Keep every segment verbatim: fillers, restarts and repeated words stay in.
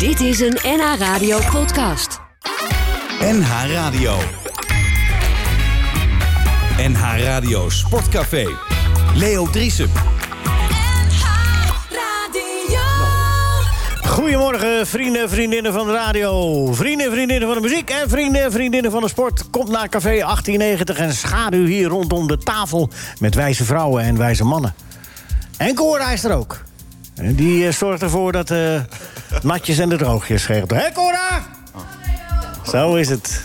Dit is een N H Radio podcast. N H Radio. N H Radio Sportcafé. Leo Driesen. Goedemorgen, vrienden en vriendinnen van de radio. Vrienden en vriendinnen van de muziek en vrienden en vriendinnen van de sport. Komt naar Café achttien negentig en schaduw hier rondom de tafel met wijze vrouwen en wijze mannen. En Cora is er ook. En die uh, zorgt ervoor dat de uh, natjes en de droogjes regelt. Hé, Cora! Zo is het.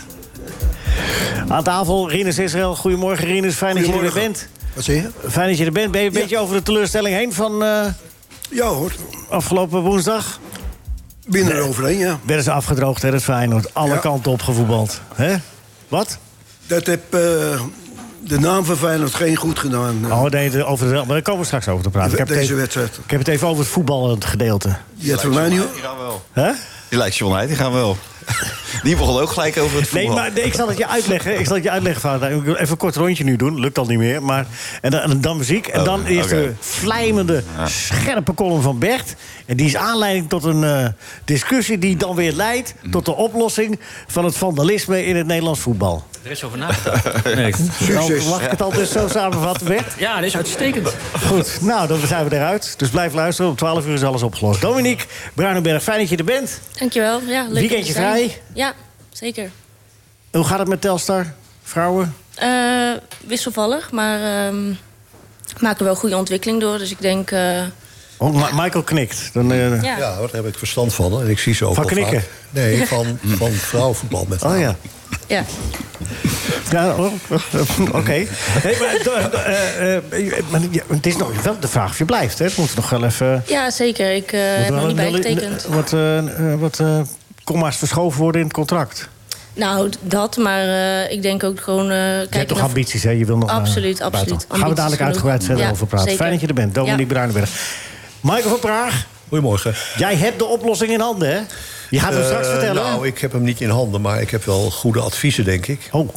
Aan tafel, Rinus Israël. Goedemorgen, Rinus. Fijn dat je er weer bent. Wat zeg je? Fijn dat je er bent. Ben je een ja. beetje over de teleurstelling heen van uh, ja, hoor. afgelopen woensdag? Binnen eroverheen, ja. Werden ze afgedroogd, hè, het Feyenoord. Alle ja. kanten op gevoetbald. Hè? Wat? Dat heb uh, de naam van Feyenoord geen goed gedaan. Uh. Oh, nee, over de, maar daar komen we straks over te praten. De, ik heb deze even, wedstrijd. Ik heb het even over het voetballend gedeelte. Die hebt voor mij niet... Die gaan wel. Hè? Die lijkt John Heid, die gaan wel. Die begon ook gelijk over het voetbal. Nee, maar nee, ik zal het je uitleggen. Ik zal het je uitleggen, vader. Ik wil even een kort rondje nu doen. Lukt al niet meer. Maar, en, dan, en dan muziek. En dan oh, eerst okay. de vlijmende, ja. scherpe column van Bert. En die is aanleiding tot een uh, discussie die dan weer leidt tot de oplossing van het vandalisme in het Nederlands voetbal. Er is over nagedacht. Nee. Succes. Mag ik het al dus zo samenvatten, Bert? Ja, dat is uitstekend. Goed, nou, dan zijn we eruit. Dus blijf luisteren. Om twaalf uur is alles opgelost. Dominique Bruinenberg, fijn dat je er bent. Dankjewel. Ja, leuk. Weekendje vrij? Ja, zeker. Hoe gaat het met Telstar, vrouwen? Uh, wisselvallig, maar uh, maken wel goede ontwikkeling door. Dus ik denk... Uh... Oh, Ma- Michael knikt. Dan, uh... ja. ja, daar heb ik verstand van. En ik zie ze ook van al knikken? vaak. Nee, van, van vrouwenvoetbal met Oh ja. Ja. Ja, oh, oké. Okay. Hey, maar, uh, uh, maar het is nog wel de vraag of je blijft, hè? Het moet nog wel even... Ja, zeker. Ik uh, heb nog niet bijgetekend. Wat, uh, uh, wat uh, komma's verschoven worden in het contract? Nou, dat, maar uh, ik denk ook gewoon... Uh, je hebt toch ambities, hè? Je wil nog absoluut, uh, absoluut. Gaan we dadelijk uitgebreid verder ja, over praten. Zeker. Fijn dat je er bent, Dominique ja. Bruinenberg. Michael van Praag. Goedemorgen. Jij hebt de oplossing in handen, hè? Je gaat hem uh, straks vertellen. Nou, ik heb hem niet in handen, maar ik heb wel goede adviezen, denk ik. Oh.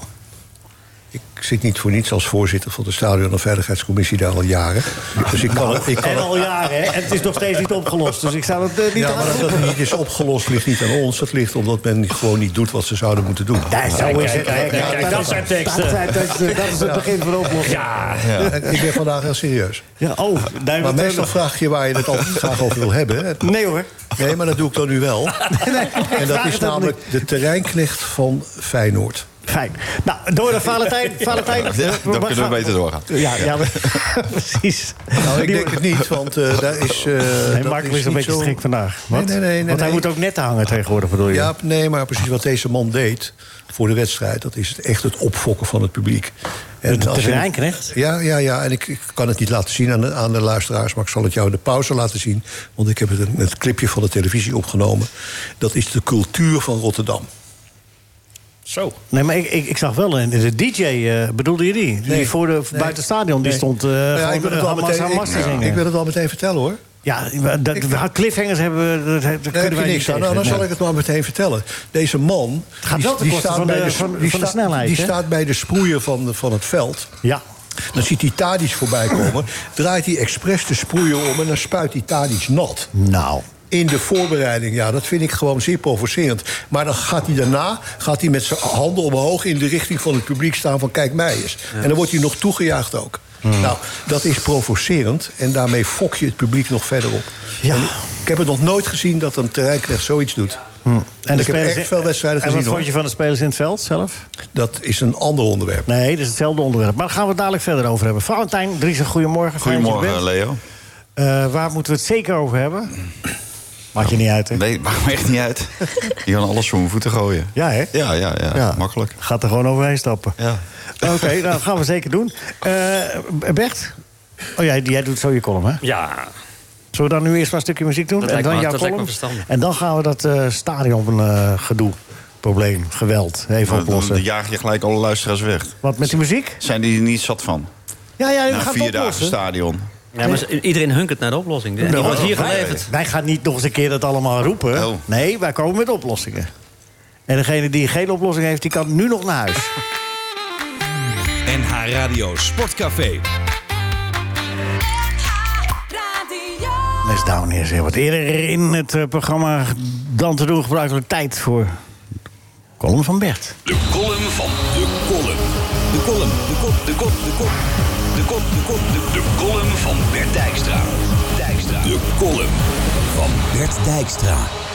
Ik zit niet voor niets als voorzitter van de Stadion- en Veiligheidscommissie daar al jaren. Dus ik kan, nou, ik kan en al jaren, hè? En het is nog steeds niet opgelost. Dus ik zou het uh, niet... Ja, maar dat het niet is opgelost ligt niet aan ons. Dat ligt omdat men gewoon niet doet wat ze zouden moeten doen. Ja, zo is het. Kijk, kijk, kijk, dat zijn teksten. Dat, dat, dat is het begin van de oplossing. Ja. Ja. Ik ben vandaag heel serieus. Ja, oh, nee, maar meestal vraag je waar je het altijd graag over wil hebben. Hè? Nee hoor. Nee, maar dat doe ik dan nu wel. Nee, en dat is namelijk de terreinknecht van Feyenoord. Fijn. Nou, door naar Valentijn. Valentijn. Ja, dan kunnen we beter doorgaan. Ja, ja, precies. Nou, ik denk het niet, want uh, daar is... Uh, nee, Mark is een beetje zo... schrik vandaag. Wat? Nee, nee, nee, nee, want hij nee. moet ook net hangen tegenwoordig, bedoel je? Ja, nee, maar precies wat deze man deed voor de wedstrijd... dat is het echt het opfokken van het publiek. En de terreinknecht? Ja, ja, ja. En ik, ik kan het niet laten zien aan de, aan de luisteraars... maar ik zal het jou in de pauze laten zien. Want ik heb het, het clipje van de televisie opgenomen. Dat is de cultuur van Rotterdam. Zo. Nee, maar ik, ik, ik zag wel een de D J, uh, bedoelde je die? Die nee, voor de, nee, buiten het stadion, die nee. stond uh, ja, ik wil het wel Hamas, meteen, Hamas ik, ja. ik wil het wel meteen vertellen, hoor. Ja, dat, ik, cliffhangers hebben we... Dat, dat nee, kunnen wij niks aan. Nou, dan nee. zal ik het maar meteen vertellen. Deze man... Het gaat wel die, die staat van de, bij de, van, die van de staat, snelheid, Die hè? staat bij de sproeier van, van het veld. Ja. Dan ziet hij Tadic voorbij komen. Draait hij expres de sproeier om en dan spuit hij Tadic nat. Nou... In de voorbereiding, ja, dat vind ik gewoon zeer provocerend. Maar dan gaat hij daarna gaat hij met zijn handen omhoog... in de richting van het publiek staan van kijk mij eens. Ja. En dan wordt hij nog toegejuicht ook. Hmm. Nou, dat is provocerend. En daarmee fok je het publiek nog verder op. Ja. En ik heb het nog nooit gezien dat een terreinknecht zoiets doet. Hmm. En ik heb echt veel wedstrijden gezien. En wat vond je van de spelers in het veld zelf? Dat is een ander onderwerp. Nee, dat is hetzelfde onderwerp. Maar daar gaan we het dadelijk verder over hebben. Valentijn Driesen, goedemorgen. Goedemorgen, Leo. Uh, waar moeten we het zeker over hebben? Maakt je niet uit, hè? Nee, maakt me echt niet uit. Je kan alles voor mijn voeten gooien. Ja, hè? Ja, ja, ja, ja. Makkelijk. Gaat er gewoon overheen stappen. Ja. Oké, okay, nou, dat gaan we zeker doen. Uh, Bert? Oh, jij, jij doet zo je column, hè? Ja. Zullen we dan nu eerst maar een stukje muziek doen? Dat en dan me, jouw dat column? En dan gaan we dat uh, stadion uh, gedoe, probleem, geweld even nou, oplossen. Dan jaag je gelijk alle luisteraars weg. Wat, met die muziek? Zijn die er niet zat van? Ja, ja, we Na gaan vier het dagen stadion. Ja, maar iedereen hunkert naar de oplossing. Die no, wordt hier wij, geleverd. Wij gaan niet nog eens een keer dat allemaal roepen. Oh. Nee, wij komen met oplossingen. En degene die geen oplossing heeft, die kan nu nog naar huis. N H Radio Sportcafé. Les Down is wat eerder in het uh, programma dan te doen gebruikelijk tijd voor de column van Bert. De column van de column. De column, de kop, de kop, de kop. De kop, de kop, de, de column van Bert Dijkstra. Dijkstra. De column van Bert Dijkstra.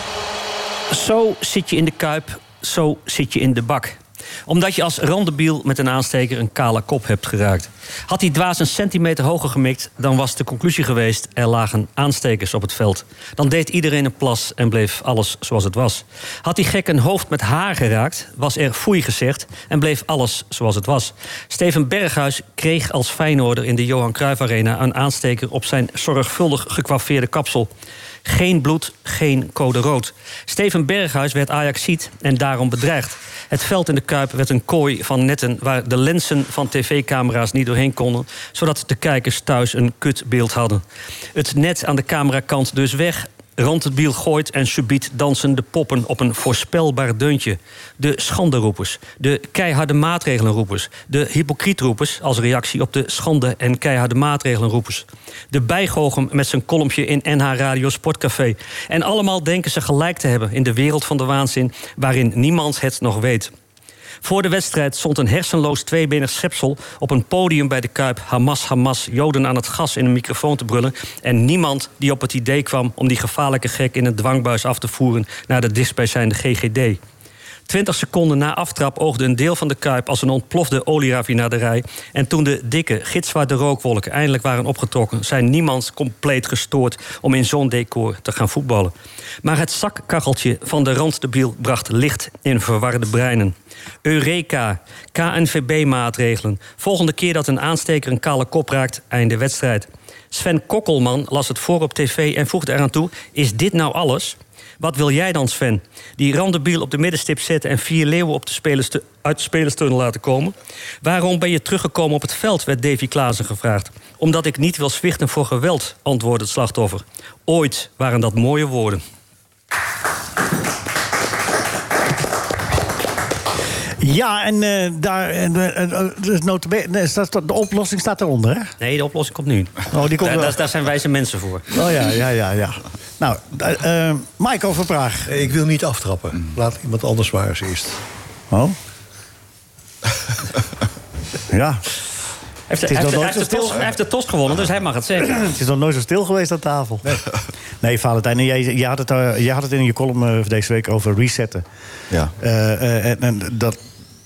Zo zit je in de Kuip, zo zit je in de bak. Omdat je als randebiel met een aansteker een kale kop hebt geraakt. Had die dwaas een centimeter hoger gemikt, dan was de conclusie geweest: er lagen aanstekers op het veld. Dan deed iedereen een plas en bleef alles zoals het was. Had die gek een hoofd met haar geraakt, was er foei gezegd en bleef alles zoals het was. Steven Berghuis kreeg als Feyenoorder in de Johan Cruijff Arena een aansteker op zijn zorgvuldig gekwaffeerde kapsel. Geen bloed, geen code rood. Steven Berghuis werd Ajaxiet en daarom bedreigd. Het veld in de Kuip werd een kooi van netten waar de lenzen van tv-camera's niet doorheen konden, zodat de kijkers thuis een kutbeeld hadden. Het net aan de camerakant dus weg. Randbiel gooit en subiet dansen de poppen op een voorspelbaar deuntje. De schanderoepers, de keiharde maatregelenroepers, de hypocrietroepers als reactie op de schande en keiharde maatregelenroepers. De bijgoochem met zijn kolompje in N H Radio Sportcafé. En allemaal denken ze gelijk te hebben in de wereld van de waanzin waarin niemand het nog weet. Voor de wedstrijd stond een hersenloos tweebenig schepsel op een podium bij de Kuip Hamas, Hamas, Joden aan het gas in een microfoon te brullen. En niemand die op het idee kwam om die gevaarlijke gek in een dwangbuis af te voeren naar de dichtstbijzijnde G G D. Twintig seconden na aftrap oogde een deel van de Kuip als een ontplofde olieraffinaderij. En toen de dikke, gitzwarte rookwolken eindelijk waren opgetrokken, zei niemand compleet gestoord om in zo'n decor te gaan voetballen. Maar het zakkacheltje van de randdebiel bracht licht in verwarde breinen. Eureka, K N V B-maatregelen. Volgende keer dat een aansteker een kale kop raakt, einde wedstrijd. Sven Kokkelman las het voor op tv en voegde eraan toe: is dit nou alles? Wat wil jij dan, Sven? Die randebiel op de middenstip zetten en vier leeuwen op de spelerstu- uit de spelerstunnel laten komen? Waarom ben je teruggekomen op het veld, werd Davy Klaassen gevraagd. Omdat ik niet wil zwichten voor geweld, antwoordde het slachtoffer. Ooit waren dat mooie woorden. Ja, en uh, daar, uh, uh, dus notabene, staat, de oplossing staat eronder, hè? Nee, de oplossing komt nu. Oh, die komt daar, wel. daar, daar zijn wijze mensen voor. Oh ja, ja, ja, ja. Nou, uh, uh, Mike over Praag. Ik wil niet aftrappen. Laat iemand anders maar eens eerst. Oh? Hij Ja. heeft, Het is hij, nog heeft, hij, nooit heeft zo de tos, stil. hij heeft de tos gewonnen, dus hij mag het zeggen. Het is nog nooit zo stil geweest aan tafel. Nee, nee Valentijn, je, je, had het, uh, je had het in je column uh, deze week over resetten. Ja. Uh, uh, en, en dat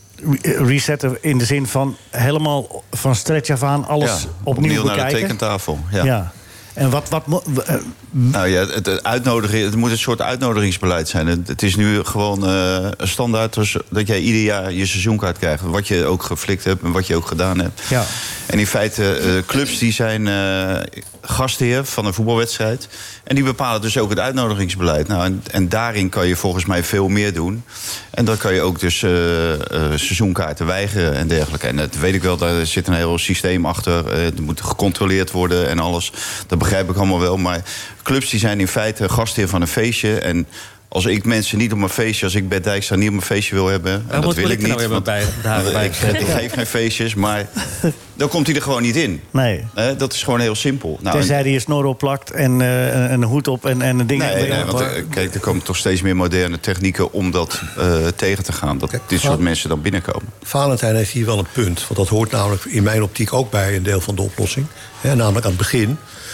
resetten in de zin van helemaal van stretch af aan alles Ja, opnieuw, opnieuw naar bekijken. de tekentafel. Ja. Ja. En wat... wat mo- uh, Nou ja, het, het, uitnodigen, het moet een soort uitnodigingsbeleid zijn. Het, het is nu gewoon uh, een standaard dus dat jij ieder jaar je seizoenkaart krijgt. Wat je ook geflikt hebt en wat je ook gedaan hebt. Ja. En in feite, uh, clubs die zijn uh, gastheer van een voetbalwedstrijd. En die bepalen dus ook het uitnodigingsbeleid. Nou, en, en daarin kan je volgens mij veel meer doen. En dan kan je ook dus uh, uh, seizoenkaarten weigeren en dergelijke. En dat weet ik wel, daar zit een heel systeem achter. Uh, er moet gecontroleerd worden en alles. Dat begrijp ik allemaal wel. Maar clubs die zijn in feite gastheer van een feestje. En als ik mensen niet op mijn feestje, als ik Bert Dijkstra niet op mijn feestje wil hebben, en Waar dat wil ik niet. Nou Want, bij, daar bij ik, ik geef geen feestjes, maar dan komt hij er gewoon niet in. Nee. He, dat is gewoon heel simpel. Nou, Tenzij hij een snor opplakt en uh, een hoed op en, en een ding... Nee, nee, want uh, kijk, er komen toch steeds meer moderne technieken om dat uh, tegen te gaan. Dat Kijk, dit soort Val- mensen dan binnenkomen. Valentijn heeft hier wel een punt. Want dat hoort namelijk in mijn optiek ook bij een deel van de oplossing. Hè, namelijk aan het begin.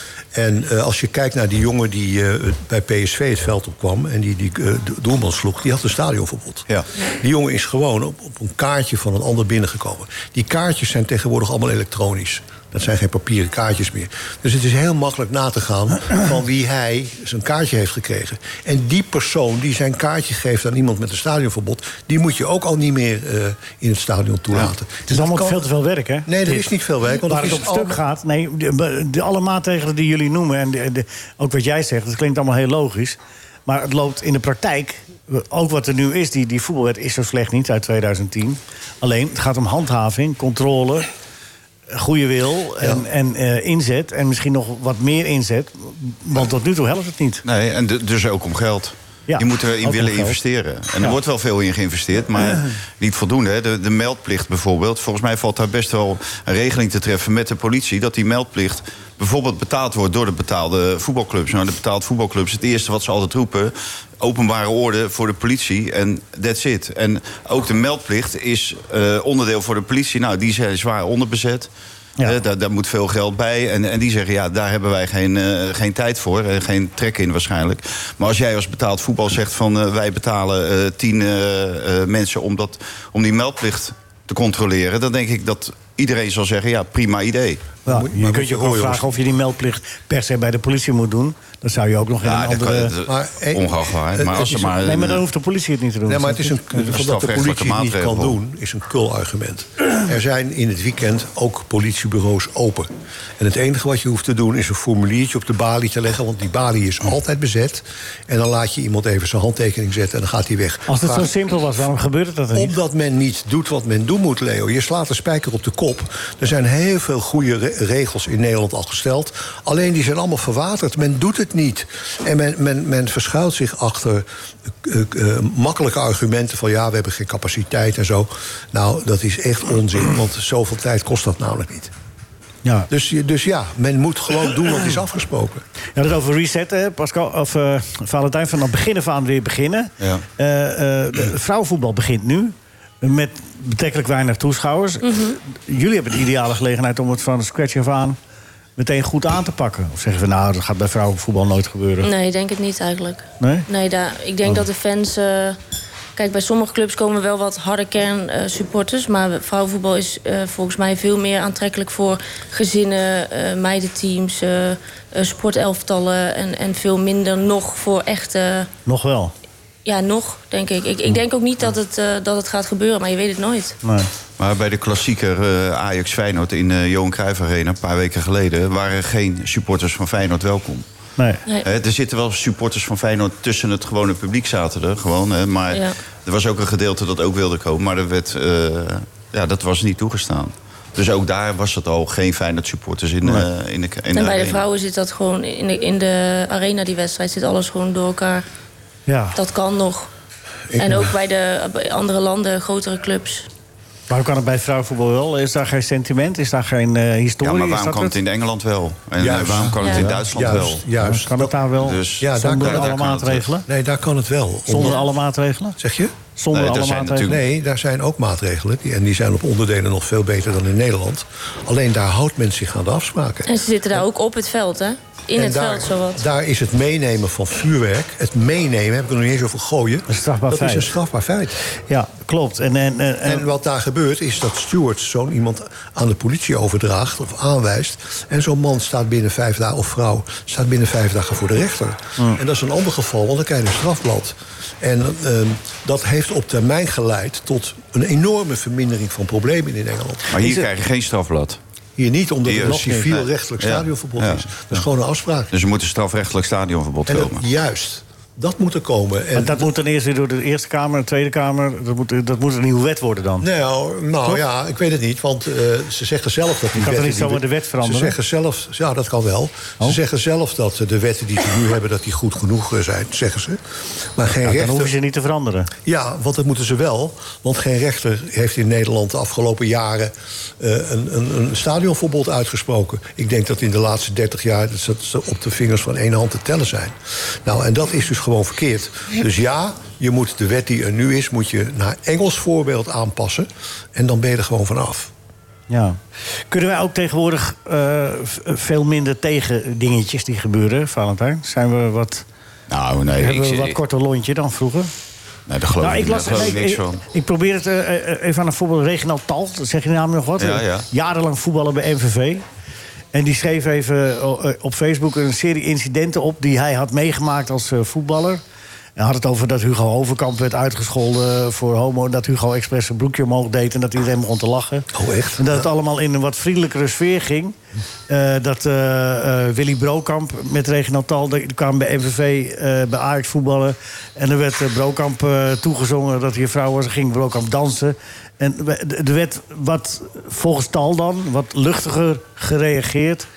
En uh, als je kijkt naar die jongen die uh, bij P S V het veld opkwam... en die die uh, doelman sloeg, die had een stadionverbod. Ja. Die jongen is gewoon op, op een kaartje van een ander binnengekomen. Die kaartjes zijn tegenwoordig allemaal elektronisch. Dat zijn geen papieren kaartjes meer. Dus het is heel makkelijk na te gaan van wie hij zijn kaartje heeft gekregen. En die persoon die zijn kaartje geeft aan iemand met een stadionverbod... die moet je ook al niet meer uh, in het stadion toelaten. Het is allemaal kan... veel te veel werk, hè? Nee, er is niet veel werk. Want Waar het het is op stuk allemaal... gaat... Nee, de, de, alle maatregelen die jullie noemen... en de, de, ook wat jij zegt, dat klinkt allemaal heel logisch... maar het loopt in de praktijk... ook wat er nu is, die, die voetbalwet is zo slecht niet uit tweeduizend tien. Alleen, het gaat om handhaving, controle... goede wil en, Ja. en uh, inzet. En misschien nog wat meer inzet. Want tot nu toe helpt het niet. Nee, en d- dus ook om geld. Ja, die moeten erin ook willen nog geld. investeren. En er Ja. wordt wel veel in geïnvesteerd, maar niet voldoende. Hè. De, de meldplicht bijvoorbeeld. Volgens mij valt daar best wel een regeling te treffen met de politie, dat die meldplicht bijvoorbeeld betaald wordt door de betaalde voetbalclubs. Nou, de betaalde voetbalclubs, het eerste wat ze altijd roepen, openbare orde voor de politie en that's it. En ook de meldplicht is uh, onderdeel voor de politie. Nou, die zijn zwaar onderbezet. Ja. Uh, daar, daar moet veel geld bij. En, en die zeggen, ja, daar hebben wij geen, uh, geen tijd voor. Uh, geen trek in waarschijnlijk. Maar als jij als betaald voetbal zegt van uh, wij betalen uh, tien uh, uh, mensen om, dat, om die meldplicht te controleren, dan denk ik dat iedereen zal zeggen, ja, prima idee. Ja, moet- je maar kunt moet je je ook horen, vragen of je die meldplicht per se bij de politie moet doen. Dat zou je ook nog in Ja, een dat andere... kan, Maar, eh, ongehoord. het- Maar het als is ze een- maar, Nee, maar dan hoeft de politie het niet te doen. Nee, maar het is een, Een dat de strafrechtelijke politie het niet kan maatregel. doen, is een kul-argument. Er zijn in het weekend ook politiebureaus open. En het enige wat je hoeft te doen is een formuliertje op de balie te leggen, want die balie is altijd bezet. En dan laat je iemand even zijn handtekening zetten en dan gaat hij weg. Als het zo Vraag- simpel was, waarom gebeurt het dat dan niet? Omdat men niet doet wat men doen moet, Leo. Je slaat de spijker op de kop. Er zijn heel veel goede re- regels in Nederland al gesteld. Alleen die zijn allemaal verwaterd. Men doet het niet. En men, men, men verschuilt zich achter uh, uh, makkelijke argumenten van ja, we hebben geen capaciteit en zo. Nou, dat is echt onzin, want zoveel tijd kost dat namelijk niet. Ja. Dus, je- dus ja, men moet gewoon doen wat is afgesproken. Ja, dat is over reset, hè, Pascal. Of uh, Valentijn, van het begin af aan weer beginnen. Ja. Uh, uh, de vrouwenvoetbal begint nu. Met betrekkelijk weinig toeschouwers. Jullie hebben de ideale gelegenheid om het van de scratch af aan meteen goed aan te pakken. Of zeggen we, nou, dat gaat bij vrouwenvoetbal nooit gebeuren. Nee, ik denk het niet eigenlijk. Nee? Nee, daar, ik denk dat de fans... eh, kijk, bij sommige clubs komen wel wat harde kern eh, supporters. Maar vrouwenvoetbal is eh, volgens mij veel meer aantrekkelijk voor gezinnen, eh, meidenteams, eh, eh, sportelftallen. En, en veel minder nog voor echte... Nog wel. Ja, nog, denk ik. Ik, ik denk ook niet dat het, eh, dat het gaat gebeuren, maar je weet het nooit. Nee. Maar bij de klassieker uh, Ajax-Feyenoord in de uh, Johan Cruijff Arena een paar weken geleden waren geen supporters van Feyenoord welkom. Nee. Nee. Hè, er zitten wel supporters van Feyenoord tussen het gewone publiek zaten er gewoon. Hè, maar Ja. er was ook een gedeelte dat ook wilde komen. Maar er werd, uh, ja, dat was niet toegestaan. Dus ook daar was het al geen Feyenoord supporters in, uh, in de in En de bij de arena. vrouwen zit dat gewoon... In de, in de arena, die wedstrijd, zit alles gewoon door elkaar. Ja. Dat kan nog. Ik- En ook bij de bij andere landen, grotere clubs. Waarom kan het bij vrouwenvoetbal wel? Is daar geen sentiment? Is daar geen uh, historie? Ja, maar Is waarom dat kan het in Engeland wel? En uh, Juist. waarom kan het Ja. in Duitsland Juist, wel? juist. Kan het daar wel? Dus- Ja, daar zonder kan- alle daar kan het maatregelen? Nee, daar kan het wel. Zonder Omdat- alle maatregelen? Zeg je? Zonder Nee, er alle zijn maatregelen? natuurlijk- Nee, daar zijn ook maatregelen. Die, en die zijn op onderdelen nog veel beter dan in Nederland. Alleen daar houdt men zich aan de afspraken. En ze zitten daar ook op het veld, hè? In En het daar, veld, zowat. daar is het meenemen van vuurwerk, het meenemen, heb ik er nog niet eens over gooien. Een strafbaar dat feit. is een strafbaar feit. Ja, klopt. En, en, en, en- En wat daar gebeurt is dat stewards zo'n iemand aan de politie overdraagt of aanwijst. En zo'n man staat binnen vijf dagen, of vrouw, staat binnen vijf dagen voor de rechter. En dat is een ander geval, want dan krijg je een strafblad. En uh, dat heeft op termijn geleid tot een enorme vermindering van problemen in Engeland. Maar hier Is het- krijg je geen strafblad. Hier niet, omdat Hier het een nog niet, civiel-rechtelijk nee. Ja. stadionverbod Ja. is. Dat is gewoon een afspraak. Dus er moet een strafrechtelijk stadionverbod En dat, komen. juist, dat moet er komen. En maar dat moet dan eerst weer door de Eerste Kamer, de Tweede Kamer. Dat moet, dat moet een nieuwe wet worden dan. Nou, nou Toch? ja, ik weet het niet, want uh, ze zeggen zelf dat die kan toch wetten... niet zomaar die- de wet veranderen? Ze zeggen zelf, ja, dat kan wel. Oh. Ze zeggen zelf dat de wetten die ze nu hebben, dat die goed genoeg uh, zijn, zeggen ze. Maar geen Ja, dan rechter... hoeven ze niet te veranderen. Ja, want dat moeten ze wel. Want geen rechter heeft in Nederland de afgelopen jaren uh, een, een, een stadionverbod uitgesproken. Ik denk dat in de laatste dertig jaar dat ze op de vingers van één hand te tellen zijn. Nou, en dat is dus gewoon verkeerd. Dus ja, je moet de wet die er nu is, moet je naar Engels voorbeeld aanpassen. En dan ben je er gewoon vanaf. Ja. Kunnen wij ook tegenwoordig uh, v- veel minder tegen dingetjes die gebeuren, Valentijn? Zijn we wat, Nou, nee, hebben we ik, een wat ik, korter lontje dan vroeger? nee, daar geloof Nou, ik, ik, las, daar geloof ik nee, niks ik, van. ik probeer het uh, uh, even aan een voorbeeld. Reginald Tal, zeg je naam nog wat? Ja, ja. Jarenlang voetballen bij M V V. En die schreef even uh, op Facebook een serie incidenten op die hij had meegemaakt als uh, voetballer. Hij had het over dat Hugo Overkamp werd uitgescholden voor homo. Dat Hugo expres zijn broekje omhoog deed en dat iedereen begon te lachen. Oh, echt? En dat het allemaal in een wat vriendelijkere sfeer ging. Uh, dat uh, uh, Willy Brokamp met Reginald Tal, die kwamen bij M V V, uh, bij Ajax voetballen. En er werd uh, Brokamp uh, toegezongen dat hij een vrouw was. En ging Brokamp dansen. En er werd wat volgens Tal dan wat luchtiger gereageerd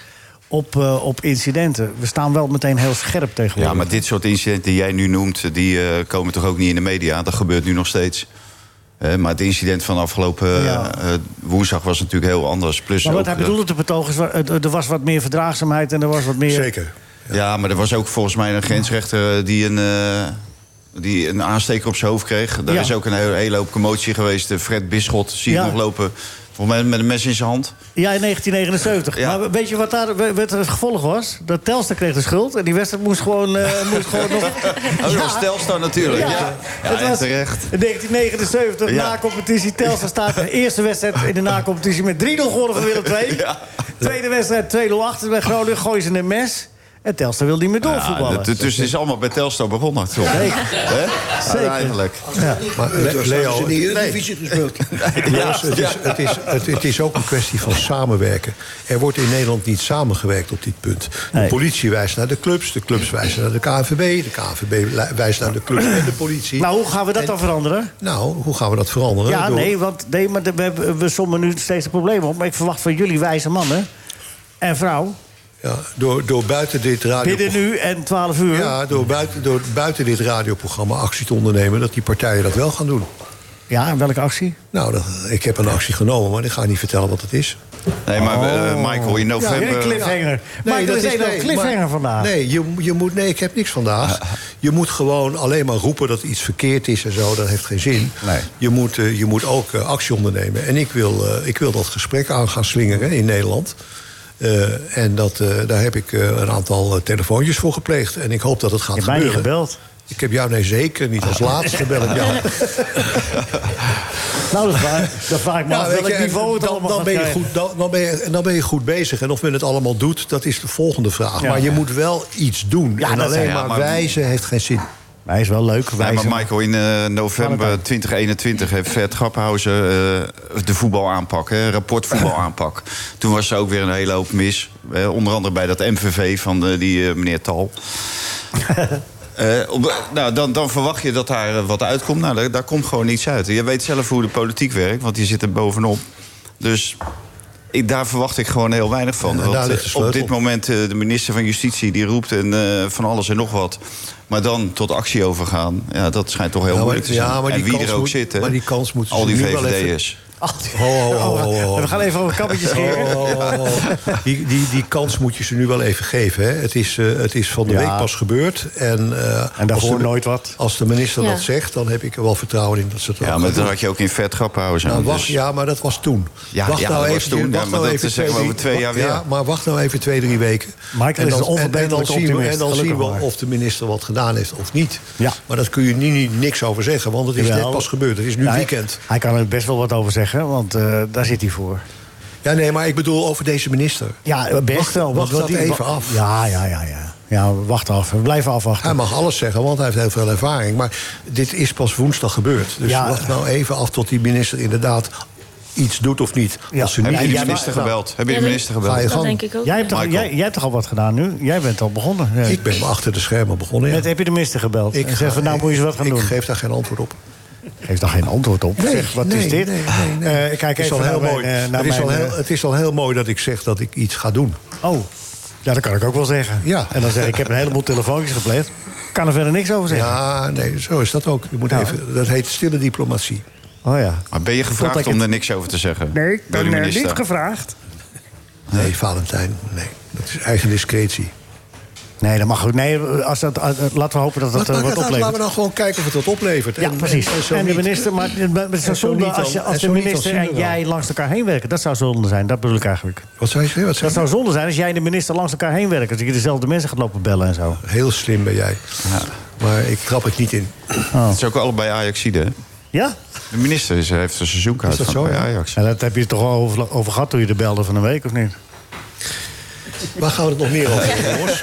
op, uh, op incidenten. We staan wel meteen heel scherp tegenwoordig. Ja, maar dit soort incidenten die jij nu noemt, die uh, komen toch ook niet in de media? Dat gebeurt nu nog steeds. Uh, maar het incident van afgelopen uh, ja. uh, woensdag was natuurlijk heel anders. Plus maar wat ook, hij bedoelde te betogen is, er was wat meer verdraagzaamheid en er was wat meer... Zeker. Ja, ja maar er was ook volgens mij een grensrechter die een... Uh, die een aansteker op zijn hoofd kreeg. Daar ja. is ook een hele, hele hoop commotie geweest. Fred Bisschot zie je ja. nog lopen. Volgens mij met een mes in zijn hand. Ja, in negentien negenenzeventig. Ja. Maar weet je wat daar het gevolg was? Dat Telstar kreeg de schuld. En die wedstrijd moest gewoon, uh, moest gewoon nog... Oh, dat ja. was Telstar natuurlijk. Ja, ja. ja het was terecht. In negentien negenenzeventig, ja. na-competitie. Telstar staat de eerste wedstrijd in de na-competitie met drie nul gewonnen van Willem twee. Ja. Tweede wedstrijd twee nul achter bij Groningen. Gooien ze een mes. En Telstar wil niet meer doorvoetballen. Ja, dus het is allemaal bij Telstar begonnen, toch? Zeker. Zeker. Eigenlijk. Ja. Maar Le Leo, in de divisie gespeeld. Ja. Het, is, het, is, het, het is ook een kwestie van samenwerken. Er wordt in Nederland niet samengewerkt op dit punt. De nee. politie wijst naar de clubs, de clubs wijzen naar de K N V B... de K N V B wijst naar de clubs en de politie. Nou, hoe gaan we dat en, dan veranderen? Nou, hoe gaan we dat veranderen? Ja, Door... nee, want nee, maar we, hebben, we sommen nu steeds een probleem op. Maar ik verwacht van jullie wijze mannen en vrouw... Ja, door, door buiten dit radio... Binnen nu en twaalf uur? Ja, door buiten, door buiten dit radioprogramma actie te ondernemen... dat die partijen dat wel gaan doen. Ja, en welke actie? Nou, dat, ik heb een actie genomen, maar ik ga niet vertellen wat het is. Nee, maar uh, Michael, in november... Ja, een cliffhanger. Ja. Nee, Michael, dat is een nee, cliffhanger maar, vandaag. Nee, je, je moet, nee, ik heb niks vandaag. Je moet gewoon alleen maar roepen dat iets verkeerd is en zo. Dat heeft geen zin. Nee. Je, moet, uh, je moet ook uh, actie ondernemen. En ik wil, uh, ik wil dat gesprek aan gaan slingeren in Nederland... Uh, en dat, uh, daar heb ik uh, een aantal uh, telefoontjes voor gepleegd. En ik hoop dat het gaat je gebeuren. Je hebt mij niet gebeld. Ik heb jou, nee zeker niet. Als laatste bel ik jou. Nou, dat, waar, dat vraag ik me nou, af welk niveau het dan, allemaal dan ben je goed, dan, dan, ben je, dan ben je goed bezig. En of men het allemaal doet, dat is de volgende vraag. Ja. Maar je moet wel iets doen. Ja, en alleen maar, maar wijzen heeft geen zin. Hij is wel leuk. Ja, maar Michael, in uh, november twintig eenentwintig heeft Fred Grappenhuizen uh, de voetbalaanpak, hè, rapportvoetbalaanpak. Toen was er ook weer een hele hoop mis. Uh, onder andere bij dat M V V van de, die uh, meneer Tal. Uh, op, nou, dan, dan verwacht je dat daar uh, wat uitkomt. Nou, daar, daar komt gewoon niets uit. Je weet zelf hoe de politiek werkt, want die zit er bovenop. Dus ik, daar verwacht ik gewoon heel weinig van. Ja, want, uh, op dit moment uh, de minister van Justitie die roept en, uh, van alles en nog wat. Maar dan tot actie overgaan, ja, dat schijnt toch heel ja, moeilijk te zijn. Ja, maar en wie er ook moet, zit, hè, maar die kans moet al die V V D'ers. Oh, oh, oh, oh, oh. We gaan even over kappetjes scheren. Oh, oh, oh. Die, die, die kans moet je ze nu wel even geven. Hè. Het, is, uh, het is van de ja. week pas gebeurd. En, uh, en daarvoor nooit wat. Als de minister ja. dat zegt, dan heb ik er wel vertrouwen in dat ze het Ja, maar dat had je ook in Vet Grappenhuizen. Nou, wacht, dus... Ja, maar dat was toen. Ja, wacht ja nou dat even, was toen. Wacht ja, nou maar even dat zeggen we over twee jaar weer. Ja, maar wacht nou even twee, drie weken. Michael is een onverbeterlijke optimist. En dan zien we of de minister wat gedaan heeft of niet. Ja. Maar dat kun je nu niet niks over zeggen, want het is net pas gebeurd. Het is nu weekend. Hij kan er best wel wat over zeggen, want daar zit hij voor. Ja, nee, maar ik bedoel over deze minister. Ja, best wacht, wel. Wacht dat die, even af. Ja, ja, ja, ja. Ja, wacht af. We blijven afwachten. Hij mag alles zeggen, want hij heeft heel veel ervaring. Maar dit is pas woensdag gebeurd. Dus ja, wacht nou even af tot die minister inderdaad iets doet of niet. Ja. Als ze Heb niet je de ja, minister nou, gebeld? Heb je de minister gebeld? Ga je dat denk ik ook. Jij hebt, toch, jij, jij hebt toch al wat gedaan nu? Jij bent al begonnen. Ja. Ik ben achter de schermen begonnen. Ja. Met, heb je de minister gebeld? Ik en zeg van, nou ik, moet je eens wat gaan ik doen. Ik geef daar geen antwoord op. Geef daar geen antwoord op. Nee, zeg, wat nee, is dit? Nee, nee, nee. Uh, kijk het, is even al heel naar mooi. Mijn, uh, naar het, is mijn, al heel, het is al heel mooi dat ik zeg dat ik iets ga doen. Oh, ja, dat kan ik ook wel zeggen. Ja. En dan zeg ik, ik heb een heleboel telefoontjes gepleegd. Kan er verder niks over zeggen. Ja, nee, zo is dat ook. Je moet ja. even, dat heet stille diplomatie. Oh ja. Maar ben je gevraagd om het... er niks over te zeggen? Nee, ik ben er niet gevraagd. Nee, Valentijn, nee. Dat is eigen discretie. Nee, dat mag ook. Nee, als dat, als, laten we hopen dat dat wat, uh, wat oplevert. Laten we dan gewoon kijken of het wat oplevert. Ja, en, precies. En, en de minister, maar het zou zonde als, je, als de minister en jij langs elkaar heen werken. Dat zou zonde zijn, dat bedoel ik eigenlijk. Wat zou je zeggen? Wat dat zou zonde zijn als jij en de minister langs elkaar heen werken. Dat je dezelfde mensen gaat lopen bellen en zo. Heel slim ben jij. Ja. Maar ik trap het niet in. Oh. Het is ook allebei Ajaxide, hè? Ja? De minister is, heeft een seizoenkaart van zo, bij ja? Ajax. Ja, dat heb je toch al over, over gehad toen je er belde van een week, of niet? Waar gaan we het nog meer over hebben, jongens?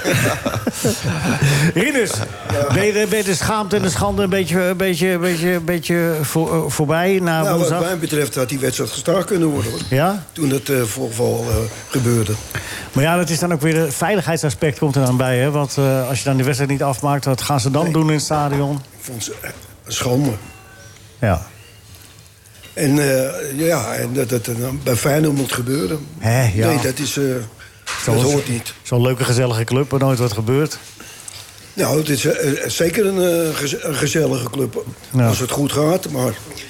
Rinus, ben je, ben je de schaamte en de schande een beetje, een beetje, een beetje, een beetje voor, uh, voorbij? Na nou, woensdag? wat mij betreft had die wedstrijd gestart kunnen worden. Hoor. Ja? Toen het uh, voorval uh, gebeurde. Maar ja, dat is dan ook weer het veiligheidsaspect komt er dan bij. Hè? Want uh, als je dan die wedstrijd niet afmaakt, wat gaan ze dan nee. doen in het stadion? Ik vond ze uh, schande. Ja. En uh, ja, en dat het uh, bij Feyenoord moet gebeuren. Hè, ja. Nee, dat is... Uh, Zo, Dat hoort niet. Zo'n leuke, gezellige club waar nooit wat gebeurt. Nou, het is uh, zeker een, uh, gez- een gezellige club. Ja. Als het goed gaat. Maar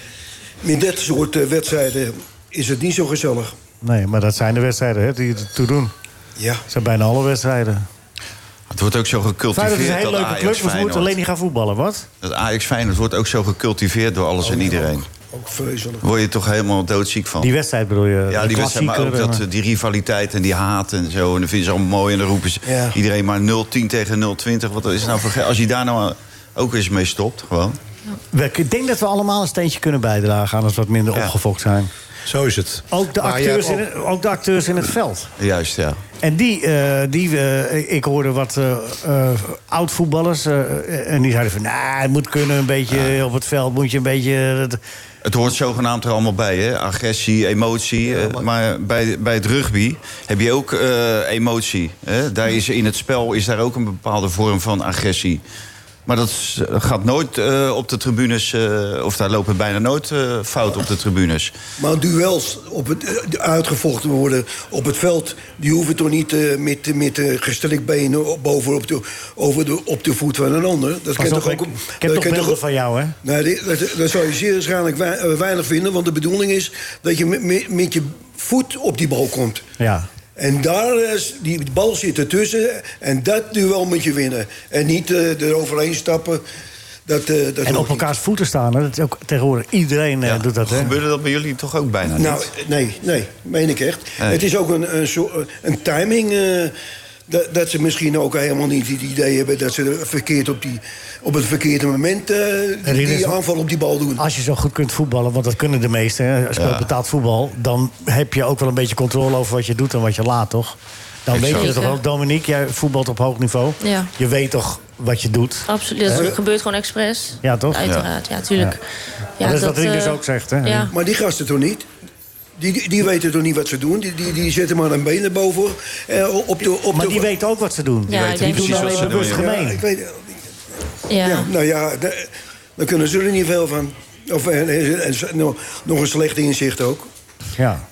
met dit soort uh, wedstrijden is het niet zo gezellig. Nee, maar dat zijn de wedstrijden hè, die het toe doen. Ja. Dat zijn bijna alle wedstrijden. Het wordt ook zo gecultiveerd. Feyenoord is een hele dat leuke Ajax club, maar ze Feyenoord- moeten alleen niet gaan voetballen, wat? Dat Ajax Feyenoord wordt ook zo gecultiveerd door alles en iedereen. Ook vreselijk. Daar word je toch helemaal doodziek van. Die wedstrijd bedoel je? Ja, de die wedstrijd, maar ook klassieker dat, en- die rivaliteit en die haat en zo. En dan vinden ze allemaal mooi en dan roepen ze Ja. iedereen maar nul tien tegen nul twintig. Wat is het nou voor ge- Als je daar nou ook eens mee stopt, gewoon. We- Ik denk dat we allemaal een steentje kunnen bijdragen aan als we wat minder Ja. opgefokt zijn. Zo is het. Ook de, Maar je acteurs hebt in, het- ook de acteurs in het veld. Juist, ja. En die, eh, die eh, ik hoorde wat eh, eh, oud-voetballers. eh, en die zeiden van, nou, het moet kunnen een beetje op het veld. Moet je een beetje... eh, Het hoort zogenaamd er allemaal bij, hè? Agressie, emotie. eh, maar bij, bij het rugby heb je ook eh, emotie. Hè? Daar is, in het spel is daar ook een bepaalde vorm van agressie. Maar dat is- gaat nooit eh, op de tribunes... eh, of daar lopen bijna nooit uh, fout op de tribunes. Maar duels op het, uh, uitgevochten worden op het veld... die hoeven toch niet uh, met, met uh, gestrekt benen op- bovenop de, over de, op de voet van een ander. Dat Pas kan op, toch ik, ook, ik heb dat nog kan beelden toch- van jou, hè? Nee, dit- dat, dat zou je zeer waarschijnlijk wei- uh, weinig vinden... want de bedoeling is dat je met, met, met je voet op die bal komt. Ja. En daar is, die bal zit ertussen en dat duel moet je winnen. En niet uh, eroverheen stappen. Dat, uh, dat En hoort op elkaars voeten staan. Hè? Dat is ook tegenwoordig iedereen eh, Ja. doet dat, hè? Gebeurde dat bij jullie toch ook bijna niet. Nou, niet? nee, nee, meen ik echt. Nee. Het is ook een, een, soort- een timing... uh, dat, dat ze misschien ook helemaal niet het idee hebben... dat ze verkeerd op, die, op het verkeerde moment uh, die, Rinus, die aanval op die bal doen. Als je zo goed kunt voetballen, want dat kunnen de meesten, hè, speelt Ja. betaald voetbal, dan heb je ook wel een beetje controle over wat je doet en wat je laat, toch? Dan weet je Zeker. het toch ook, Dominique, jij voetbalt op hoog niveau. Ja. Je weet toch wat je doet. Absoluut, dat Hè? gebeurt gewoon expres. Ja, toch? Uiteraard, ja, tuurlijk. Ja. Ja, dat is wat Rinus eh, ook zegt, hè? Ja. Maar die gasten toch niet? Die, die, die weten toch niet wat ze doen? Die, die, die zetten maar een been erboven. Eh, op de, op Maar de, die weten ook wat ze doen. Ja, ik weten denk Die doen precies wel. wat alleen ze doen, bewust ja. Ja, gemeen. ik weet, Ja. ja, nou ja, da- daar kunnen ze er niet veel van. Of en, en- en nog- nog een slecht inzicht ook. Ja.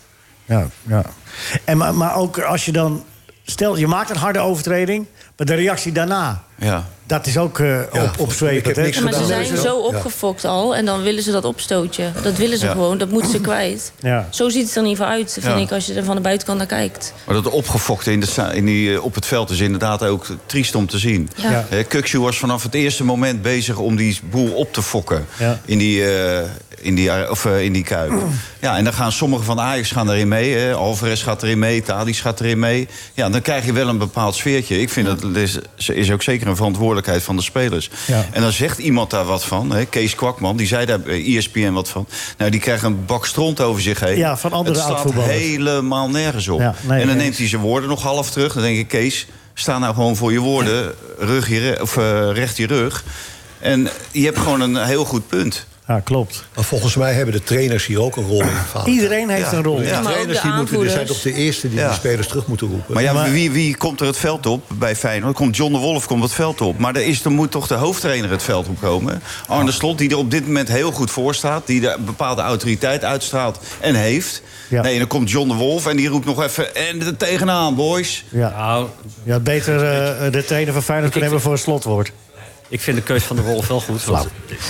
Ja, ja. En, maar, maar ook als je dan... Stel, je maakt een harde overtreding, maar de reactie daarna... Ja. dat is ook eh Ja, op, opzwepend. ik heb hè? niks Ja, maar ze gedaan. zijn zo opgefokt al en dan willen ze dat opstootje. Dat willen ze Ja. gewoon, dat moeten ze kwijt. Ja. Zo ziet het er niet voor uit, vind Ja. ik, als je er van de buitenkant naar kijkt. Maar dat opgefokte in de, sta- in die, eh, op het veld is inderdaad ook triest om te zien. Ja. Ja. Hè, Kukçu was vanaf het eerste moment bezig om die boel op te fokken. Ja. In, die, eh, in, die, ar- of, eh, in die kuip. Ja, en dan gaan sommigen van Ajax gaan erin mee. Hè. Alvarez gaat erin mee, Tadic gaat erin mee. Ja, dan krijg je wel een bepaald sfeertje. Ik vind dat het is, is ook zeker een verantwoordelijkheid van de spelers. Ja. En dan zegt iemand daar wat van. Hè. Kees Kwakman, die zei daar bij E S P N wat van. Nou, die krijgt een bak stront over zich heen. Ja, van andere Het slaat oud-voetballers. helemaal nergens op. Ja, nee, en dan eens. neemt hij zijn woorden nog half terug. Dan denk ik, Kees, sta nou gewoon voor je woorden. Rug je, re- of, uh, recht je rug. En je hebt gewoon een heel goed punt. Ja, klopt. Maar volgens mij hebben de trainers hier ook een rol in. Vader. Iedereen heeft Ja. een rol. Ja. De Maar ook trainers de die moeten, die zijn aanvoerders. toch de eerste die Ja. de spelers terug moeten roepen. Maar ja, Maar- wie, wie komt er het veld op bij Feyenoord? Komt John de Wolf komt het veld op. Maar er, is, er moet toch de hoofdtrainer het veld op komen? Arne Slot, die er op dit moment heel goed voor staat. Die de bepaalde autoriteit uitstraalt en heeft. Ja. Nee, dan komt John de Wolf en die roept nog even... en er tegenaan, boys. Ja. Nou, Je had beter eh, de trainer van Feyenoord kunnen hebben voor een slotwoord. ik vind de keus van de Wolf wel goed. want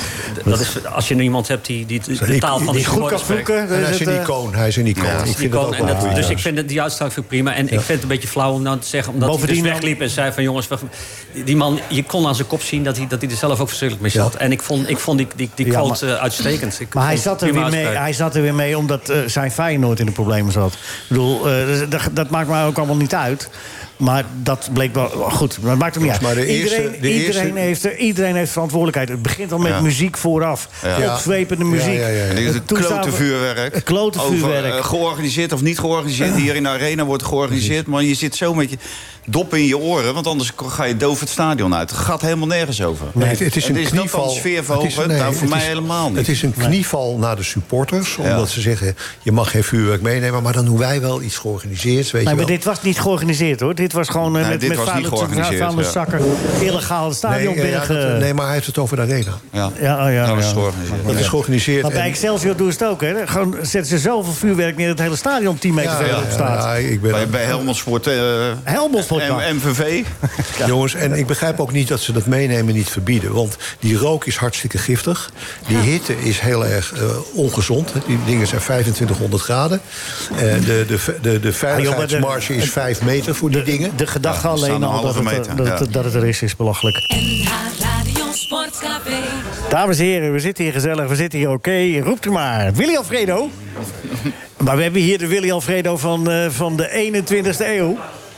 dat is, als je iemand hebt die, die de Die- taal van de Die goed kan supporters spreekt. vloeken. En dan hij is is het, een eh, icoon. Hij is een icoon. Ja, Ik Die vind kon- het ook en wel dat- goed. dus Ja. ik vind het, die uitspraak vind ik prima. En ik vind het een beetje flauw om nou te zeggen... omdat Bovendien hij dus dan- wegliep en zei van... jongens, we- die- die man, je kon aan zijn kop zien dat hij, dat hij er zelf ook verschrikkelijk mee zat. Ja. En ik vond, ik vond die, die, die Ja, quote eh, uitstekend. Ik Maar hij vond zat, het er weer prima mee, uitspraak. hij zat er weer mee omdat eh, zijn Feyenoord in de problemen zat. Ik bedoel, eh, dat, dat maakt mij ook allemaal niet uit. Maar dat bleek wel goed. Maar het maakt hem niet uit. Maar de eerste- iedereen, de iedereen, eerste- heeft, er- iedereen heeft verantwoordelijkheid. Het begint al met Ja. muziek vooraf. Ja. Opzwepende muziek. Ja, ja, ja, ja. En dit is Het het toestaan- klote vuurwerk. Het klote Over, vuurwerk. eh, georganiseerd of niet georganiseerd. Hier in de arena wordt georganiseerd. Maar je zit zo met je dop in je oren. Want anders ga je doof het stadion uit. Het gaat helemaal nergens over. Nee, het, het is En een is dat dan knieval. sfeerverhogend? Het is- nee, Nou, voor het mij is- helemaal niet. Het is een knieval naar de supporters. Omdat Ja. ze zeggen, je mag geen vuurwerk meenemen. Maar dan doen wij wel iets georganiseerds. Weet Nee, je maar wel. dit was niet georganiseerd, hoor. Dit dit was gewoon uh, Nee, met, dit met was niet georganiseerd, vuilniszakken illegaal het stadion Nee, ja, binnen. dat- nee, maar hij heeft het over de arena. Ja, Ja, oh ja, dat was ja. georganiseerd. Dat is georganiseerd. Maar bij en- Excelsior doen ze het ook, hè? Gewoon zetten ze zoveel vuurwerk neer dat het hele stadion tien meter ja, verderop ja, staat. ja, ik ben Bij, bij Helmond Sport, uh, Helmond Sport, ja. M V V. Jongens, en ik begrijp ook niet dat ze dat meenemen niet verbieden. Want die rook is hartstikke giftig. Die hitte is heel erg uh, ongezond. Die dingen zijn vijfentwintighonderd graden. Uh, de, de, de, de veiligheidsmarge is vijf meter voor die dingen. De gedachte Ja, alleen staan een al dat halve het, meter, dat, ja. het, dat het er is, is belachelijk. N H Radio Sportcafé. Dames en heren, we zitten hier gezellig, we zitten hier oké. Roept u maar. Willy Alfredo. Maar we hebben hier de Willy Alfredo van, uh, van de eenentwintigste eeuw.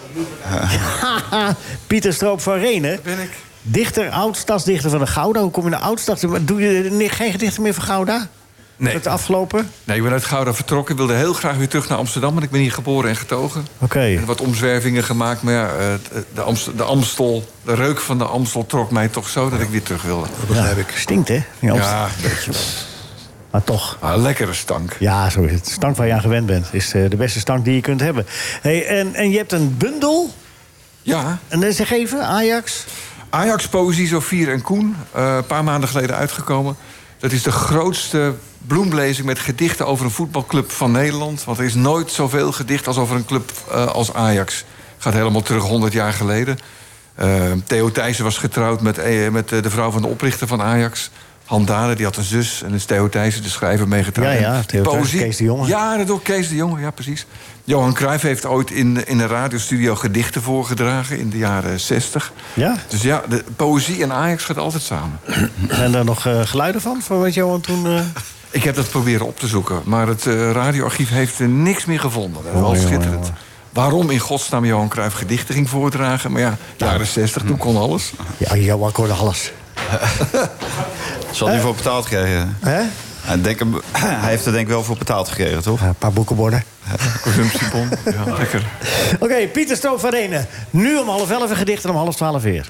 Pieter Stroop van Renen. Ben ik? Dichter, oud-stadsdichter van de Gouda. Hoe kom je naar oud-stads? Doe je geen gedichten meer van Gouda? Nee. Het afgelopen? Nee, ik ben uit Gouda vertrokken. Ik wilde heel graag weer terug naar Amsterdam, want ik ben hier geboren en getogen. Oké. En wat omzwervingen gemaakt, maar ja, eh, de, Amstel, de Amstel, de reuk van de Amstel trok mij toch zo dat ik weer terug wilde. Dat begrijp ik. Stinkt, hè? Ja, Ja, een beetje. maar toch. Maar een lekkere stank. Ja, zo is het. Stank waar je aan gewend bent. Is uh, de beste stank die je kunt hebben. Hey, en, en je hebt een bundel. Ja, En uh, zeg even, Ajax. Ajax Poëzie, Sofier en Koen. Uh, een paar maanden geleden uitgekomen. Dat is de grootste bloemlezing met gedichten over een voetbalclub van Nederland. Want er is nooit zoveel gedicht als over een club uh, als Ajax. Gaat helemaal terug honderd jaar geleden. Uh, Theo Thijssen was getrouwd met, uh, met de vrouw van de oprichter van Ajax. Han Dade, die had een zus. En dan is Theo Thijssen, de schrijver, meegetrouwd. Ja, ja, En Theo Thijssen, Kees de Jonge. Ja, dat ook Kees de Jonge, ja, precies. Johan Cruijff heeft ooit in, in een radiostudio gedichten voorgedragen in de jaren zestig. Ja? Dus ja, de poëzie en Ajax gaat altijd samen. Zijn daar nog uh, geluiden van, van wat Johan toen... Uh... Ik heb dat proberen op te zoeken, maar het uh, radioarchief heeft er niks meer gevonden. Dat is wel Oh, schitterend. jongen, jongen. Waarom in godsnaam Johan Cruijff gedichten ging voordragen? Maar ja, jaren zestig, toen kon alles. Ja, Johan kon alles. Zal hij voor betaald krijgen? Hè? Hij, denk, hij heeft er denk ik wel voor betaald gekregen, toch? Ja, een paar boekenborden. Consumptiebon, ja, lekker. Oké, okay, Pieter Stroop van Renen. Nu om half elf een gedicht en om half twaalf weer.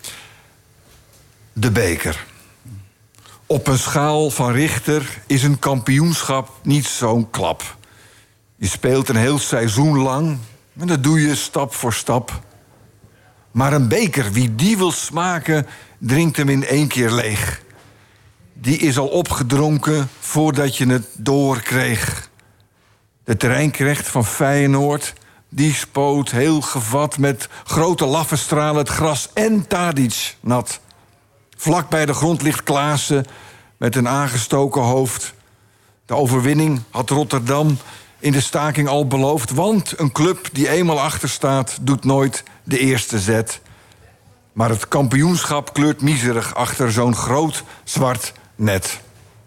De beker. Op een schaal van Richter is een kampioenschap niet zo'n klap. Je speelt een heel seizoen lang en dat doe je stap voor stap. Maar een beker, wie die wil smaken, drinkt hem in één keer leeg. Die is al opgedronken voordat je het doorkreeg. De terreinknecht van Feyenoord, die spoot heel gevat met grote laffenstralen het gras en Tadic nat. Vlak bij de grond ligt Klaassen met een aangestoken hoofd. De overwinning had Rotterdam in de staking al beloofd, want een club die eenmaal achter staat doet nooit de eerste zet. Maar het kampioenschap kleurt miserig achter zo'n groot zwart net.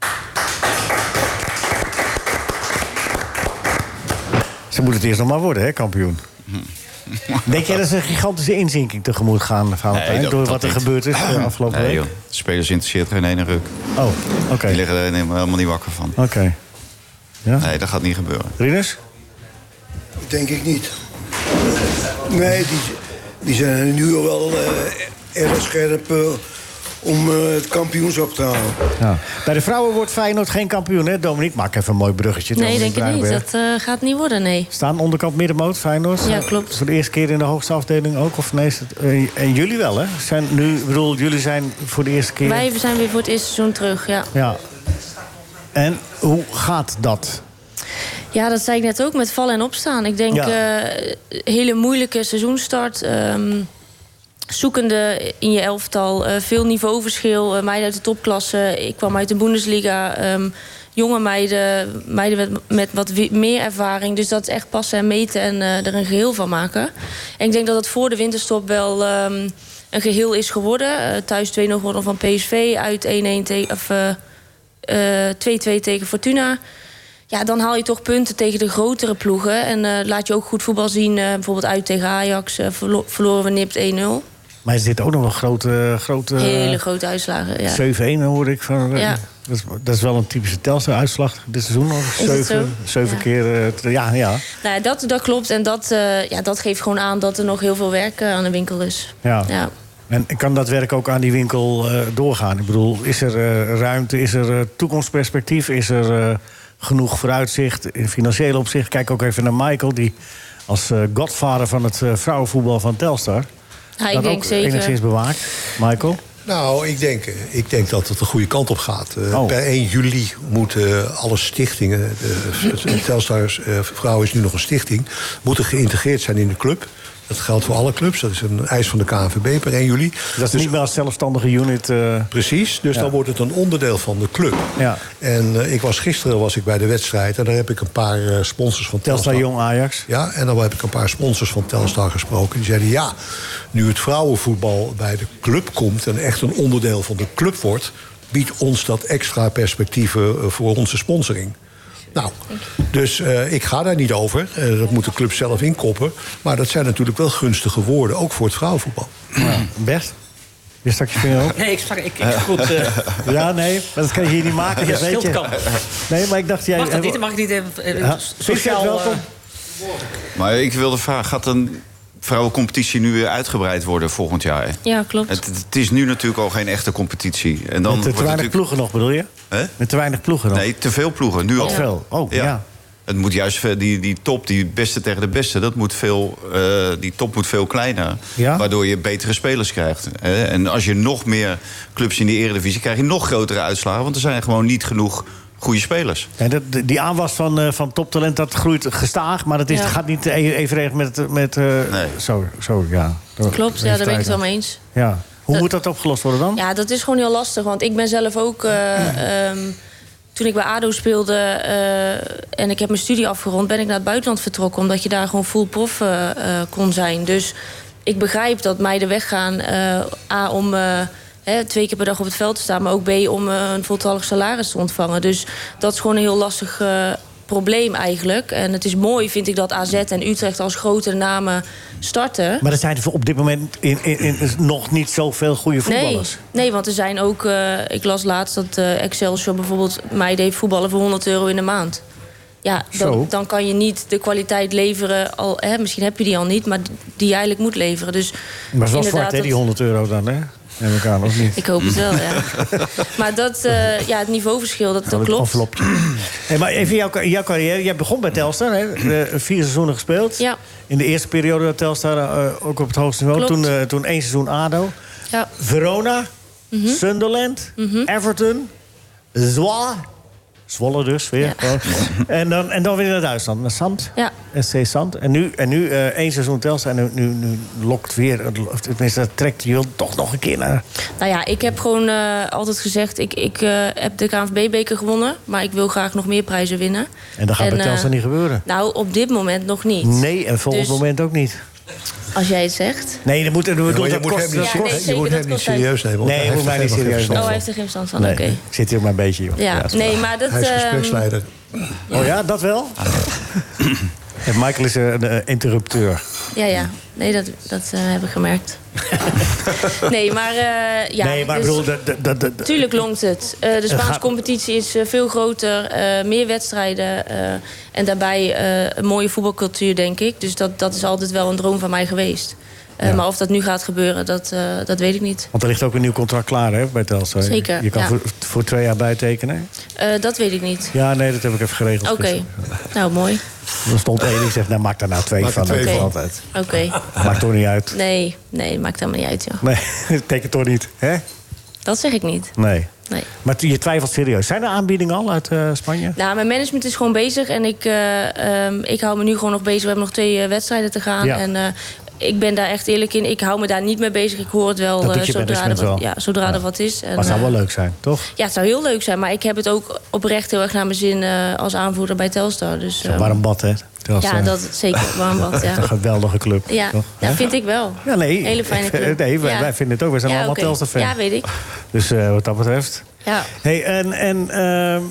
Ze moet het eerst nog maar worden, hè, kampioen. Denk jij dat ze een gigantische inzinking tegemoet gaan, Valentijn? Nee, dat- door dat wat er niet. gebeurd is de afgelopen Nee, week? joh. De spelers interesseert geen ene ruk. Oh, oké. Die liggen er helemaal niet wakker van. Oké. Ja? Nee, dat gaat niet gebeuren. Rinus? Denk ik niet. Nee, die, die zijn nu al wel uh, erg scherp uh, om uh, het kampioenschap te halen. Ja. Bij de vrouwen wordt Feyenoord geen kampioen, hè? Dominique, maak even een mooi bruggetje. Nee, Dominique denk ik niet. Bruinberg. Dat uh, gaat niet worden, nee. Staan onderkant middenmoot, Feyenoord? Ja, klopt. Voor de eerste keer in de hoogste afdeling ook? Of nee, is het, uh, en jullie wel, hè? Zijn nu, ik bedoel, jullie zijn voor de eerste keer... Wij zijn weer voor het eerste seizoen terug, ja. Ja. En hoe gaat dat? Ja, dat zei ik net ook, met vallen en opstaan. Ik denk, Ja. uh, hele moeilijke seizoenstart. Um, zoekende in je elftal. Uh, veel niveauverschil. Uh, meiden uit de topklasse. Ik kwam uit de Bundesliga. Um, jonge meiden. Meiden met, met wat wie, meer ervaring. Dus dat is echt passen en meten en uh, er een geheel van maken. En ik denk dat het voor de winterstop wel um, een geheel is geworden. Uh, thuis twee nul gewonnen van P S V. Uit één-één tegen, of, uh, uh, twee-twee tegen Fortuna. Ja, dan haal je toch punten tegen de grotere ploegen. En uh, laat je ook goed voetbal zien. Uh, bijvoorbeeld uit tegen Ajax. Uh, verlo- verloren we nipt één nul. Maar is dit ook nog wel grote... grote Hele grote uitslagen, ja. zeven-één hoorde ik van... Ja. Dat, is, dat is wel een typische Telstar-uitslag dit seizoen. Nog. Is het zo? Zeven, zeven Ja. keer... Uh, ja, ja. Nou, ja, dat, dat klopt. En dat, uh, ja, dat geeft gewoon aan dat er nog heel veel werk uh, aan de winkel is. Ja. Ja. En kan dat werk ook aan die winkel uh, doorgaan? Ik bedoel, is er uh, ruimte, is er uh, toekomstperspectief... is er uh, genoeg vooruitzicht in financieel opzicht? Kijk ook even naar Michael, die als uh, godvader van het uh, vrouwenvoetbal van Telstar. Ja, ik dat denk ook zeker. enigszins bewaakt. Michael? Nou, ik denk, ik denk dat het de goede kant op gaat. Uh, oh. Per één juli moeten alle stichtingen... de, de Telstar uh, Vrouwen is nu nog een stichting... moeten geïntegreerd zijn in de club. Dat geldt voor alle clubs. Dat is een eis van de K N V B per één juli. Dat is dus niet meer als zelfstandige unit. Uh... Precies, dus ja. dan wordt het een onderdeel van de club. Ja. En uh, ik was, gisteren was ik bij de wedstrijd... en daar heb ik een paar uh, sponsors van Telstar... Telstar Jong Ajax. Ja, en dan heb ik een paar sponsors van Telstar gesproken. Die zeiden ja, nu het vrouwenvoetbal bij de club komt... en echt een onderdeel van de club wordt... biedt ons dat extra perspectieven uh, voor onze sponsoring. Nou, dus uh, ik ga daar niet over. Uh, dat moet de club zelf inkoppen. Maar dat zijn natuurlijk wel gunstige woorden, ook voor het vrouwenvoetbal. Ja. Bert? Je stak je vinger op? Nee, ik sprak... Ik, ik, goed, uh... Ja, nee, maar dat kan je hier niet maken. Ja, dat weet je. Nee, maar ik dacht... Jij, mag dat niet? Mag ik niet even... Uh, ja. Sociaal... welkom. Uh... Maar ik wilde vragen, gaat een vrouwencompetitie nu weer uitgebreid worden volgend jaar? Ja, klopt. Het, het is nu natuurlijk al geen echte competitie. En dan Met te weinig natuurlijk... ploegen nog, bedoel je? Hè? Met te weinig ploegen nog? Nee, te veel ploegen. Nu al. al. veel. Oh, ja. ja. Het moet juist die, die top, die beste tegen de beste, dat moet veel, uh, die top moet veel kleiner. Ja? Waardoor je betere spelers krijgt. Hè? En als je nog meer clubs in de Eredivisie krijg je nog grotere uitslagen. Want er zijn gewoon niet genoeg goede spelers. En dat, die aanwas van, uh, van toptalent, dat groeit gestaag. Maar dat is, ja. gaat niet evenredig met... met uh, nee. Zo, zo, ja. Klopt, ja, daar ben ik het wel mee eens. Ja. Hoe dat, moet dat opgelost worden dan? Ja, dat is gewoon heel lastig. Want ik ben zelf ook... Uh, um, toen ik bij A D O speelde uh, en ik heb mijn studie afgerond... ben ik naar het buitenland vertrokken... omdat je daar gewoon full prof uh, uh, kon zijn. Dus ik begrijp dat meiden weggaan... Uh, A, om uh, hè, twee keer per dag op het veld te staan... maar ook B, om uh, een voltallig salaris te ontvangen. Dus dat is gewoon een heel lastig... Uh, probleem eigenlijk. En het is mooi, vind ik, dat A Z en Utrecht als grote namen starten. Maar er zijn er op dit moment in, in, in, nog niet zoveel goede voetballers. Nee, nee, want er zijn ook... Uh, ik las laatst dat uh, Excelsior bijvoorbeeld mij deed voetballen voor honderd euro in de maand. Ja, dan, dan kan je niet de kwaliteit leveren. Al, hè, misschien heb je die al niet, maar die je eigenlijk moet leveren. Dus maar het was zwart, hè, die honderd euro dan, hè? Neem ik aan, of niet? Ik hoop het wel, ja. Maar dat, uh, ja, het niveauverschil, dat, dat klopt. Hey, maar even jouw, jouw carrière. Jij begon bij Telstar, hè? De, vier seizoenen gespeeld. Ja. In de eerste periode dat Telstar uh, ook op het hoogste niveau. Toen, uh, toen één seizoen A D O. Ja. Verona, mm-hmm. Sunderland, mm-hmm. Everton, Zwolle. Zwolle dus weer. Ja. En, dan, en dan weer naar Duitsland, naar Sant. Ja. S C Sant. En nu, en nu uh, één seizoen Telstar. En nu, nu, nu lokt weer, tenminste, dat trekt je toch nog een keer naar. Nou ja, ik heb gewoon uh, altijd gezegd... ik, ik uh, heb de K N V B-beker gewonnen... maar ik wil graag nog meer prijzen winnen. En dat gaat en, bij Telstar uh, niet gebeuren? Nou, op dit moment nog niet. Nee, en volgend dus, moment ook niet. Als jij het zegt. Nee, dan moet, dan ja, moet, je, moet hem niet, ja, nee, je moet hem niet serieus nemen. Nee, je moet mij niet serieus nemen. Oh, hij heeft er geen verstand van, nee, oké. Okay. Ik zit hier maar een beetje, joh. Ja, ja nee, maar dat... Hij is gespreksleider. Ja. Oh ja, dat wel? En Michael is een uh, interrupteur. Ja, ja. Nee, dat, dat uh, heb ik gemerkt. nee, maar... Uh, ja, nee, maar dus, bedoel... Dat, dat, dat, tuurlijk longt het. Uh, de Spaanse gaat... competitie is uh, veel groter. Uh, meer wedstrijden. Uh, en daarbij uh, een mooie voetbalcultuur, denk ik. Dus dat, dat is altijd wel een droom van mij geweest. Uh, ja. Maar of dat nu gaat gebeuren, dat, uh, dat weet ik niet. Want er ligt ook een nieuw contract klaar, hè, bij Telstar. Zeker, Je kan ja. voor, voor twee jaar bijtekenen. Uh, dat weet ik niet. Ja, nee, dat heb ik even geregeld. Oké, okay. Nou, mooi. Dan stond één die zegt, nou, maak daar nou twee maak van. Oké, okay. okay. Maakt toch niet uit. Nee, nee, maakt helemaal niet uit, joh. Nee, teken toch niet, hè? Dat zeg ik niet. Nee. Nee. Maar je twijfelt serieus. Zijn er aanbiedingen al uit uh, Spanje? Nou, mijn management is gewoon bezig. En ik, uh, um, ik hou me nu gewoon nog bezig. We hebben nog twee uh, wedstrijden te gaan. Ja. En uh, ik ben daar echt eerlijk in. Ik hou me daar niet mee bezig. Ik hoor het wel uh, zodra, er wat, wel. Ja, zodra ja. er wat is. En, maar het zou wel leuk zijn, toch? Ja, het zou heel leuk zijn. Maar ik heb het ook oprecht heel erg naar mijn zin uh, als aanvoerder bij Telstar. Dus, uh, warm bad, hè? Telstar. Ja, dat zeker. Warm bad, ja. Een geweldige club. Ja, toch? ja vind ik wel. Ja, nee. Hele fijne club. Nee, wij, ja. wij vinden het ook. Wij zijn ja, allemaal okay. Telstar-fan. Ja, weet ik. Dus uh, wat dat betreft. Ja. Hey, en... en uh,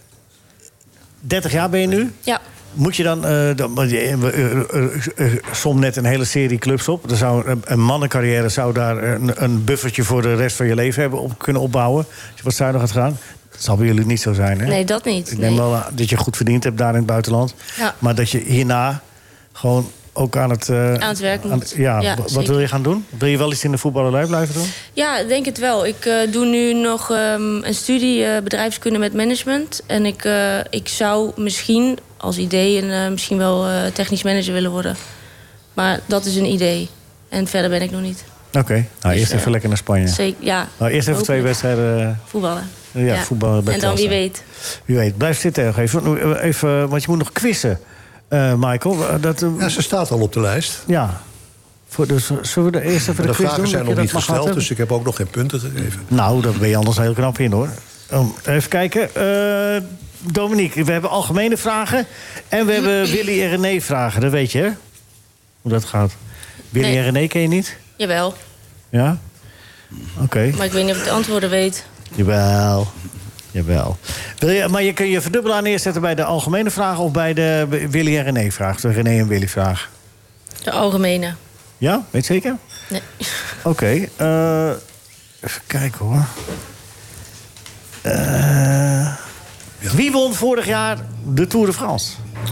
dertig jaar ben je nu? Ja. Moet je dan, uh, dan uh, uh, uh, uh, som net een hele serie clubs op. Er zou, uh, een mannencarrière zou daar een, een buffertje voor de rest van je leven hebben op kunnen opbouwen. Als je wat zuinig had gedaan. Dat zal bij jullie niet zo zijn, hè? Nee, dat niet. Ik neem nee. wel uh, dat je goed verdiend hebt daar in het buitenland. Ja. Maar dat je hierna gewoon ook aan het... Uh, aan het werk moet. Aan, ja, ja, wat zeker. wil je gaan doen? Wil je wel iets in de voetballerij blijven doen? Ja, ik denk het wel. Ik uh, doe nu nog um, een studie uh, bedrijfskunde met management. En ik, uh, ik zou misschien als idee een, uh, misschien wel uh, technisch manager willen worden. Maar dat is een idee. En verder ben ik nog niet. Oké, okay. nou, dus, eerst even uh, lekker naar Spanje. Zeker, ja. Nou, eerst even twee wedstrijden... Uh, voetballen. Ja, ja. voetballen bij en dan wie weet. Wie weet. Blijf zitten nog even. even. Want je moet nog quizzen, uh, Michael. Dat, uh, ja, ze staat al op de lijst. Ja. Voor, dus, zullen we er eerst even de, de quiz vragen doen? zijn nog niet gesteld, dus ik heb ook nog geen punten gegeven. Nou, daar ben je anders heel knap in, hoor. Um, even kijken. Uh, Dominique, we hebben algemene vragen. En we hebben Willy en René vragen. Dat weet je, hè? Hoe dat gaat. Willy nee. en René ken je niet? Jawel. Ja? Oké. Okay. Maar ik weet niet of ik de antwoorden weet. Jawel. Jawel. Wil je, maar je kun je verdubbelaar neerzetten bij de algemene vraag... of bij de Willy en René vraag? De René en Willy vraag. De algemene. Ja? Weet je zeker? Nee. Oké. Okay, uh, even kijken, hoor. Uh, ja. Wie won vorig jaar de Tour de France?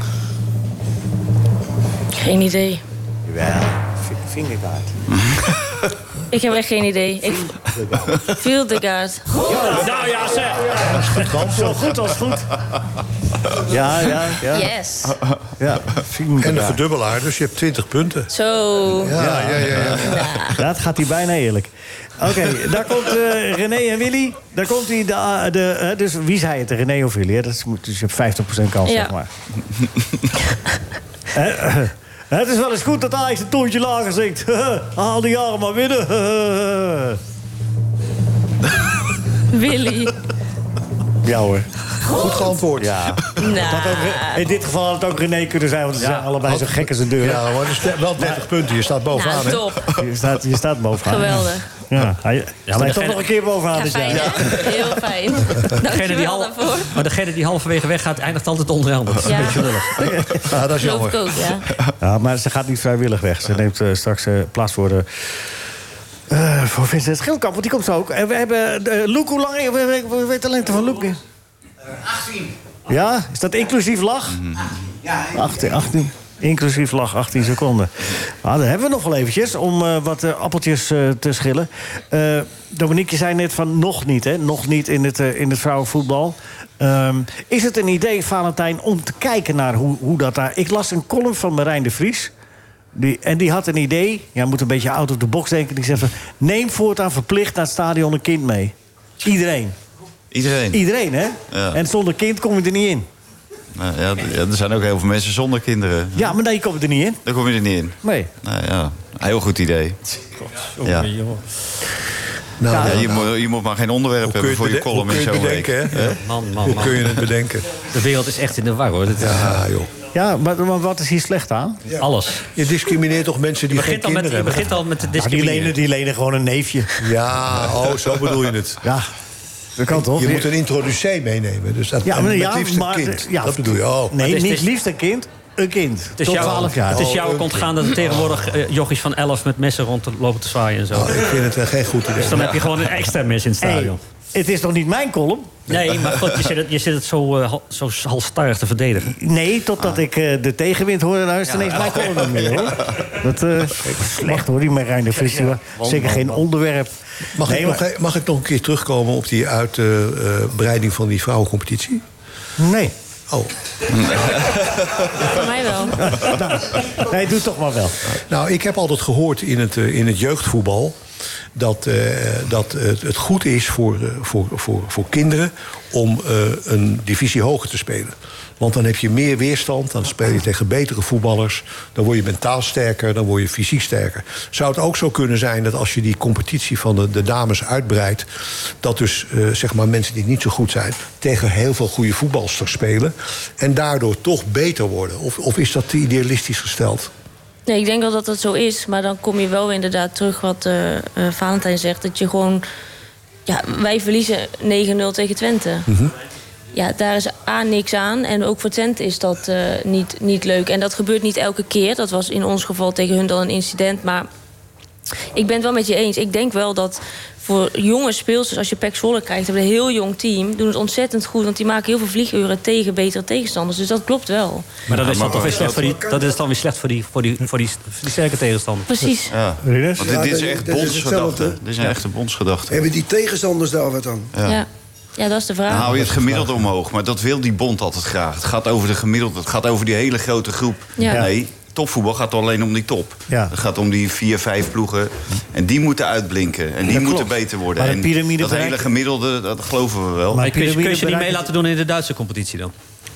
Geen idee. Jawel. Vingegaard. Ik heb echt geen idee. Ik... Vingegaard. Ja, nou ja, zeg. Ja, zo goed als goed. Ja, ja, ja. Yes. Ja, en de verdubbelaar, dus je hebt twintig punten. Zo. Ja, ja, ja. ja, ja. ja. ja het gaat hij bijna eerlijk. Oké, okay, daar komt uh, René en Willy. Daar komt hij, de, de, uh, dus wie zei het, René of Willy? Dat is, dus je hebt vijftig procent kans, ja. zeg maar. uh, uh, Het is wel eens goed dat Ajax een toontje lager zingt. Haal die jaren maar winnen. Willy. Ja hoor. Goed geantwoord. Ja. Nou. Ook, in dit geval had het ook René kunnen zijn, want ze ja. zijn allebei zo gek als een deur. Ja, maar er wel dertig punten. Je staat bovenaan. Nou, top. Je staat, je staat bovenaan. Geweldig. Ja, hij ja, staat degene... toch nog een keer bovenaan. Ja, dus fijn, ja. Heel fijn. Degene die hal... Maar degene die halverwege weggaat, eindigt altijd onderaan. Dat is ja. een beetje lullig. Ja, dat is jammer. Ook, ja. Ja, maar ze gaat niet vrijwillig weg. Ze neemt uh, straks uh, plaats voor de... Uh, voor Vincent Schildkamp, want die komt zo ook. En we hebben uh, Loek, hoe lang... We, we weten de lengte van Loek. Uh, achttien. Ja? Is dat inclusief lach? Ja. achttien, achttien. Inclusief lach, achttien seconden. Nou, dan hebben we nog wel eventjes om uh, wat uh, appeltjes uh, te schillen. Uh, Dominique, je zei net van nog niet, hè? Nog niet in het, uh, in het vrouwenvoetbal. Um, is het een idee, Valentijn, om te kijken naar hoe, hoe dat daar... Ik las een column van Marijn de Vries. Die, en die had een idee, ja, moet een beetje out of the box denken. Die zegt van, neem voortaan verplicht naar het stadion een kind mee. Iedereen. Iedereen? Iedereen, hè? Ja. En zonder kind kom je er niet in. Nou, ja, er zijn ook heel veel mensen zonder kinderen. Ja, maar nee, je komt er niet in. Daar kom je er niet in. Nee. Nou ja, een heel goed idee. God, ja. Jongen. Nou, ja, je, moet, je moet maar geen onderwerp hebben voor je column in zo'n week. Hè? Ja. Man, man, hoe man. kun je het bedenken? De wereld is echt in de war, hoor. Dat is... Ja, joh. Ja, maar, maar wat is hier slecht aan? Ja. Alles. Je discrimineert toch mensen die geen kinderen met, hebben? Je begint al met de nou, die, lenen, die lenen gewoon een neefje. Ja, oh, zo bedoel je het. Ja, dat kan toch? Je moet een introducee meenemen. Dus dat, ja, maar, ja, liefst een maar, kind. Ja, dat bedoel je. Oh. Nee, dus niet is, liefst een kind. Een kind. Het is tot jou, twaalf jaar. Het is jou oh, ontgaan dat er tegenwoordig uh, jochies van elf met messen rond te lopen te zwaaien en zo. Oh, ik vind het wel geen goed idee. Dus dan heb je gewoon een extra mes in het stadion. Hey, het is toch niet mijn column? Nee, maar goed, je zit het, je zit het zo, uh, zo halstarrig te verdedigen. Nee, totdat ah. ik uh, de tegenwind hoorde. Nou is het ja, ineens mijn column niet meer, hoor. Dat uh, slecht, hoor, die Marijn de Vries. Ja, ja. Zeker geen onderwerp. Mag, nee, ik maar... nog, mag ik nog een keer terugkomen op die uitbreiding uh, van die vrouwencompetitie? Nee. Oh. Voor mij wel. nou, nee, doe toch maar wel. Nou, ik heb altijd gehoord in het, uh, in het jeugdvoetbal... dat, uh, dat uh, het goed is voor, uh, voor, voor, voor kinderen om uh, een divisie hoger te spelen. Want dan heb je meer weerstand, dan speel je tegen betere voetballers... dan word je mentaal sterker, dan word je fysiek sterker. Zou het ook zo kunnen zijn dat als je die competitie van de, de dames uitbreidt... dat dus uh, zeg maar mensen die niet zo goed zijn... tegen heel veel goede voetbalsters spelen... en daardoor toch beter worden? Of, of is dat te idealistisch gesteld? Nee, ik denk wel dat dat zo is. Maar dan kom je wel inderdaad terug wat uh, uh, Valentijn zegt. Dat je gewoon... Ja, wij verliezen negen nul tegen Twente. Mm-hmm. Ja, daar is A, niks aan. En ook voor Twente is dat uh, niet, niet leuk. En dat gebeurt niet elke keer. Dat was in ons geval tegen hun dan een incident. Maar ik ben het wel met je eens. Ik denk wel dat voor jonge speelsters, als je P E C Zwolle kijkt, hebben we een heel jong team, doen het ontzettend goed, want die maken heel veel vlieguren tegen betere tegenstanders. Dus dat klopt wel. Maar dat is dan toch weer slecht voor die, dat is dan weer slecht voor die, voor die, voor die, voor die sterke tegenstander. Precies. Ja. Rinus? Want dit, Ja, dit is dat- echt dat is bondsgedachte. hetzelfde. Dit is een echte bondsgedachte. Hebben die tegenstanders daar wat aan? Ja. Ja. ja, dat is de vraag. Dan hou je het gemiddelde omhoog. Maar dat wil die bond altijd graag. Het gaat over de gemiddelde. Het gaat over die hele grote groep. Ja. Nee, topvoetbal gaat alleen om die top. Ja. Het gaat om die vier, vijf ploegen. En die moeten uitblinken. En die Dat moeten klopt. beter worden. Maar de En piramide dat hele bereikt- gemiddelde, dat geloven we wel. Maar kun je, kun je piramide ze niet mee bereikt- laten doen in de Duitse competitie dan?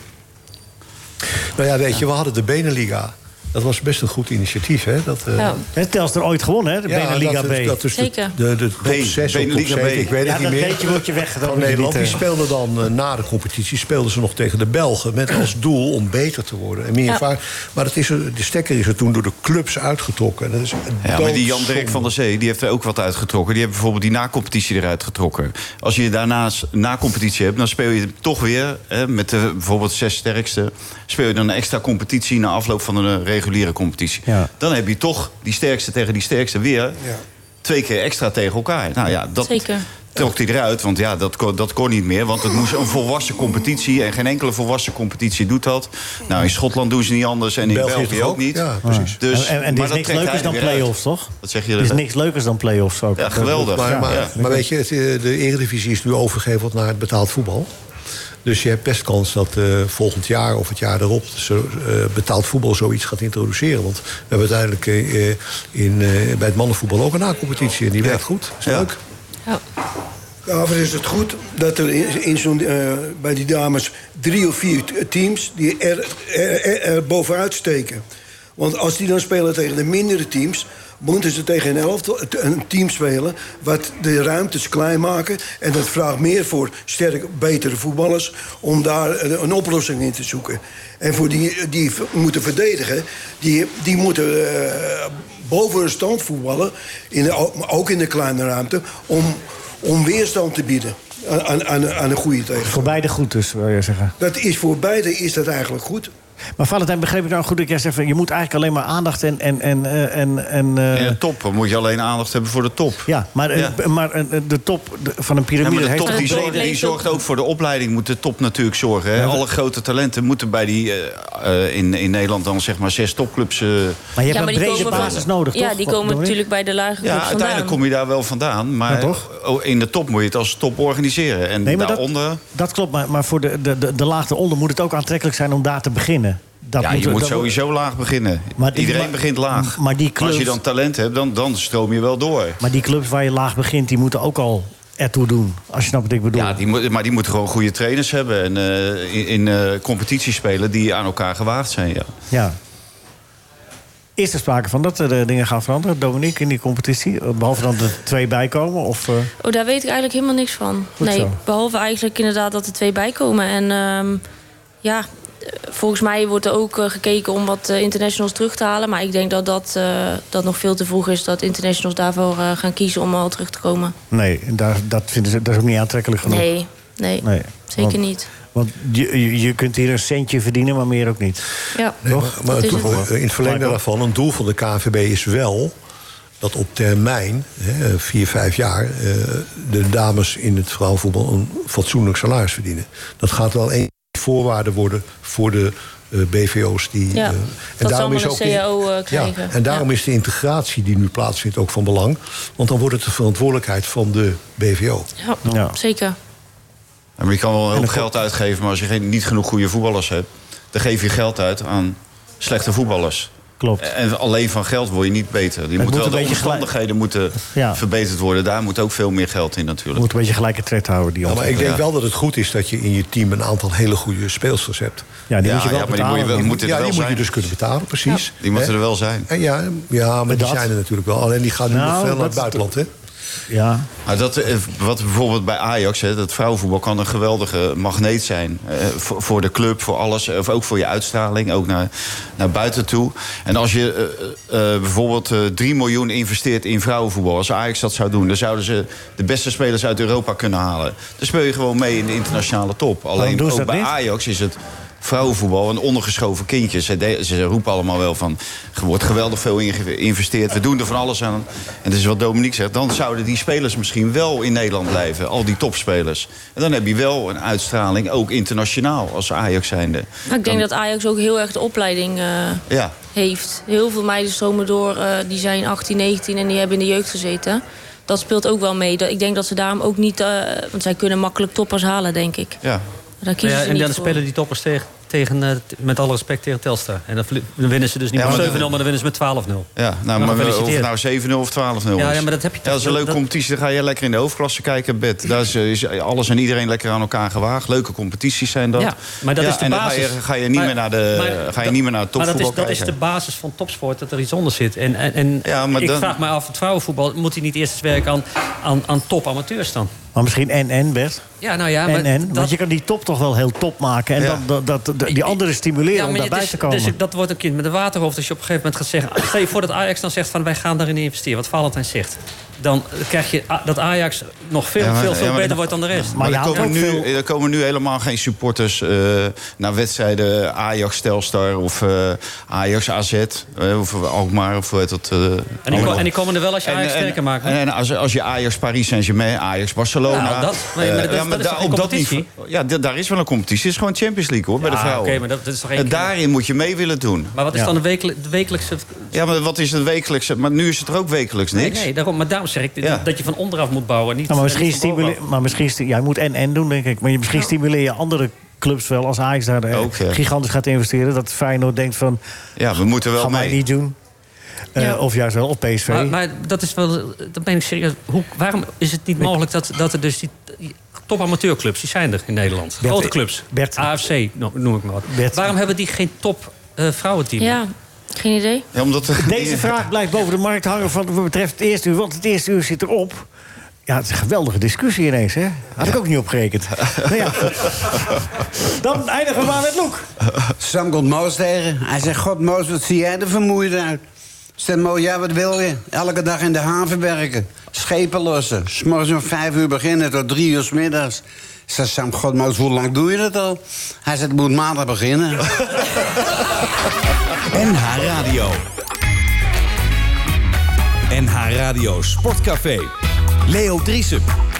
Nou ja, weet je, we hadden de Beneliga. Dat was best een goed initiatief, hè? Dat, uh, Ja. Het Telstar ooit gewonnen, hè? De ja, Beneliga dat, B. Dat is de, Zeker. de, de top B, zes of top Beneliga zeven, B. ik weet Ja, het niet dat meer. beetje wordt je weggedaan. Van Nederland, die speelden dan uh, na de competitie speelden ze nog tegen de Belgen met als doel om beter te worden en meer Ja. ervaring. Maar het is er, de stekker is er toen door de clubs uitgetrokken. En dat is Ja, maar die Jan doodzonde. Dirk van der Zee die heeft er ook wat uitgetrokken. Die heeft bijvoorbeeld die na-competitie eruit getrokken. Als je daarnaast na-competitie hebt, dan speel je toch weer hè, met de bijvoorbeeld zes sterkste. Speel je dan een extra competitie na afloop van een reguliere competitie. Ja. Dan heb je toch die sterkste tegen die sterkste weer Ja. twee keer extra tegen elkaar. Nou ja, dat Zeker. trok hij eruit, want ja, dat kon, dat kon niet meer. Want het moest een volwassen competitie en geen enkele volwassen competitie doet dat. Nou, in Schotland doen ze niet anders en in België België toch ook niet. Ja, precies. Dus, en en dit maar is dat niks trekt leukers hij dan er weer uit. play-offs, toch? Wat zeg je Er is er? niks leukers dan play-offs ook. Ja, geweldig. Maar, maar, Ja. maar weet je, het, eh, de Eredivisie is nu overgeheveld naar het betaald voetbal. Dus je hebt best kans dat uh, volgend jaar of het jaar erop zo, uh, betaald voetbal zoiets gaat introduceren. Want we hebben uiteindelijk uh, in, uh, bij het mannenvoetbal ook een na-competitie. En die werkt goed. Is Ja. leuk. Ja. Ja, maar is het goed dat er in, in zo'n, uh, bij die dames drie of vier t- teams die er, er, er, er bovenuit steken. Want als die dan spelen tegen de mindere teams, moeten ze tegen een elftal een team spelen wat de ruimtes klein maken. En dat vraagt meer voor sterk betere voetballers om daar een oplossing in te zoeken. En voor die die moeten verdedigen, die, die moeten uh, boven hun stand voetballen, in de, ook in de kleine ruimte, om, om weerstand te bieden aan, aan, aan een goede tegenstander. Voor beide goed dus, wil je zeggen. Dat is voor beide is dat eigenlijk goed. Maar Valentijn, begreep ik nou goed dat jij zegt van je moet eigenlijk alleen maar aandacht en... en, en, eh, en, en eh, In de top dan moet je alleen aandacht hebben voor de top. ja, maar, eh, Ja. maar eh, de top de- van een Ja, piramide maar de heeft top toch die, een zorgt, brede- die zorgt ook voor de opleiding. Moet de top natuurlijk zorgen. Hè? Ja, Alle grote talenten moeten bij die uh, uh, in, in Nederland dan zeg maar zes topclubs. Uh, Maar je hebt Ja, maar een die brede komen basis van- nodig, toch? Ja, die komen Dominique? natuurlijk bij de lage clubs ja, vandaan. uiteindelijk kom je daar wel vandaan. Maar Ja, toch? oh, in de top moet je het als top organiseren. En Nee, maar dat- daaronder. Dat klopt, maar, maar voor de, de, de, de laag eronder moet het ook aantrekkelijk zijn om daar te beginnen. Dat Ja, je moet dat- sowieso laag beginnen. Maar die- Iedereen maar- begint laag. maar die als je clubs- dan talent hebt, dan, dan stroom je wel door. Maar die clubs waar je laag begint, die moeten ook al ertoe doen. Als je snapt wat ik bedoel. Ja, die, moet- maar die moeten gewoon goede trainers hebben. En uh, in, in uh, competities spelen die aan elkaar gewaagd zijn. Ja. Ja. Is er sprake van dat er uh, dingen gaan veranderen, Dominique, in die competitie? Behalve dan er twee bijkomen? Of, uh... Oh, daar weet ik eigenlijk helemaal niks van. Goed nee, zo. behalve eigenlijk inderdaad dat er twee bij komen. En um, ja, volgens mij wordt er ook uh, gekeken om wat uh, internationals terug te halen. Maar ik denk dat dat, uh, dat nog veel te vroeg is dat internationals daarvoor uh, gaan kiezen om al terug te komen. Nee, daar, dat vinden ze dat is ook niet aantrekkelijk genoeg. Nee, nee, Nee, zeker want- niet. Want je, je- je kunt hier een centje verdienen, maar meer ook niet. Ja, Nee, maar, maar dat is het- het. in het verlengde daarvan, een doel van de K N V B is wel dat op termijn, hè, vier, vijf jaar, eh, de dames in het vrouwenvoetbal een fatsoenlijk salaris verdienen. Dat gaat wel een voorwaarde worden voor de eh, B V O's die. Ja, eh, dat ze allemaal een die- cao uh, krijgen. Ja, en daarom is de integratie die nu plaatsvindt ook van belang. Want dan wordt het de verantwoordelijkheid van de B V O. Ja, Ja. zeker. Ja, maar je kan wel heel dan veel geld uitgeven, maar als je geen, niet genoeg goede voetballers hebt, dan geef je geld uit aan slechte voetballers. Klopt. En alleen van geld word je niet beter. Die moet moet wel een de beetje omstandigheden moeten Ja. verbeterd worden. Daar moet ook veel meer geld in Je natuurlijk. moet een beetje gelijke tred houden. Die Ja, maar ik denk Ja. wel dat het goed is dat je in je team een aantal hele goede speelsters hebt. Ja, die Ja, moet je wel ja, maar die betalen. moet je wel- Die- moeten er ja, wel die moet je zijn. dus kunnen betalen, precies. Die moeten Hè? er wel zijn. En ja, ja, maar die Dat- zijn er natuurlijk wel. Alleen die gaan nu Nou, nog veel naar dat het is buitenland, hè? Ja. Maar dat, eh, wat bijvoorbeeld bij Ajax, hè, dat vrouwenvoetbal kan een geweldige magneet zijn. Eh, voor, voor de club, voor alles. Of ook voor je uitstraling, ook naar, naar buiten toe. En als je eh, eh, bijvoorbeeld eh, drie miljoen investeert in vrouwenvoetbal, als Ajax dat zou doen, dan zouden ze de beste spelers uit Europa kunnen halen. Dan speel je gewoon mee in de internationale top. Alleen doen ze ook dat bij niet? Ajax is het vrouwenvoetbal een ondergeschoven kindje. Ze, de, ze roepen allemaal wel van... er wordt geweldig veel in geïnvesteerd. We doen er van alles aan. En dat is wat Dominique zegt. Dan zouden die spelers misschien wel in Nederland blijven. Al die topspelers. En dan heb je wel een uitstraling, ook internationaal, als Ajax zijnde. Maar ik denk dan, dat Ajax ook heel erg de opleiding uh, ja. heeft. Heel veel meiden stromen door. Uh, die zijn achttien, negentien en die hebben in de jeugd gezeten. Dat speelt ook wel mee. Ik denk dat ze daarom ook niet... Uh, want zij kunnen makkelijk toppers halen, denk ik. Ja. Daar kiezen ja, ze en niet dan voor. spelen die toppers tegen, tegen uh, met alle respect tegen Telstar. En dan, dan winnen ze dus niet Ja, met maar zeven nul, maar dan winnen ze met twaalf nul. Ja, nou, maar we, of het nou zeven nul of twaalf nul is. Ja, ja, maar dat heb je ja, dat is een leuke dat, competitie. Dan ga je lekker in de hoofdklasse kijken, bed. Daar is, is alles en iedereen lekker aan elkaar gewaagd. Leuke competities zijn dat. Ja, maar dat ja, is de en basis. dan ga je, ga je niet maar, meer naar de, maar, ga je niet meer naar het maar topvoetbal dat is, dat is kijken. de basis van topsport, dat er iets onder zit. En, en, en Ja, maar ik dan- vraag me af, het vrouwenvoetbal... moet hij niet eerst eens werken aan, aan, aan top-amateurs dan? Maar misschien en-en, Bert. Ja, nou ja, maar En-en. dat- Want je kan die top toch wel heel top maken. En Ja. dan, dat, dat, die anderen stimuleren Ja, om maar daarbij dus, te komen. Dus dat wordt een kind met een waterhoofd. Als je op een gegeven moment gaat zeggen... stel je voor dat Ajax dan zegt van wij gaan daarin investeren. Wat Valentijn zegt. Dan krijg je a- dat Ajax nog veel, Ja, maar- veel, veel ja, maar- beter wordt dan de rest. Maar, je er, houdt komen ook nu, veel- er komen nu helemaal geen supporters uh, naar wedstrijden Ajax, Telstar of uh, Ajax A Z. Uh, of Alkmaar of hoe heet dat. Uh, En die, allemaal. ko- en die komen er wel als je Ajax En- en- sterker maakt. En, en als, als je Ajax Paris Saint-Germain, Ajax Barcelona. Nou, dat- maar- maar dat- eh, dat is daar- toch geen op dat competitie? niveau- Ja, d- daar is wel een competitie. Het is gewoon Champions League hoor, bij de Ja, vrouwen. oké, maar dat- dat is toch één en keer- daarin moet je mee willen doen. Maar wat is Ja. dan de, wekelijk, de wekelijkse... Ja, maar wat is het wekelijkse? Maar nu is het er ook wekelijks Nee, niks. nee daarom, maar daarom zeg ik Ja. dat je van onderaf moet bouwen. Niet, Nou, maar misschien niet van bovenaf. stimuleer, maar misschien sti- jij moet en-en doen, denk ik. Maar je, misschien stimuleer je andere clubs wel als Ajax daar eh, Ook, ja. gigantisch gaat investeren. Dat Feyenoord denkt van, Ja, we moeten wel ga mij mee. niet doen. Eh, Ja. Of juist wel, of P S V. Maar, maar dat is wel... Dat ben ik serieus. Hoe, waarom is het niet mogelijk dat, dat er dus die... die top-amateurclubs, die zijn er in Nederland. Bert, Grote clubs. Bert. A F C, no- noem ik maar wat. Bert. Waarom hebben die geen top eh, vrouwenteam? Ja, geen idee. Ja, omdat Deze vraag blijft boven de markt hangen van wat betreft het eerste uur. Want het eerste uur zit erop. Ja, het is een geweldige discussie ineens, hè? Had ik ook niet opgerekend. Nou ja. Dan eindigen we maar met Loek. Sam komt Moos tegen. Hij zegt, god Moos, wat zie jij er vermoeid uit? Zegt Mo, ja, wat wil je? Elke dag in de haven werken. Schepen lossen. 's Morgens om vijf uur beginnen tot drie uur 's middags. Zegt Sam, god Moos, hoe lang doe je dat al? Hij zegt, het moet maandag beginnen. N H Radio. N H Radio Sportcafé. Leo Driesen.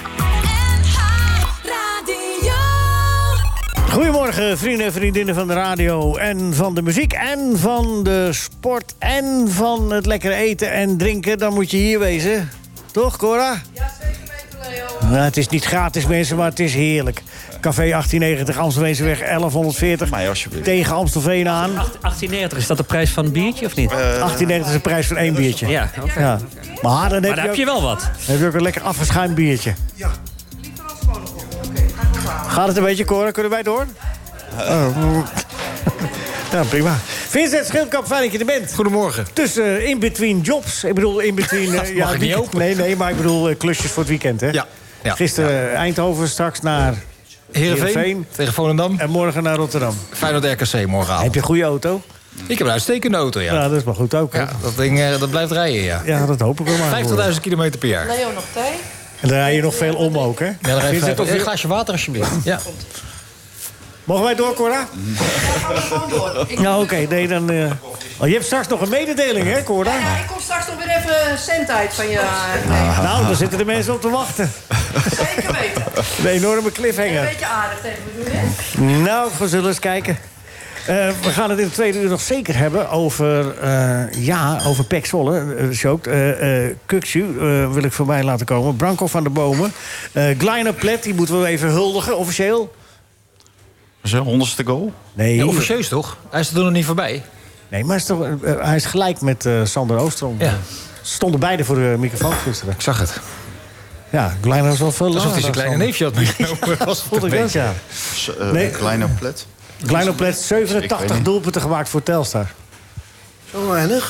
Goedemorgen, vrienden en vriendinnen van de radio en van de muziek en van de sport en van het lekkere eten en drinken. Dan moet je hier wezen. Toch, Cora? Ja, zeker weten, Leo. Nou, het is niet gratis, mensen, maar het is heerlijk. Café achttiennegentig, Amstelveense elfhonderdveertig. Mij alsjeblieft. Tegen Amstelveen aan. achttien negentig, is dat de prijs van een biertje of niet? achttiennegentig is de prijs van één biertje. ja, oké. Ja. Maar dan heb, Maar je, daar heb ook, je wel wat. dan heb je ook een lekker afgeschuimd biertje. Ja. Liever als gewoon nog op. Oké, ga ik wel halen. Gaat het een beetje, Cora? Kunnen wij door? Oh. Ja, prima. Vincent Schildkamp, fijn dat je er bent. Goedemorgen. Tussen uh, in between jobs. Ik bedoel, in between... Uh, Mag ik niet weekend- open? Nee, nee, maar ik bedoel uh, klusjes voor het weekend, hè? Ja. ja. Gisteren uh, Eindhoven, straks naar Heerenveen, Heerenveen. tegen Volendam. En morgen naar Rotterdam. Feyenoord R K C morgenavond. Heb je een goede auto? Ik heb een uitstekende auto, ja. Ja, Ja, dat is wel goed ook. hè? dat ding eh, dat blijft rijden, ja. Ja, dat hoop ik wel maar. vijftigduizend kilometer per jaar. Leo, nog thee? En dan rij je nog veel om ook, hè? Ja, dan rij je Vincent, vijf- of je- Een glaasje water alsjeblieft. Ja. Mogen wij door, Cora? Ja, gaan we gewoon door. Ik, Nou, oké. Nee, dan... uh, Oh, je hebt straks nog een mededeling, hè, Cora? ja, ja, ik kom straks nog weer even cent uit van je. eh, nee, Nou, daar zitten de mensen op te wachten. zeker weten. Een enorme Een cliffhanger. beetje aardig tegen me doen, hè? Nou, we zullen eens kijken. Uh, we gaan het in het tweede uur nog zeker hebben over, uh, ja, over P E C Zwolle. Uh, Sjoerd, uh, uh, Kuksu uh, wil ik voorbij laten komen. Branko van der Bomen. Uh, Gleiner Plet, die moeten we even huldigen, officieel. Zijn honderdste goal? Nee, Ja, officieus toch? Hij is er nog niet voorbij. nee maar is toch, uh, hij is gelijk met uh, Sander Oostrom. Ja. Ze stonden beide voor de microfoon gisteren. Ik zag het. Ja, Gleiner was wel veel Alsof langer hij zijn dan kleine Sander. neefje had meegenomen. Was het Vond een ik dat, beetje. ja. S- uh, Nee. Kleine plet. Gleiner Plet, Ik weet zevenentachtig niet. doelpunten gemaakt voor Telstar. Zo weinig.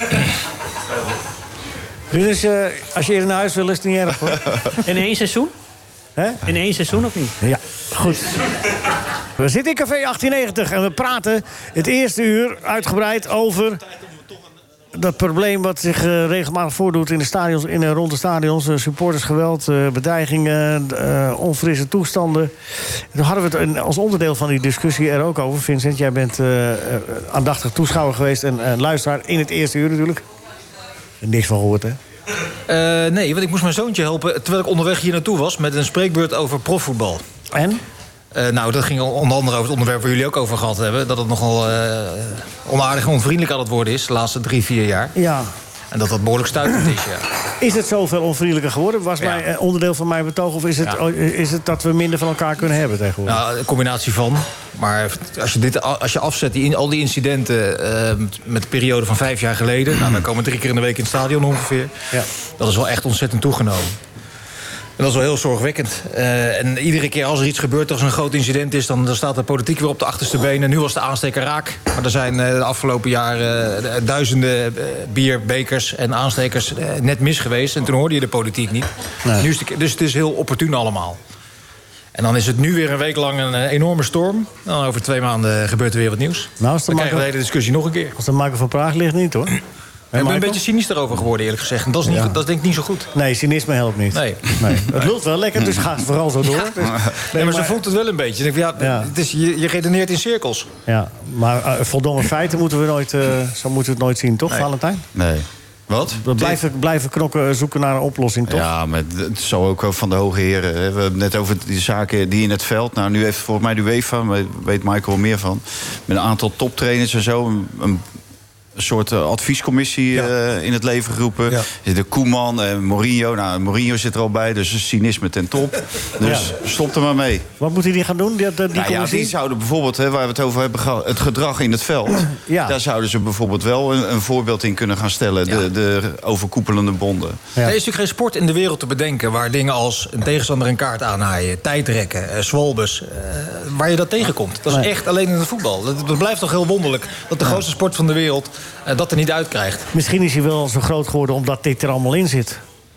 Dus uh, als je hier naar huis wil, is het niet erg, hoor. In één seizoen? Hè? In één seizoen of niet? Ja, goed. We zitten in Café achttiennegentig en we praten het eerste uur uitgebreid over dat probleem wat zich uh, regelmatig voordoet in de stadions, in en rond de stadions, uh, supportersgeweld, uh, bedreigingen, uh, onfrisse toestanden. Toen hadden we het als onderdeel van die discussie er ook over. Vincent, jij bent uh, uh, aandachtig toeschouwer geweest en uh, luisteraar in het eerste uur natuurlijk. Er niks van gehoord, hè? Uh, nee, want ik moest mijn zoontje helpen terwijl ik onderweg hier naartoe was met een spreekbeurt over profvoetbal. En? Uh, nou, dat ging onder andere over het onderwerp waar jullie ook over gehad hebben. Dat het nogal uh, onaardig en onvriendelijk aan het worden is de laatste drie, vier jaar. Ja. En dat dat behoorlijk stuitend is, ja. Is het zoveel onvriendelijker geworden? Was Ja. mij, onderdeel van mijn betoog? Of is het, Ja. is het dat we minder van elkaar kunnen hebben tegenwoordig? Nou, een combinatie van. Maar als je, dit, als je afzet, die, al die incidenten uh, met de periode van vijf jaar geleden... nou, dan komen we drie keer in de week in het stadion ongeveer. Ja. Dat is wel echt ontzettend toegenomen. En dat is wel heel zorgwekkend. Uh, en iedere keer als er iets gebeurt, als er een groot incident is... Dan, dan staat de politiek weer op de achterste benen. Nu was de aansteker raak. Maar er zijn uh, de afgelopen jaren uh, duizenden uh, bierbekers en aanstekers uh, net mis geweest. En toen hoorde je de politiek niet. Nee. Nu is de, dus het is heel opportun allemaal. En dan is het nu weer een week lang een uh, enorme storm. Dan over twee maanden gebeurt er weer wat nieuws. Nou, als de dan krijgen we de Marco- hele discussie nog een keer. Als de Marco van Praag ligt niet, hoor. Ik ben een beetje cynisch daarover geworden, eerlijk gezegd. En dat is, niet, Ja. dat is denk ik niet zo goed. Nee, cynisme helpt niet. Nee. nee. Het lult wel lekker, dus ga vooral zo door. Ja. Dus, Nee, maar zo voelt het wel een beetje. Ik denk, van, ja, Ja. Het is, je, je redeneert in cirkels. Ja, maar uh, voldongen feiten moeten we nooit, uh, zo moeten we het nooit zien, toch, Nee. Valentijn? Nee. Wat? We blijven, blijven knokken, zoeken naar een oplossing, toch? Ja, maar het zal ook wel van de hoge heren. Hè. We hebben net over die zaken die in het veld. Nou, nu heeft volgens mij de UEFA, daar weet Michael wel meer van... met een aantal toptrainers en zo... een, een een soort uh, adviescommissie Ja. uh, in het leven geroepen. Ja. Er zitten Koeman en Mourinho. Nou, Mourinho zit er al bij, dus cynisme ten top. Dus stop er maar mee. Wat moet hij die gaan doen, die, die Nou ja, commissie? die zouden bijvoorbeeld, hè, waar we het over hebben gehad... het gedrag in het veld. Ja. Daar zouden ze bijvoorbeeld wel een, een voorbeeld in kunnen gaan stellen. Ja. De, de overkoepelende bonden. Ja. Er is natuurlijk geen sport in de wereld te bedenken... waar dingen als een tegenstander een kaart aanhaaien... tijdrekken, uh, zwalbes, uh, waar je dat tegenkomt. Dat is Nee. echt alleen in het voetbal. Dat, dat blijft toch heel wonderlijk... dat de grootste sport van de wereld uh, dat er niet uitkrijgt. Misschien is hij wel zo groot geworden omdat dit er allemaal in zit.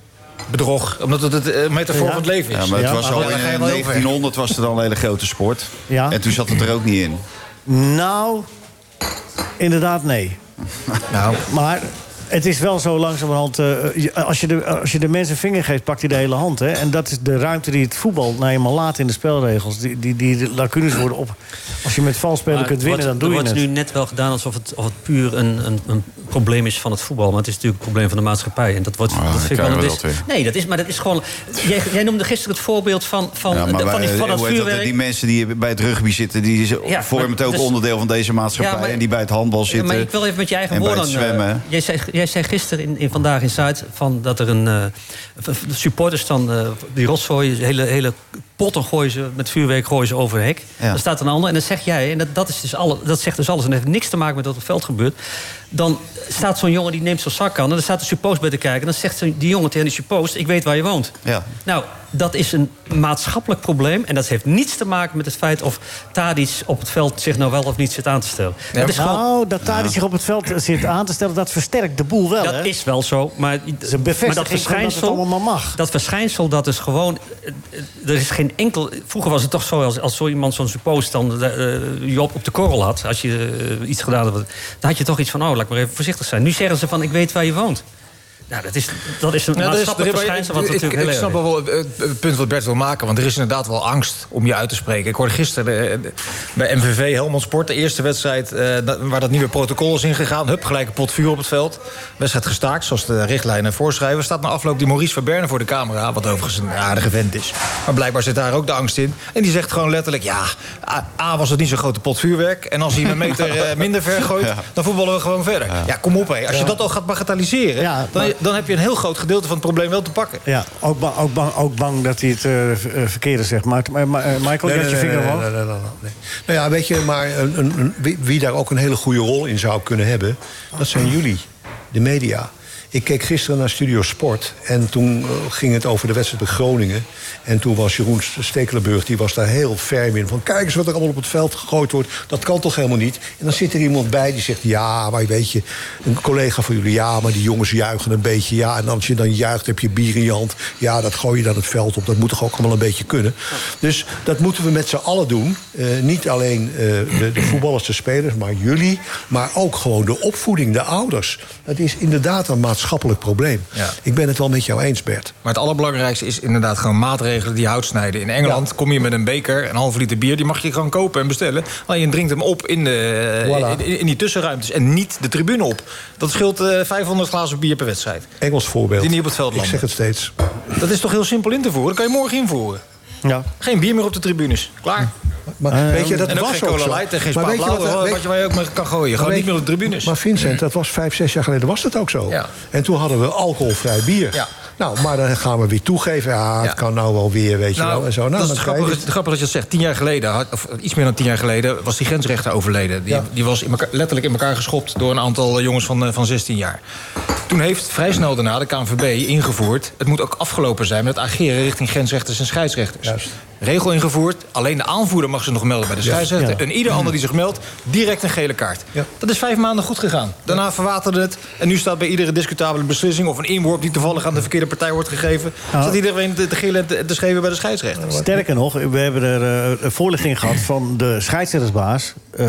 Bedrog, omdat het het uh, metafoor Ja. van het leven is. Ja, maar het Ja, was maar al daar ga je in wel over. negentienhonderd was het al een hele grote sport. Ja. En toen zat het er ook niet in. Nou, inderdaad nee. Nou, Maar het is wel zo langzamerhand... Uh, je- als, je de, als je de mensen een vinger geeft, pakt hij de hele hand. Hè? En dat is de ruimte die het voetbal nou eenmaal laat in de spelregels. Die, die, die lacunes worden op... Als je met valspelen Maar kunt het winnen, wordt- dan doe je Er het. wordt nu net wel gedaan alsof het, of het puur een, een, een probleem is van het voetbal. Maar het is natuurlijk een probleem van de maatschappij. En dat wordt, Oh, dat dan vind ik wel krijgen een we dis- dat weer. Nee, dat is, maar dat is gewoon... Jij, jij noemde gisteren het voorbeeld van, van, Ja, maar de- van, die, wij- van dat hoe heet dat, vuurwerk. die mensen die bij het rugby zitten... die Ja, vormen maar het ook dus- onderdeel van deze maatschappij. Ja, maar- en die bij het handbal Ja, zitten. maar ik wil even met je eigen en bij woorden... het zwemmen. eh, jij, zei, jij zei gisteren in, in Vandaag in Zuid... Van dat er een... eh, de supporters dan eh, die rotzooi... hele, hele potten gooien ze met vuurwerk gooien ze over het hek. Ja. Dan staat een ander en dan zeg jij... en dat, dat, is dus alle, dat zegt dus alles en dat heeft niks te maken met wat op het veld gebeurt... dan staat zo'n jongen die neemt zo'n zak aan... en dan staat de suppost bij te kijken... en dan zegt zo- die jongen tegen die suppost... ik weet waar je woont. Ja. Nou, dat is een maatschappelijk probleem... en dat heeft niets te maken met het feit... of Tadic op het veld zich nou wel of niet zit aan te stellen. Dat is gewoon... Nou, dat Tadic zich op het veld zit aan te stellen... dat versterkt de boel wel, Dat hè? is wel zo, maar, is een bevestiging maar dat van verschijnsel, dat het allemaal maar mag. dat verschijnsel, dat is gewoon... eh, Er is geen enkel... Vroeger was het toch zo, als, als zo iemand zo'n suppost... dan eh, je op, op de korrel had, als je eh, iets gedaan had... dan had je toch iets van, oh, laat ik maar even voorzichtig zijn. Nu zeggen ze van, ik weet waar je woont. Nou, dat is, dat is een Ja, dat is- maatschappelijk er- verschijnsel... wat ik, natuurlijk ik heel snap erg wel het, het- het punt wat Bert wil maken. Want er is inderdaad wel angst om je uit te spreken. Ik hoorde gisteren de- de- bij M V V Helmond Sport... de eerste wedstrijd eh, dat- waar dat nieuwe protocol is ingegaan. Hup, gelijk een pot vuur op het veld. Wedstrijd gestaakt, zoals de richtlijnen voorschrijven. Staat na afloop die Maurice Verberne voor de camera... wat overigens een aardige vent is. Maar blijkbaar zit daar ook de angst in. En die zegt gewoon letterlijk... ja, A, A was het niet zo'n grote pot vuurwerk... en als hij een meter eh, minder ver gooit... Ja. dan voetballen we gewoon verder. Ja, kom op, hé. Als je dat al gaat bagatelliseren... Ja, dan, maar- dan heb je een heel groot gedeelte van het probleem wel te pakken. Ja, ook bang, ook bang, ook bang dat hij het uh, verkeerde zegt. Maar, maar, maar uh, Michael, je had je vinger omhoog. nee, nee, nee, nee. Nou ja, weet je, maar een, een, wie, wie daar ook een hele goede rol in zou kunnen hebben... dat zijn jullie, de media. Ik keek gisteren naar Studio Sport. En toen uh, ging het over de wedstrijd bij Groningen. En toen was Jeroen Stekelenburg, die was daar heel ferm in. Van kijk eens wat er allemaal op het veld gegooid wordt. Dat kan toch helemaal niet? En dan zit er iemand bij die zegt... ja, maar weet je, een collega van jullie... ja, maar die jongens juichen een beetje. Ja, en als je dan juicht, heb je bier in je hand. Ja, dat gooi je dan het veld op. Dat moet toch ook allemaal een beetje kunnen. Dus dat moeten we met z'n allen doen. Uh, niet alleen uh, de, de voetballers, de spelers, maar jullie. Maar ook gewoon de opvoeding, de ouders. Dat is inderdaad een maatschappelijk probleem. Ja. Ik ben het wel met jou eens, Bert. Maar het allerbelangrijkste is inderdaad gewoon maatregelen die hout snijden. In Engeland ja. kom je met een beker, een halve liter bier... die mag je gewoon kopen en bestellen. Alleen je drinkt hem op in, de, voilà. in, in die tussenruimtes en niet de tribune op. Dat scheelt uh, vijfhonderd glazen bier per wedstrijd. Engels voorbeeld. Die niet op het veld landen. Ik zeg het steeds. Dat is toch heel simpel in te voeren? Dat kan je morgen invoeren. Ja. Geen bier meer op de tribunes. Klaar. Maar, uh, weet je, dat en ook was geen cola light en geen spa blauw, wat, wat, wat je waar je ook mee kan gooien. Gewoon niet meer op de tribunes. Maar Vincent, dat was vijf, zes jaar geleden was dat ook zo. Ja. En toen hadden we alcoholvrij bier. Ja. Nou, maar dan gaan we weer toegeven. Ja, het ja. kan nou wel weer, weet nou, je wel. En zo. Nou, dat is het grappig, het grappig dat je dat zegt. Tien jaar geleden, of iets meer dan tien jaar geleden... was die grensrechter overleden. Die, ja. die was in elkaar, letterlijk in elkaar geschopt... door een aantal jongens van, van zestien jaar. Toen heeft vrij snel daarna de K N V B ingevoerd... het moet ook afgelopen zijn met het ageren richting grensrechters en scheidsrechters. Juist. Regel ingevoerd, alleen de aanvoerder mag zich nog melden bij de scheidsrechter... Ja. en ieder ander die zich meldt, direct een gele kaart. Ja. Dat is vijf maanden goed gegaan. Daarna verwaterde het en nu staat bij iedere discutabele beslissing... of een inworp die toevallig aan de verkeerde partij wordt gegeven... Ja. staat iedereen de, de gele en te, te schreven bij de scheidsrechter. Sterker nog, we hebben er uh, een voorlichting gehad van de scheidsrechtersbaas... Uh,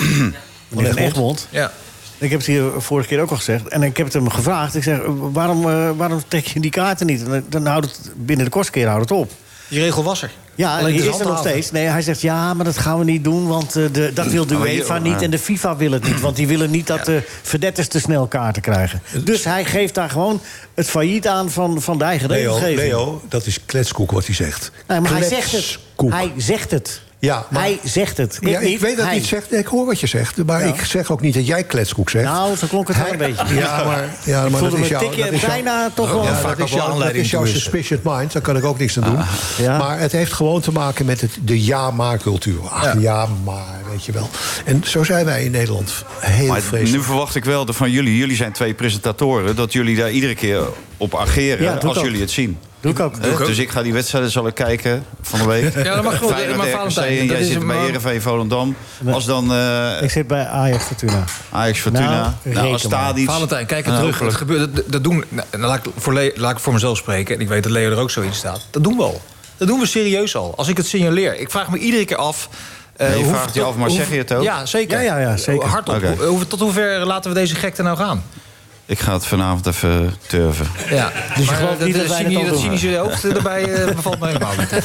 meneer Egmond. Ja. Ik heb het hier vorige keer ook al gezegd. En ik heb het hem gevraagd. Ik zeg, waarom, uh, waarom trek je die kaarten niet? En dan houdt het binnen de kostkeer houdt het op. Die regel was er. Ja, alleen die is er nog steeds. Nee, hij zegt, ja, maar dat gaan we niet doen... want uh, de, dat wil de UEFA niet en de FIFA wil het niet. Want die willen niet dat de verdetters te snel kaarten krijgen. Dus hij geeft daar gewoon het failliet aan van, van de eigen regelgeving. Leo, dat is kletskoek wat hij zegt. Nee, maar hij zegt het. Hij zegt het. Ja, maar, hij zegt het. Ik, ja, ik niet, weet dat hij het zegt. Ik hoor wat je zegt. Maar ja. ik zeg ook niet dat jij kletskoek zegt. Nou, zo klonk het wel een beetje. Ja, maar, ja, maar dat is jouw... tikje dat is bijna jou, toch wel... Ja, dat is jouw, dat is jouw suspicious mind. Daar kan ik ook niks aan doen. Ah, ja. Maar het heeft gewoon te maken met het, de ja-maar-cultuur. Ach, ja. ja, maar, weet je wel. En zo zijn wij in Nederland heel maar vreselijk. Nu verwacht ik wel van jullie... jullie zijn twee presentatoren... dat jullie daar iedere keer op ageren ja, als jullie het zien. Doe ik ook. Doe ik ook. Dus ik ga die wedstrijden zal ik kijken van de week. Ja, dat mag goed. Feyenoord, R K C, en jij zit bij Heerenveen Volendam. Als dan... Uh, ik zit bij Ajax Fortuna. Ajax Fortuna. Nou, nou als Tadic. Valentijn, kijk het terug. Het gebeurt, dat, dat doen, nou, laat, ik voor Le, laat ik voor mezelf spreken. En ik weet dat Leo er ook zo in staat. Dat doen we al. Dat doen we serieus al. Als ik het signaleer. Ik vraag me iedere keer af... Uh, nee, je vraagt het je af, maar hoe, zeg je het ook? Ja, zeker. Ja, ja, ja, zeker. Hardop. Okay. Hoe, tot hoever laten we deze gekte nou gaan? Ik ga het vanavond even turven. Ja, dus je gelooft niet dat, dat, cynie, dat cynische hoofd erbij uh, bevalt me helemaal niet.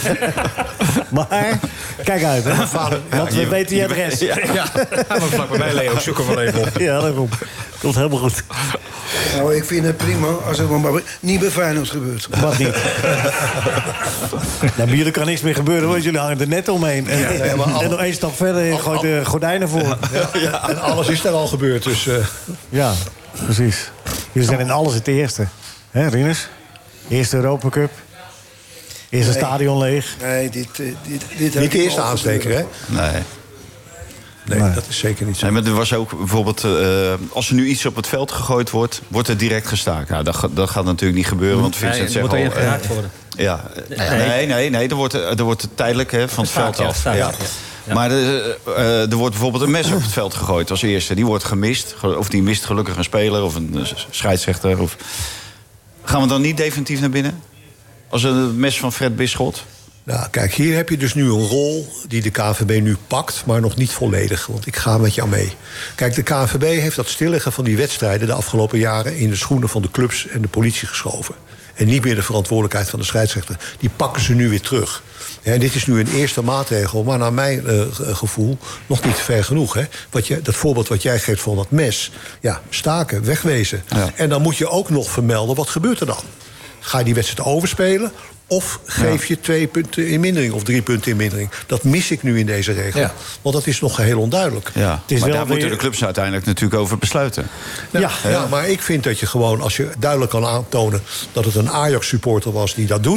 Maar, kijk uit, hè. Vader, want ja, we weten je adres. Ja, ja. Maar vlak bij mij, Leo. Zoek hem wel even op. Ja, dat komt. Komt helemaal goed. Nou, ik vind het prima als het maar niet bij Feyenoord gebeurt. Wat niet? Nou, bij jullie kan niks meer gebeuren, want jullie hangen er net omheen. En, ja, ja, en, al... en nog één stap verder, je gooit de gordijnen voor. Ja, ja. En alles is er al gebeurd, dus... Uh... Ja, precies. Jullie zijn in alles het eerste. Hè, Rinus? Eerste Europa Cup. Eerste nee. stadion leeg. Nee, dit... dit, dit niet de eerste aansteker, hè? Nee. Nee, nee, dat is zeker niet zo. Nee, maar er was ook bijvoorbeeld... Uh, als er nu iets op het veld gegooid wordt... wordt er direct gestaakt. Nou, dat, dat gaat natuurlijk niet gebeuren. Want Vincent nee, zegt moet al... er geraakt worden. Ja, nee, nee, nee, nee er, wordt, er wordt tijdelijk hè, van het, het veld af. Ja, ja. Ja. Maar er, uh, er wordt bijvoorbeeld een mes op het veld gegooid als eerste. Die wordt gemist. Of die mist gelukkig een speler of een scheidsrechter. Of... Gaan we dan niet definitief naar binnen? Als een mes van Fred Bisschot? Nou, kijk, hier heb je dus nu een rol die de K N V B nu pakt... maar nog niet volledig, want ik ga met jou mee. Kijk, de K N V B heeft dat stilleggen van die wedstrijden... de afgelopen jaren in de schoenen van de clubs en de politie geschoven. En niet meer de verantwoordelijkheid van de scheidsrechter. Die pakken ze nu weer terug. Ja, en dit is nu een eerste maatregel, maar naar mijn uh, gevoel nog niet ver genoeg. Hè? Wat je, dat voorbeeld wat jij geeft van dat mes. Ja, staken, wegwezen. Ja. En dan moet je ook nog vermelden, wat gebeurt er dan? Ga je die wedstrijd overspelen? Of geef je twee punten in mindering of drie punten in mindering? Dat mis ik nu in deze regel. Ja. Want dat is nog heel onduidelijk. Ja. Het is maar wel daar weer... moeten de clubs uiteindelijk natuurlijk over besluiten. Nou, ja. ja, maar ik vind dat je gewoon, als je duidelijk kan aantonen... dat het een Ajax-supporter was die dat doet...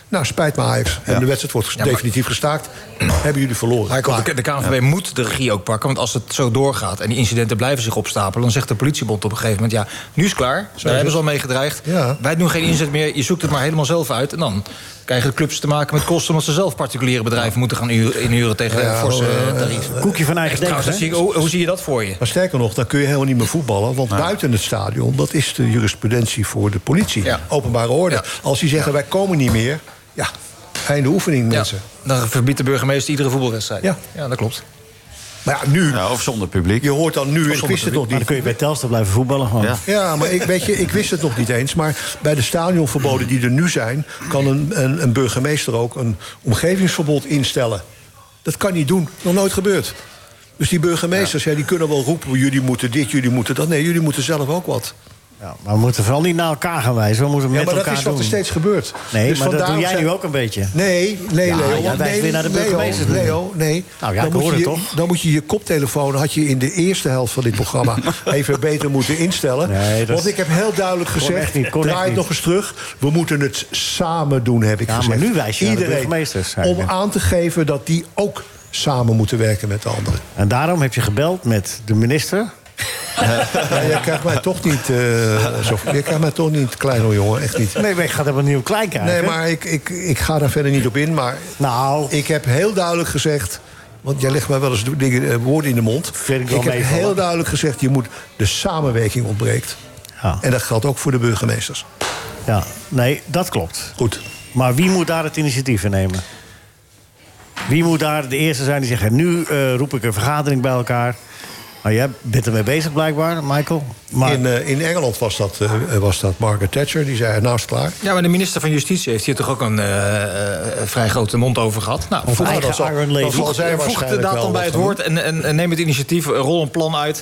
Nou, spijt me Ajax. En Ja. de wedstrijd wordt Ja, maar- definitief gestaakt. Hebben jullie verloren. Maar Klaar. de, de K N V B moet de regie ook pakken. Want als het zo doorgaat en die incidenten blijven zich opstapelen... dan zegt de politiebond op een gegeven moment... ja, nu is het klaar. Daar hebben ze al mee gedreigd. Ja. Wij doen geen inzet meer. Je zoekt het maar helemaal zelf uit. En dan krijgen de clubs te maken met kosten... omdat ze zelf particuliere bedrijven moeten gaan uur- inhuren... tegen Ja, forse eh, tarieven. Koekje van eigen Trouwens, deeg, dat zie ik- hoe, hoe zie je dat voor je? Maar sterker nog, dan kun je helemaal niet meer voetballen. Want buiten het stadion, dat is de jurisprudentie voor de politie. Ja. Openbare orde. Ja. Als die zeggen, wij komen niet meer... ja, einde oefening, Ja, mensen. dan verbiedt de burgemeester iedere voetbalwedstrijd. Ja. ja, dat klopt. Maar ja, nu... Ja, of zonder publiek. Je hoort dan nu, ik wist het nog Maar dan niet. kun je bij Telstar blijven voetballen gewoon. Ja. Ja, maar ik, weet je, ik wist het nog niet eens. Maar bij de stadionverboden die er nu zijn... kan een, een, een burgemeester ook een omgevingsverbod instellen. Dat kan niet doen. Nog nooit gebeurd. Dus die burgemeesters, ja. Ja, die kunnen wel roepen... jullie moeten dit, jullie moeten dat. Nee, jullie moeten zelf ook wat. Ja, maar we moeten vooral niet naar elkaar gaan wijzen. We moeten Ja, met maar dat elkaar is wat doen. er steeds gebeurt. Nee, Dus maar dat vandaar doe jij zijn- nu ook een beetje. Nee, nee, Ja, Leo. jij want wijst nee, weer naar de Leo, burgemeester. Leo, nee. Nou ja, ik dan, moet hoor je, het je- toch? dan moet je je koptelefoon... had je in de eerste helft van dit programma... even beter moeten instellen. Nee, dat Want ik heb heel duidelijk kon gezegd... echt niet, kon echt draai het niet. nog eens terug. We moeten het samen doen, heb ik Ja, maar gezegd. nu wijs je naar de Iedereen, burgemeesters, zei om je. aan te geven dat die ook samen moeten werken met de anderen. En daarom heb je gebeld met de minister. Ja, jij krijgt mij toch niet... eh zo, jij krijgt mij toch niet klein, hoor, jongen. Echt niet. Nee, maar ik ga er wel niet op klein krijgen. Nee, maar ik, ik, ik ga daar verder niet op in. Maar Nou, ik heb heel duidelijk gezegd... want jij legt mij wel eens dingen, eh, woorden in de mond. Vind ik wel heb meevallen. heel duidelijk gezegd... je moet de samenwerking ontbreekt. ja, En dat geldt ook voor de burgemeesters. ja, nee, dat klopt. Goed. Maar wie moet daar het initiatief in nemen? Wie moet daar de eerste zijn die zeggen... nu eh, roep ik een vergadering bij elkaar. Nou, jij bent ermee bezig blijkbaar, Michael. Maar In, eh, in Engeland was dat, eh, was dat Margaret Thatcher. Die zei, nou is het klaar. Ja, maar de minister van Justitie heeft hier toch ook een eh, eh, vrij grote mond over gehad. Nou, Of voeg- eigen dat zal- Iron Lady. dat zal zij voeg de waarschijnlijk daad wel dan bij wat het gaan woord en, en, en neem het initiatief, rol een plan uit.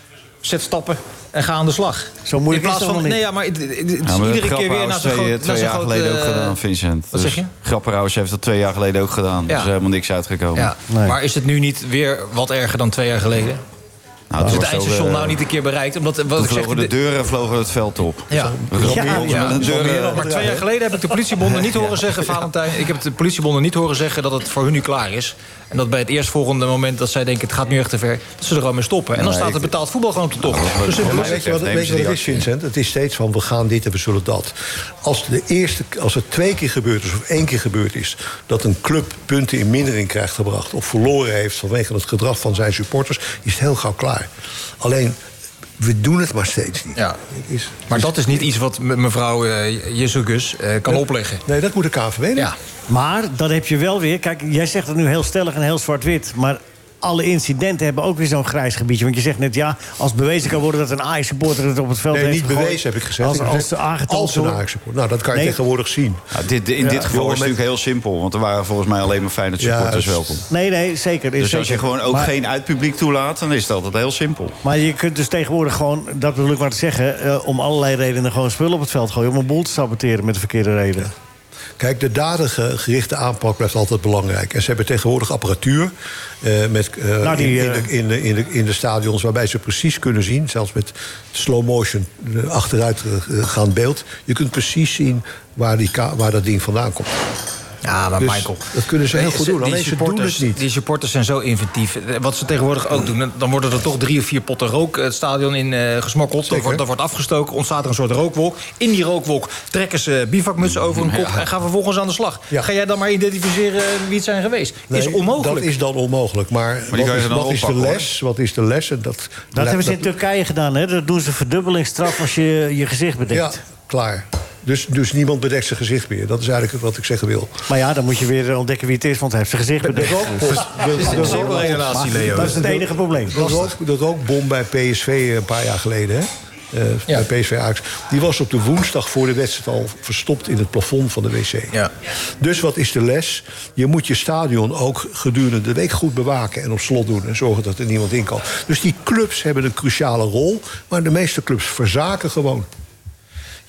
Zet stappen en ga aan de slag. Zo moeilijk In is plaats het van, nog niet. nee, ja, maar het, het- het is Ja, maar iedere keer weer naar Grapperhaus zo'n twee, groot... twee naar jaar zo'n geleden groot, ook eh, gedaan, Vincent. wat zeg je? Grapperhaus heeft dat twee jaar geleden ook gedaan. Ja. Er is helemaal niks uitgekomen. Ja, Nee. maar is het nu niet weer wat erger dan twee jaar geleden? Nou, Is toen het was eindstation ook, eh, nou niet een keer bereikt? Omdat, wat Toen ik zeg, vlogen de deuren vlogen het veld op. Ja. We grapperen Ja, ons ja. met een deuren. Maar twee jaar geleden heb ik de politiebonden niet horen zeggen, Valentijn... ik heb de politiebonden niet horen zeggen dat het voor hun nu klaar is. En dat bij het eerstvolgende moment dat zij denken... het gaat nu echt te ver, dat ze er gewoon mee stoppen. En dan Nee, staat het ik- betaald voetbal gewoon op de tocht. Ja, Zo simpel Maar is weet het. je wat, Nemen weet je ze wat die het is, actie. Vincent? Het is steeds van, we gaan dit en we zullen dat. Als, de eerste, als het twee keer gebeurd is of één keer gebeurd is... dat een club punten in mindering krijgt gebracht... of verloren heeft vanwege het gedrag van zijn supporters... is het heel gauw klaar. Alleen, we doen het maar steeds niet. Ja. Het is- Maar dat is niet iets wat me- mevrouw uh, Jezus uh, kan opleggen. Nee, dat moet de K N V B doen. Ja. Maar dan heb je wel weer... Kijk, jij zegt het nu heel stellig en heel zwart-wit... maar alle incidenten hebben ook weer zo'n grijs gebiedje. Want je zegt net, ja, als bewezen kan worden... dat een Ajax-supporter het op het veld Nee, heeft niet gegooid, bewezen, heb ik gezegd. Als, Ik heb als, gezegd, aangetoond als een wordt- Ajax-support. Nou, dat kan je Nee. tegenwoordig zien. Nou, dit, in dit geval jongen, is het natuurlijk heel simpel. Want er waren volgens mij alleen maar Feyenoord supporters Ja, welkom. Nee, nee, zeker. Is Dus als je zeker. gewoon ook Maar- geen uitpubliek toelaat... dan is het altijd heel simpel. Maar je kunt dus tegenwoordig gewoon, dat bedoel ik maar te zeggen... eh, om allerlei redenen gewoon spullen op het veld gooien... om een boel te saboteren met de verkeerde reden. Kijk, de dadengerichte aanpak blijft altijd belangrijk. En ze hebben tegenwoordig apparatuur eh, met, eh, Nou, die, in, in, eh, de, in, de, in, de, in de stadions... waarbij ze precies kunnen zien, zelfs met slow motion eh, achteruit eh, gaand beeld... je kunt precies zien waar, die ka- waar dat ding vandaan komt. Ja, maar Dus Michael... dat kunnen ze heel goed doen, Die alleen ze doen supporters- het niet. Die supporters zijn zo inventief. Wat ze tegenwoordig ook doen... dan worden er toch drie of vier potten rook het stadion in uh, gesmokkeld. Dan wordt, dan wordt afgestoken, ontstaat er een soort rookwolk. In die rookwolk trekken ze bivakmutsen over hun kop... en gaan vervolgens aan de slag. Ja. Ga jij dan maar identificeren wie het zijn geweest? Nee, is onmogelijk. Dat is dan onmogelijk. Maar, die wat, kan je is, dan wat is de oppakken, les? Wat is de les? En dat, Dat hebben ze in Turkije gedaan, hè? Dat doen ze verdubbelingsstraf als je je gezicht bedekt. Ja, klaar. Dus, dus niemand bedekt zijn gezicht meer. Dat is eigenlijk wat ik zeggen wil. Maar ja, dan moet je weer ontdekken wie het is, want hij heeft zijn gezicht bedekt. De rookbom- de- de- Cirkelredenatie, Leo. Dat is het enige probleem. De, rook, de rookbom bij P S V een paar jaar geleden, hè? Uh, Ja. bij P S V Ajax. Die was op de woensdag voor de wedstrijd al verstopt in het plafond van de wc. Ja. Dus wat is de les? Je moet je stadion ook gedurende de week goed bewaken en op slot doen en zorgen dat er niemand in kan. Dus die clubs hebben een cruciale rol, maar de meeste clubs verzaken gewoon.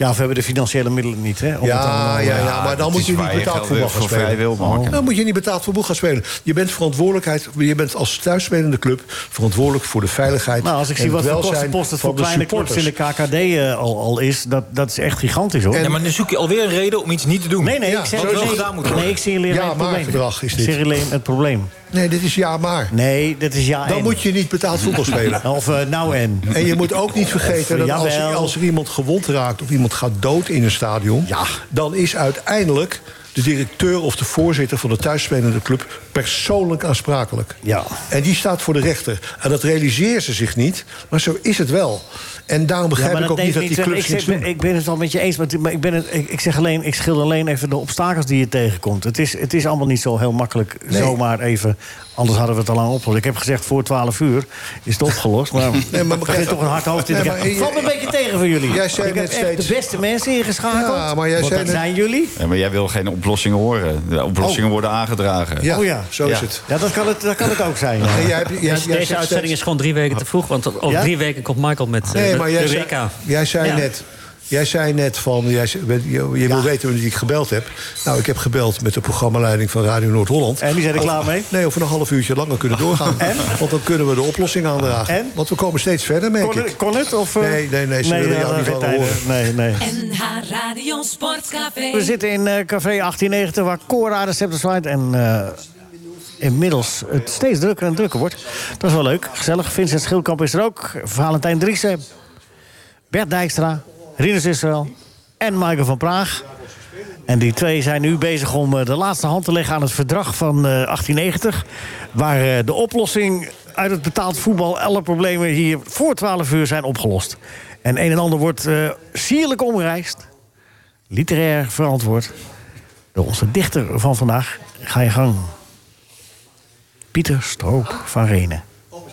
Ja, of we hebben de financiële middelen niet, hè? Om Ja, het allemaal, ja, eh, ja, maar dan moet je niet betaald voetbal gaan spelen. maken. Dan moet je niet betaald voetbal gaan spelen. Je bent verantwoordelijkheid. Je bent als thuisspelende club verantwoordelijk voor de veiligheid. Nou, als ik en zie wat het voor welzijn kostenpost het van voor de kleine clubs in de supporters. K K D uh, al, al is, dat, dat is echt gigantisch, hoor. Ja, maar dan zoek je alweer een reden om iets niet te doen. Nee, nee, Ja, ik zeg wat wel nee, gedaan moet worden. nee, ik zie alleen Ja, het maar probleem. gedrag is Ik dit. zie alleen het probleem. Nee, dit is ja maar. Nee, dat is ja Dan en. moet je niet betaald voetbal spelen. Of uh, nou en. En je moet ook niet vergeten dat als, Jawel. als er iemand gewond raakt of iemand gaat dood in een stadion, Ja. dan is uiteindelijk de directeur of de voorzitter van de thuisspelende club persoonlijk aansprakelijk. Ja. En die staat voor de rechter. En dat realiseren ze zich niet, maar zo is het wel. En daarom begrijp Ja, maar ik ook dat niet dat neemt die niet, clubs ik, niets zeg, doen. ik ben het wel met je eens, maar, maar ik, ben het, ik, ik, zeg alleen, ik schil alleen even de obstakels die je tegenkomt. Het is, het is allemaal niet zo heel makkelijk, Nee. zomaar even. Anders hadden we het al lang opgelost. Ik heb gezegd voor twaalf uur is het opgelost. Maar, Nee, maar ik begin toch een hard hoofd in te Nee, maar krijgen. je- Valt me een beetje tegen van jullie. Jij zei ik heb net echt steeds- de beste mensen ingeschakeld. Ja, maar jij want zei dat net- zijn jullie. Ja, maar jij wil geen oplossingen horen. De oplossingen worden aangedragen. Ja, Oh ja. zo is Ja. het. Ja, dat kan het, dat kan het ook zijn. ja. En jij, hebt- jij, jij Dus zegt deze uitzending steeds- is gewoon drie weken te vroeg. Want over Ja? drie weken komt Michael met uh, Nee, maar jij zei, Eureka. jij zei Ja. net... Jij zei net van, jij, zei- je, je wil weten wie ik gebeld heb. Nou, ik heb gebeld met de programmaleiding van Radio Noord-Holland. En die zijn er Of- klaar mee? Nee, of we een half uurtje langer kunnen doorgaan. En? Want dan kunnen we de oplossing aandragen. En? Want we komen steeds verder, merk Kon ik. het? Kon het of, uh... Nee, nee, nee, ze willen ja, jou niet geen van tijden. horen. Nee, nee. N H Radio Sportcafé. We zitten in uh, Café achttien negentig, waar Cora de scepter zwaait. En uh, inmiddels het steeds drukker en drukker wordt. Dat is wel leuk, gezellig. Vincent Schildkamp is er ook. Valentijn Driessen. Bert Dijkstra. Rinus Israël. En Michael van Praag. En die twee zijn nu bezig om uh, de laatste hand te leggen aan het verdrag van uh, achttien negentig. Waar uh, de oplossing uit het betaald voetbal, alle problemen hier voor twaalf uur zijn opgelost. En een en ander wordt uh, sierlijk omgereisd. Literair verantwoord. Door onze dichter van vandaag. Ga je gang. Pieter Stroop van Renen.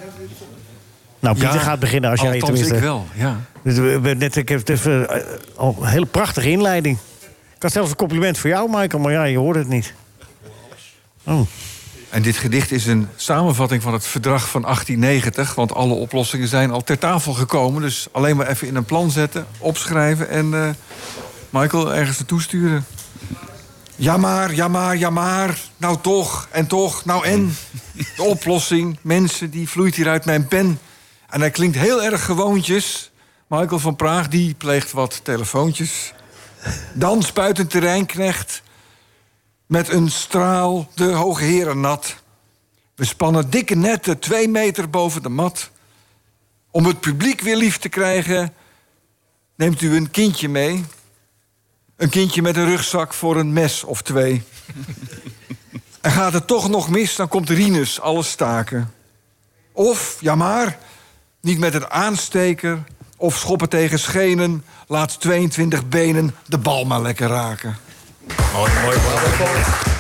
Nou, Pieter Ja, gaat beginnen als jij althans tenminste... ik wel, ja. Dus we hebben net, ik heb het even, uh, al een hele prachtige inleiding. Ik had zelfs een compliment voor jou, Michael, maar ja, je hoorde het niet. Oh. En dit gedicht is een samenvatting van het verdrag van achttien negentig... want alle oplossingen zijn al ter tafel gekomen. Dus alleen maar even in een plan zetten, opschrijven... en uh, Michael ergens naartoe sturen. Ja maar, ja maar, ja maar, nou toch, en toch, nou en. De oplossing, mensen, die vloeit hier uit mijn pen. En hij klinkt heel erg gewoontjes. Michael van Praag, die pleegt wat telefoontjes. Dan spuit een terreinknecht met een straal de hoge heren nat. We spannen dikke netten twee meter boven de mat. Om het publiek weer lief te krijgen, neemt u een kindje mee. Een kindje met een rugzak voor een mes of twee. En gaat het toch nog mis, dan komt Rinus alles staken. Of, ja maar, niet met een aansteker... of schoppen tegen schenen, laat tweeëntwintig benen de bal maar lekker raken. Mooi, mooi, mooi.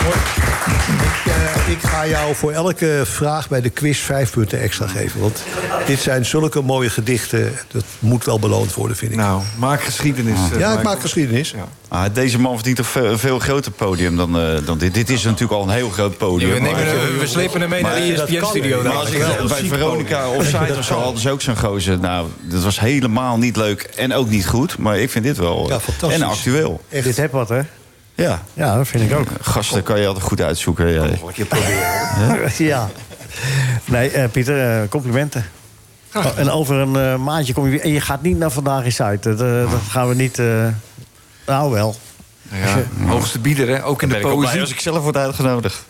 Ik, uh, ik ga jou voor elke vraag bij de quiz vijf punten extra geven. Want dit zijn zulke mooie gedichten. Dat moet wel beloond worden, vind ik. Nou, maak geschiedenis. uh, Ja, ik Michael. maak geschiedenis. Ja. Ah, deze man verdient toch veel, een veel groter podium dan, uh, dan dit. Dit is natuurlijk al een heel groot podium. We, nemen, Maar- we, we slepen hem mee naar de E S P N-studio. Maar als ik bij Veronica of Site of zo hadden ze ook zo'n gozer. Nou, dat was helemaal niet leuk en ook niet goed. Maar ik vind dit wel Ja, fantastisch. en actueel. Echt. Dit heb wat, hè? Ja, Ja, dat vind ik ook. gasten kan je altijd goed uitzoeken. Ja. Nog een keer proberen. Ja. Nee, uh, Pieter, uh, complimenten. Oh, en over een uh, maandje kom je weer... En je gaat niet naar Vandaag in Zuid. Dat, uh, dat gaan we niet... Uh... Nou, wel. Nou ja, hoogste bieder, hè? Ook in de Ben ik ook blij poëzie. als ik zelf word uitgenodigd.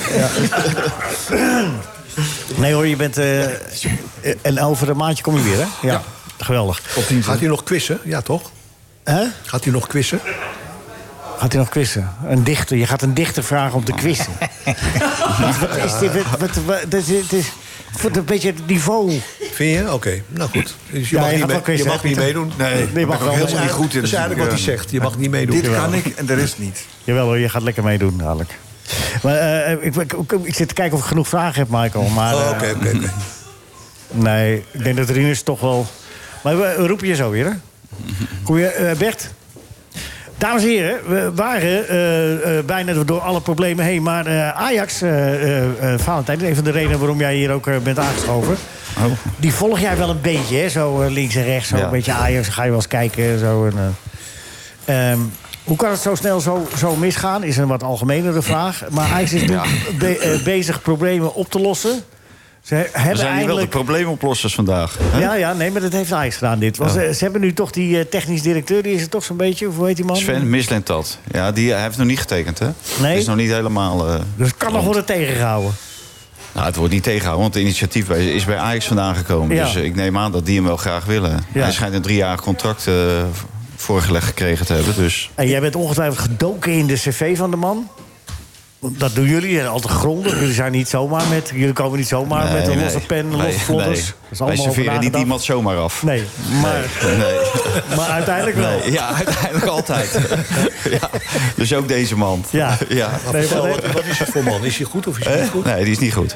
Nee hoor, je bent... Uh... En over een maandje kom je weer, hè? Ja. Ja. Geweldig. Gaat hij nog quizzen? Ja, toch? Hè? Gaat hij nog quizzen? Gaat hij nog quizzen? Een dichter. Je gaat een dichter vragen om te quizzen. Wat is dit? Wat, wat, wat, dat is, het is voor een beetje het niveau. Vind je? Oké, okay. Nou goed. Dus je Ja, mag je niet, gaat mee- wel quizzen, je mag hè, niet Pieter? meedoen. Nee, Nee, ik ben mag ook wel. helemaal Dat niet is goed in. Dat is eigenlijk wat hij zegt. Je mag niet meedoen. Dit kan ik en de rest niet. Jawel hoor, je gaat lekker meedoen dadelijk. Maar uh, ik, ik, ik, ik zit te kijken of ik genoeg vragen heb, Michael. Maar Oh, uh, Oké, oké, oké. nee, ik denk dat Rinus toch wel... Maar we, we roepen je zo weer, hè? Kom je, uh, Bert? Dames en heren, we waren uh, uh, bijna door alle problemen heen. Maar uh, Ajax, uh, uh, uh, Valentijn, een van de redenen waarom jij hier ook uh, bent aangeschoven... Oh. Die volg jij wel een beetje, hè? Zo uh, links en rechts, zo Ja. een beetje Ajax. Ga je wel eens kijken, zo... En, uh, Um, hoe kan het zo snel zo, zo misgaan? Is een wat algemenere vraag. Maar Ajax is nu Ja. be, uh, bezig problemen op te lossen. Ze he- We hebben zijn hier wel de eindelijk... probleemoplossers vandaag. Hè? Ja, ja, nee, maar dat heeft Ajax gedaan dit. Was, Ja. uh, ze hebben nu toch die uh, technisch directeur, die is er toch zo'n beetje... Hoe heet die man? Sven Mislintat. Ja, die hij heeft nog niet getekend, hè? Nee? Het is nog niet helemaal... Uh, Dus het kan nog worden tegengehouden. Nou, het wordt niet tegengehouden, want het initiatief bij- is bij Ajax vandaan gekomen. Ja. Dus uh, ik neem aan dat die hem wel graag willen. Ja. Hij schijnt een driejarig contract uh, voorgelegd gekregen te hebben, dus... En jij bent ongetwijfeld gedoken in de cv van de man. Dat doen jullie, altijd grondig. Jullie zijn niet zomaar met... Jullie komen niet zomaar Nee, met een nee. losse pen, Nee, losse vlodders. nee. Dat is Wij allemaal over serveren niet nagedacht. iemand zomaar af. Nee, maar, Nee, nee. maar uiteindelijk wel. Nee, ja, uiteindelijk altijd. ja, dus ook deze man. Ja. ja. Maar Nee, vertel, wat- wat, wat is het voor man? Is hij goed of is hij Eh? niet goed? Nee, die is niet goed.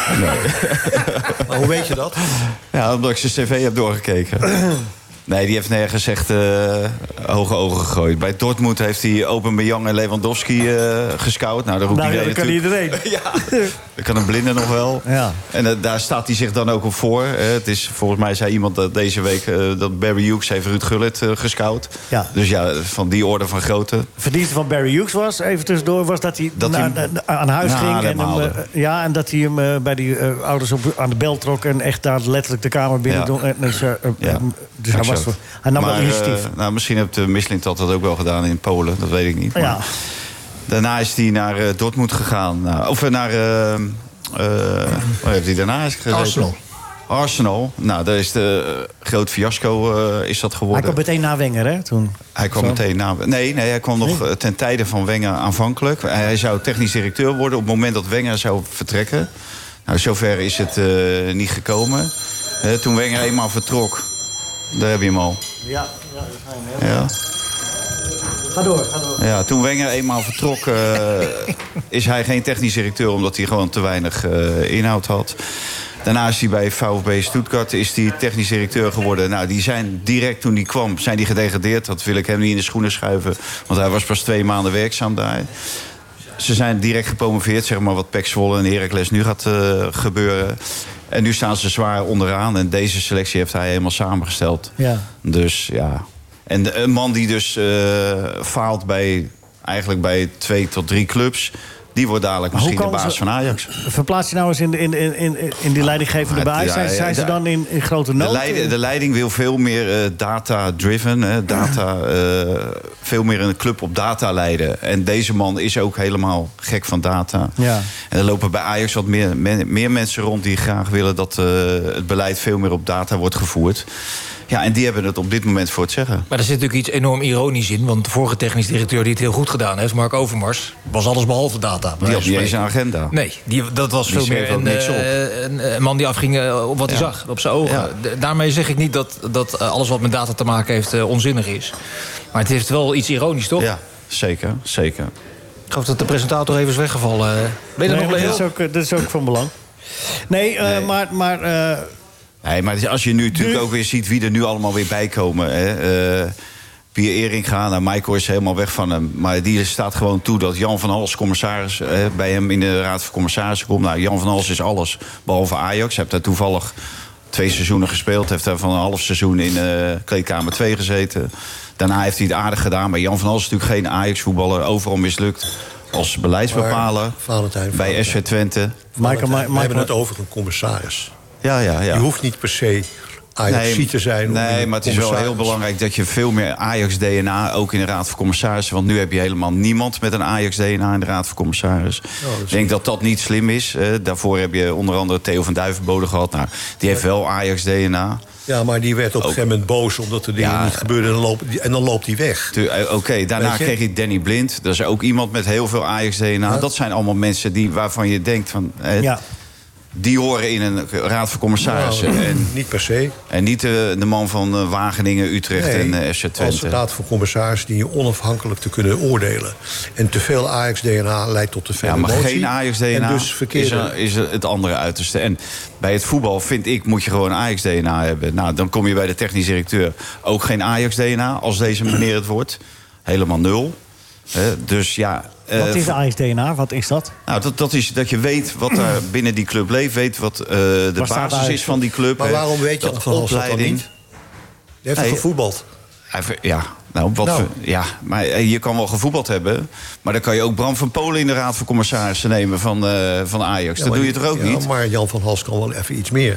Maar hoe weet je dat? Ja, omdat ik zijn cv heb doorgekeken. Nee, die heeft nergens echt uh, hoge ogen gegooid. Bij Dortmund heeft hij Aubameyang en Lewandowski uh, gescout. Nou, daar roept Nou, ja, iedereen dat kan natuurlijk- iedereen. Ja, dat kan een blinde nog wel. Ja. En uh, daar staat hij zich dan ook op voor. Uh, het is, volgens mij zei iemand dat deze week... Uh, dat Barry Hughes heeft Ruud Gullit uh, gescout. Ja. Dus ja, van die orde van grootte. Verdienste van Barry Hughes was, even tussendoor, was dat hij, Dat na- hij- na- aan huis naar ging. Haarlem En hem, haalde. eh, ja, en dat hij hem eh, bij die eh, ouders op, aan de bel trok... en echt daar letterlijk de kamer binnen... Ja. Doen, en, dus, eh, eh, Ja, dus hij, was, exact. hij nam wel Maar, initiatief. uh, nou, misschien heeft de Mislintat dat ook wel gedaan in Polen. Dat weet ik niet. Maar Ja. Daarna is hij naar uh, Dortmund gegaan. Nou, of uh, naar... Uh, uh, waar heeft hij daarna eens gezeten? Arsenal. Arsenal. Nou, daar is de uh, groot fiasco uh, is dat Hij geworden. kwam meteen na Wenger, hè, toen. Hij kwam Zo. meteen na... Nee, nee, hij kwam nog uh, ten tijde van Wenger aanvankelijk. Hij zou technisch directeur worden op het moment dat Wenger zou vertrekken. Nou, zover is het uh, niet gekomen. Uh, toen Wenger eenmaal vertrok, daar heb je hem al. Ja, ja, dat zijn we. Ja. Ga door, ga door. Ja, toen Wenger eenmaal vertrok, uh, is hij geen technisch directeur... omdat hij gewoon te weinig uh, inhoud had. Daarna is hij bij VfB Stuttgart is hij technisch directeur geworden. Nou, die zijn direct toen hij kwam, zijn die gedegradeerd. Dat wil ik hem niet in de schoenen schuiven. Want hij was pas twee maanden werkzaam daar. Ze zijn direct gepromoveerd, zeg maar, wat P E C Zwolle en Heracles nu gaat uh, gebeuren. En nu staan ze zwaar onderaan. En deze selectie heeft hij helemaal samengesteld. Ja. Dus ja... En de- een man die dus uh, faalt bij, eigenlijk bij twee tot drie clubs... die wordt dadelijk Maar hoe misschien de komen baas ze- van Ajax. Verplaats je nou eens in, in, in, in, in die leidinggevende Maar bij. ja, Zijn, ja, zijn ze de- dan in, in grote nood? De, leiding, de leiding wil veel meer uh, data-driven, hè, data, uh, veel meer een club op data leiden. En deze man is ook helemaal gek van data. Ja. En er lopen bij Ajax wat meer, men- meer mensen rond die graag willen... dat uh, het beleid veel meer op data wordt gevoerd. Ja, en die hebben het op dit moment voor het zeggen. Maar er zit natuurlijk iets enorm ironisch in. Want de vorige technisch directeur die het heel goed gedaan heeft, Mark Overmars, was alles behalve data. Die had niet eens een agenda. Nee, die, dat was Die veel schreef meer ook een, niks op. eh, een, een man die afging eh, op wat hij Ja. zag, op zijn ogen. Ja. D- Daarmee zeg ik niet dat, dat eh, alles wat met data te maken heeft eh, onzinnig is. Maar het heeft wel iets ironisch, toch? Ja, zeker, zeker. Ik geloof dat de presentator even is weggevallen. Ben je er Nee, nog, maar Leo? dat, is ook, dat is ook van belang. Nee, uh, Nee. maar... maar uh, Nee, maar als je nu natuurlijk ook weer ziet wie er nu allemaal weer bij komen. Hè. Uh, Pierre Eringa, nou, Michael is helemaal weg van hem. Maar die staat gewoon toe dat Jan van Hals commissaris uh, bij hem in de Raad van Commissarissen komt. Nou, Jan van Hals is alles, behalve Ajax. Hij heeft daar toevallig twee seizoenen gespeeld. Heeft daar van een half seizoen in uh, kleedkamer twee gezeten. Daarna heeft hij het aardig gedaan. Maar Jan van Hals is natuurlijk geen Ajax-voetballer. Overal mislukt als beleidsbepaler. Maar, Valentijn, bij Valentijn. S V Twente. Michael, We Michael, hebben het over een commissaris. Ja, ja, ja. Je hoeft niet per se Ajax te zijn. om Nee, een maar het is wel heel commissaris- belangrijk dat je veel meer Ajax-D N A... ook in de Raad van Commissarissen... want nu heb je helemaal niemand met een Ajax-D N A in de Raad van Commissarissen. dat is Ik denk dat dat niet slim is. Eh, daarvoor heb je onder andere Theo van Duivenbode gehad. Nou, die heeft wel Ajax-D N A. Ja, maar die werd op een gegeven moment boos omdat er dingen Ja. niet gebeurden. En dan, loopt, en dan loopt hij weg. Tu- eh, Oké, okay, daarna Weet je? kreeg je Danny Blind. Dat is ook iemand met heel veel Ajax-D N A. Ja. Dat zijn allemaal mensen die, waarvan je denkt van... Eh, ja. die horen in een Raad van Commissarissen. Nou, en, niet per se. en niet de, de man van eh, Wageningen, Utrecht Nee, en uh, F C als Twente. raad van commissarissen die je onafhankelijk te kunnen oordelen. En te veel Ajax-D N A leidt tot te veel Ja, maar emotie. geen Ajax-D N A En dus is, verkeerde... er- is er het andere uiterste. En bij het voetbal, vind ik, moet je gewoon Ajax-D N A hebben. Nou, dan kom je bij de technisch directeur ook geen Ajax-D N A... als deze meneer het wordt. Helemaal nul. Hè, dus ja... eh, wat is Ajax-D N A? Wat is dat? Nou, dat, dat is dat je weet wat daar binnen die club leeft. Weet wat eh, de Waar staat basis Ajax is van die club. Maar hè. waarom weet je dat van Hals dat dan opleiding- niet? Die heeft Nee. toch gevoetbald? Hij ver- Ja, Nou, wat Nou. voor- ja, maar je kan wel gevoetbald hebben. Maar dan kan je ook Bram van Polen in de raad van commissarissen nemen van, uh, van Ajax. Ja, dat maar doe je die- toch ook ja, niet? Maar Jan van Hals kan wel even iets meer.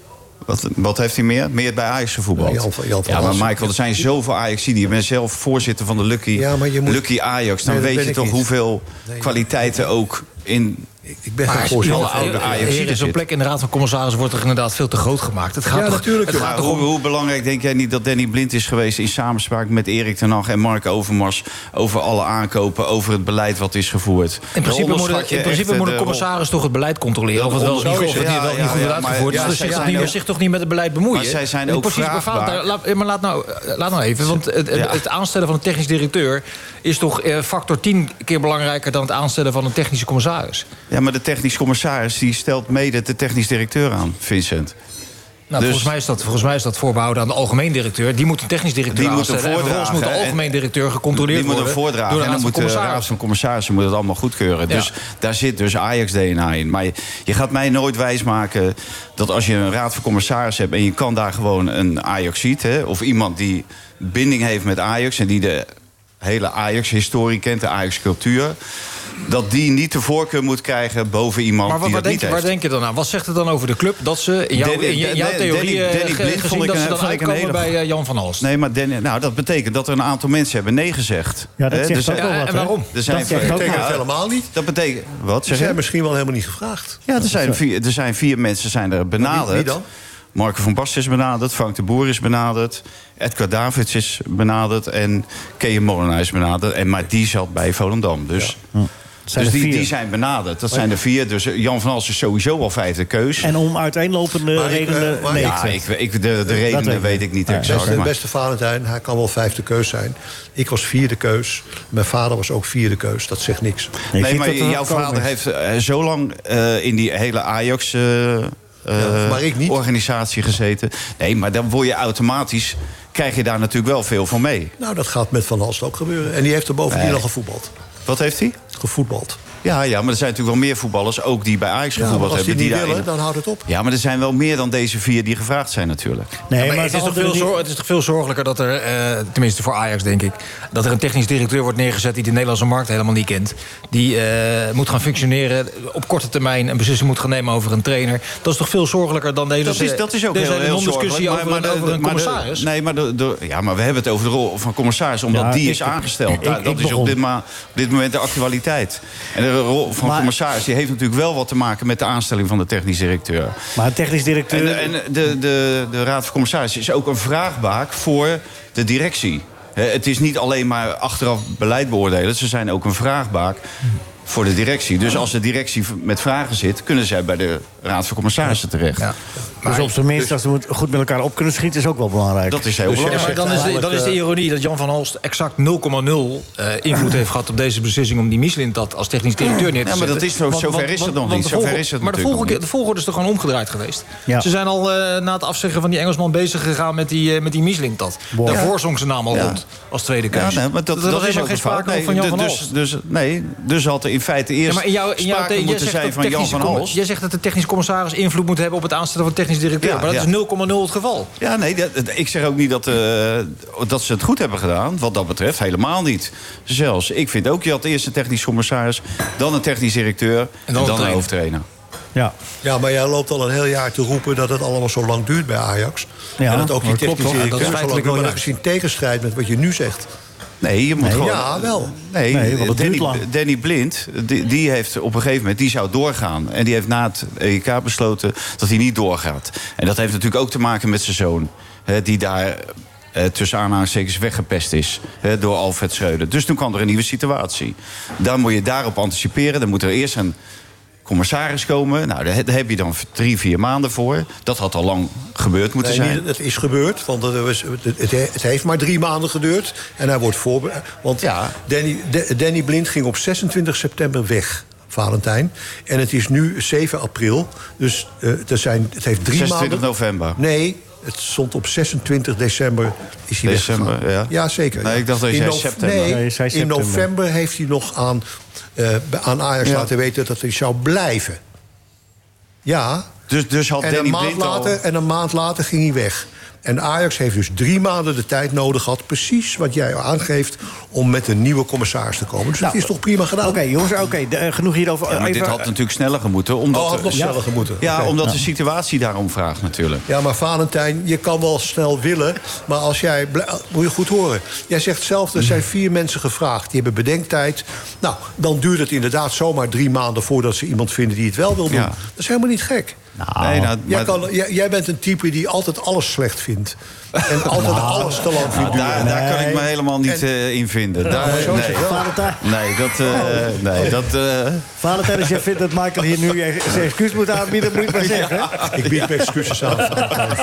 Wat, wat heeft hij meer? Meer bij Ajax gevoetbald. Ja, Jan van- Jan van ja, maar Hals. Michael, er zijn zoveel Ajaxiden. Je bent zelf voorzitter van de Lucky, Ja, maar je moet- Lucky Ajax. Dan Nee, dat weet ben je ik toch niet. hoeveel Nee, kwaliteiten ook in... Ik ben Maar geen als- voorzitter Johan, van de eh, Ajax heren, zitten. zo'n plek in de Raad van Commissarissen wordt er inderdaad veel te groot gemaakt. Het gaat Ja, toch, natuurlijk, Het joh. gaat Maar toch hoe, om... hoe belangrijk denk jij niet dat Danny Blind is geweest... in samenspraak met Erik ten Hag en Mark Overmars... over alle aankopen, over het beleid wat is gevoerd? In principe, moet, Onderschat je in principe echt, moet eh, een de commissaris toch het beleid controleren. Of het wel, of niet, Zo is of het het. niet, wel Ja, niet ja, goed ja, wordt maar- uitgevoerd. ja, dus zij zich toch zijn niet, ook- zich toch niet met het beleid bemoeien. Maar zij zijn In ook principe vraagbaar. bepaalt daar- laat, maar laat nou, laat nou even, want het, het, Ja. het aanstellen van een technisch directeur... is toch eh, factor tien keer belangrijker dan het aanstellen van een technische commissaris. Ja, maar de technisch commissaris die stelt mede de technisch directeur aan, Vincent. Nou, Dus- volgens, mij is dat, volgens mij is dat voorbehouden aan de algemeen directeur. Die moet een technisch directeur Die moet hem aanstellen. En vervolgens moet de voordragen. algemeen directeur gecontroleerd Die moet worden hem voordragen door de en Raad dan van moet de Raad Commissarissen. van Commissarissen moet het allemaal goedkeuren. Ja. Dus daar zit dus Ajax-D N A in. Maar je, je gaat mij nooit wijsmaken dat als je een Raad van Commissarissen hebt... en je kan daar gewoon een Ajax-ziet, hè, of iemand die binding heeft met Ajax... en die de hele Ajax-historie kent, de Ajax-cultuur... dat die niet de voorkeur moet krijgen boven iemand Maar wat, die waar, dat denk, niet je- heeft. waar denk je dan aan? Wat zegt het dan over de club dat ze in jouw, Danny- in jouw Danny- theorie Danny- eh, Danny ge- Blind gezien vond ik dat een- ze dan vond ik een uitkomen hele- bij eh, Jan van Halst? Nee, maar Danny, nou, dat betekent dat er een aantal mensen hebben nee gezegd. Ja, dat Hè, zegt er zijn- ook wel Ja, wat, en hè? waarom? Er zijn Dat zegt ook Dat betekent wel. het helemaal niet. Dat betekent... Wat Ze zeg zijn je? misschien wel helemaal niet gevraagd. Ja, er zijn, vier, er zijn vier mensen zijn er benaderd. Wie- wie dan? Marco van Basten is benaderd, Frank de Boer is benaderd... Edgar Davids is benaderd en Kees Molenaar is benaderd. En, maar die zat bij Volendam, dus... Zijn Dus er die, vier. die zijn benaderd. Dat zijn er vier. Dus Jan van Hals is sowieso al vijfde keus. En om uiteenlopende Maar ik, redenen... eh, maar nee, ja, ik, ik, de, de redenen weet ik weet niet. ik niet Ja, exact. Beste, maar- beste Valentijn, hij kan wel vijfde keus zijn. Ik was vierde keus. Mijn vader was ook vierde keus. Dat zegt niks. Je Nee, ziet maar dat er jouw ook komen vader is. heeft eh, zo lang eh, in die hele Ajax... eh, eh, maar ik niet. organisatie gezeten. Nee, maar dan word je automatisch... krijg je daar natuurlijk wel veel van mee. Nou, dat gaat met Van Halst ook gebeuren. En die heeft er bovendien Nee. al gevoetbald. Wat heeft hij? Gevoetbald. Ja, ja, maar er zijn natuurlijk wel meer voetballers... ook die bij Ajax Ja, maar gevoetbald als die hebben. niet daarin- willen, dan houdt het op. Ja, maar er zijn wel meer dan deze vier die gevraagd zijn natuurlijk. Nee, Ja, maar maar het, is toch andere veel niet- zor- het is toch veel zorgelijker dat er, eh, tenminste voor Ajax denk ik... dat er een technisch directeur wordt neergezet die de Nederlandse markt helemaal niet kent. Die eh, moet gaan functioneren, op korte termijn een beslissing moet gaan nemen over een trainer. Dat is toch veel zorgelijker dan deze, Dat is, dat is ook deze heel, hele heel non-discussie zorgelijk. over, Maar- maar over de- een maar de- commissaris. Nee, maar, de, de- ja, maar we hebben het over de rol van commissaris... omdat Ja, die ik- is aangesteld. ik- Nou, ik dat is begon. op dit, ma- op dit moment de actualiteit. En de rol van Maar- commissaris die heeft natuurlijk wel wat te maken... met de aanstelling van de technisch directeur. Maar een technisch directeur... En, en de, de, de Raad van Commissarissen is ook een vraagbaak voor de directie. Hè, het is niet alleen maar achteraf beleid beoordelen. Ze zijn ook een vraagbaak voor de directie. Dus als de directie met vragen zit... kunnen zij bij de Raad van Commissarissen terecht. Ja. dus op zijn minst, als ze moet- goed met elkaar op kunnen schieten... is ook wel belangrijk. Dat is heel Dus ja, Ja, belangrijk. maar dan is, de, dan is de ironie dat Jan van Halst exact nul komma nul eh, invloed heeft gehad op deze beslissing om die Michelin-tat als technisch directeur neer te Ja, maar zetten. dat is zo- Want- zover want- is het want- nog want niet. de Zover volgorde- is het maar de natuurlijk volgorde, nog de volgorde is er gewoon omgedraaid geweest. Ja. Ze zijn al eh, na het afzeggen van die Engelsman bezig gegaan met die, eh, met die Michelin-tat. Wow. Daarvoor zong zijn naam al Ja. rond als tweede Ja, keus. nee, maar dat, er dat was is helemaal ook geen een fout. sprake Nee, van Jan van dus, Halst. dus, nee, dus had er in feite eerst Ja, maar in jouw, in jouw sprake jij moeten zegt zijn dat van Jan technische van commi- Halst. Jij zegt dat de technisch commissaris invloed moet hebben op het aanstellen van technisch directeur. Ja, maar dat ja. is nul komma nul het geval. Ja, nee, dat, dat- ik zeg ook niet dat, eh, dat ze het goed hebben gedaan. Wat dat betreft, helemaal niet. Zelfs, ik vind ook, je had eerst een technisch commissaris... dan een technisch directeur en dan, een een trainer. hoofdtrainer. Ja. Ja, maar jij loopt al een heel jaar te roepen dat het allemaal zo lang duurt bij Ajax. Ja, en dat ook die dat klopt technische wel. Ja, dat is directeur zo lang feitelijk duurt. wel Maar dat juist. is in tegenstrijd met wat je nu zegt. Nee, je moet Nee. gewoon... Ja, wel. Nee, Nee, want het duurt Danny, lang. Danny Blind, die, die heeft op een gegeven moment... die zou doorgaan. En die heeft na het E K besloten dat hij niet doorgaat. En dat heeft natuurlijk ook te maken met zijn zoon. Hè, die daar eh, tussen aanhalingstekens weggepest is. Hè, door Alfred Schreuder. Dus toen kwam er een nieuwe situatie. Dan moet je daarop anticiperen. Dan moet er eerst een commissaris komen. Nou, daar daar heb je dan drie, vier maanden voor. Dat had al lang gebeurd moeten Nee, zijn. niet, het is gebeurd, want het, was, het, het- het heeft maar drie maanden geduurd. En hij wordt voorbereid. Want Ja. Danny, De- Danny Blind ging op zesentwintig september weg, Valentijn. En het is nu zeven april. Dus eh, er zijn, het heeft drie zesentwintig maanden... november. Nee, het stond op zesentwintig december is hij December, weggegaan. ja. zeker. Nee, ja. ik dacht dat je In zei nov- september. Nee, Nee, je zei in september. november heeft hij nog aan, eh, aan Ajax Ja. laten weten dat hij zou blijven. Ja, Dus, dus had en Danny een, maand Blind al... later, en een maand later ging hij weg. En Ajax heeft dus drie maanden de tijd nodig gehad... precies wat jij aangeeft, om met een nieuwe commissaris te komen. Dus nou, dat is toch prima gedaan? Oké, okay, jongens, oké, okay, uh, genoeg hierover. Ja, maar even... dit had natuurlijk sneller gemoeten. Omdat oh, had nog er, sneller ja, gemoeten. Ja, okay. omdat ja. de situatie daarom vraagt natuurlijk. Ja, maar Valentijn, je kan wel snel willen... maar als jij... Moet je goed horen. Jij zegt zelf, er zijn vier mensen gevraagd. Die hebben bedenktijd. Nou, dan duurt het inderdaad zomaar drie maanden... voordat ze iemand vinden die het wel wil doen. Ja. Dat is helemaal niet gek. Nou, nee, nou, jij, kan, jij, jij bent een type die altijd alles slecht vindt. En altijd nou, alles te lang vindt. Nou, daar, daar nee. kan ik me helemaal niet en, uh, in vinden. Nou, daar, zo nee. Valentijn. Nee, dat... Uh, nee, dat uh... Valentijn, als jij vindt dat Michael hier nu zijn excuus moet aanbieden... moet je maar zeggen. Ja. Ik bied mijn excuses aan. Nou,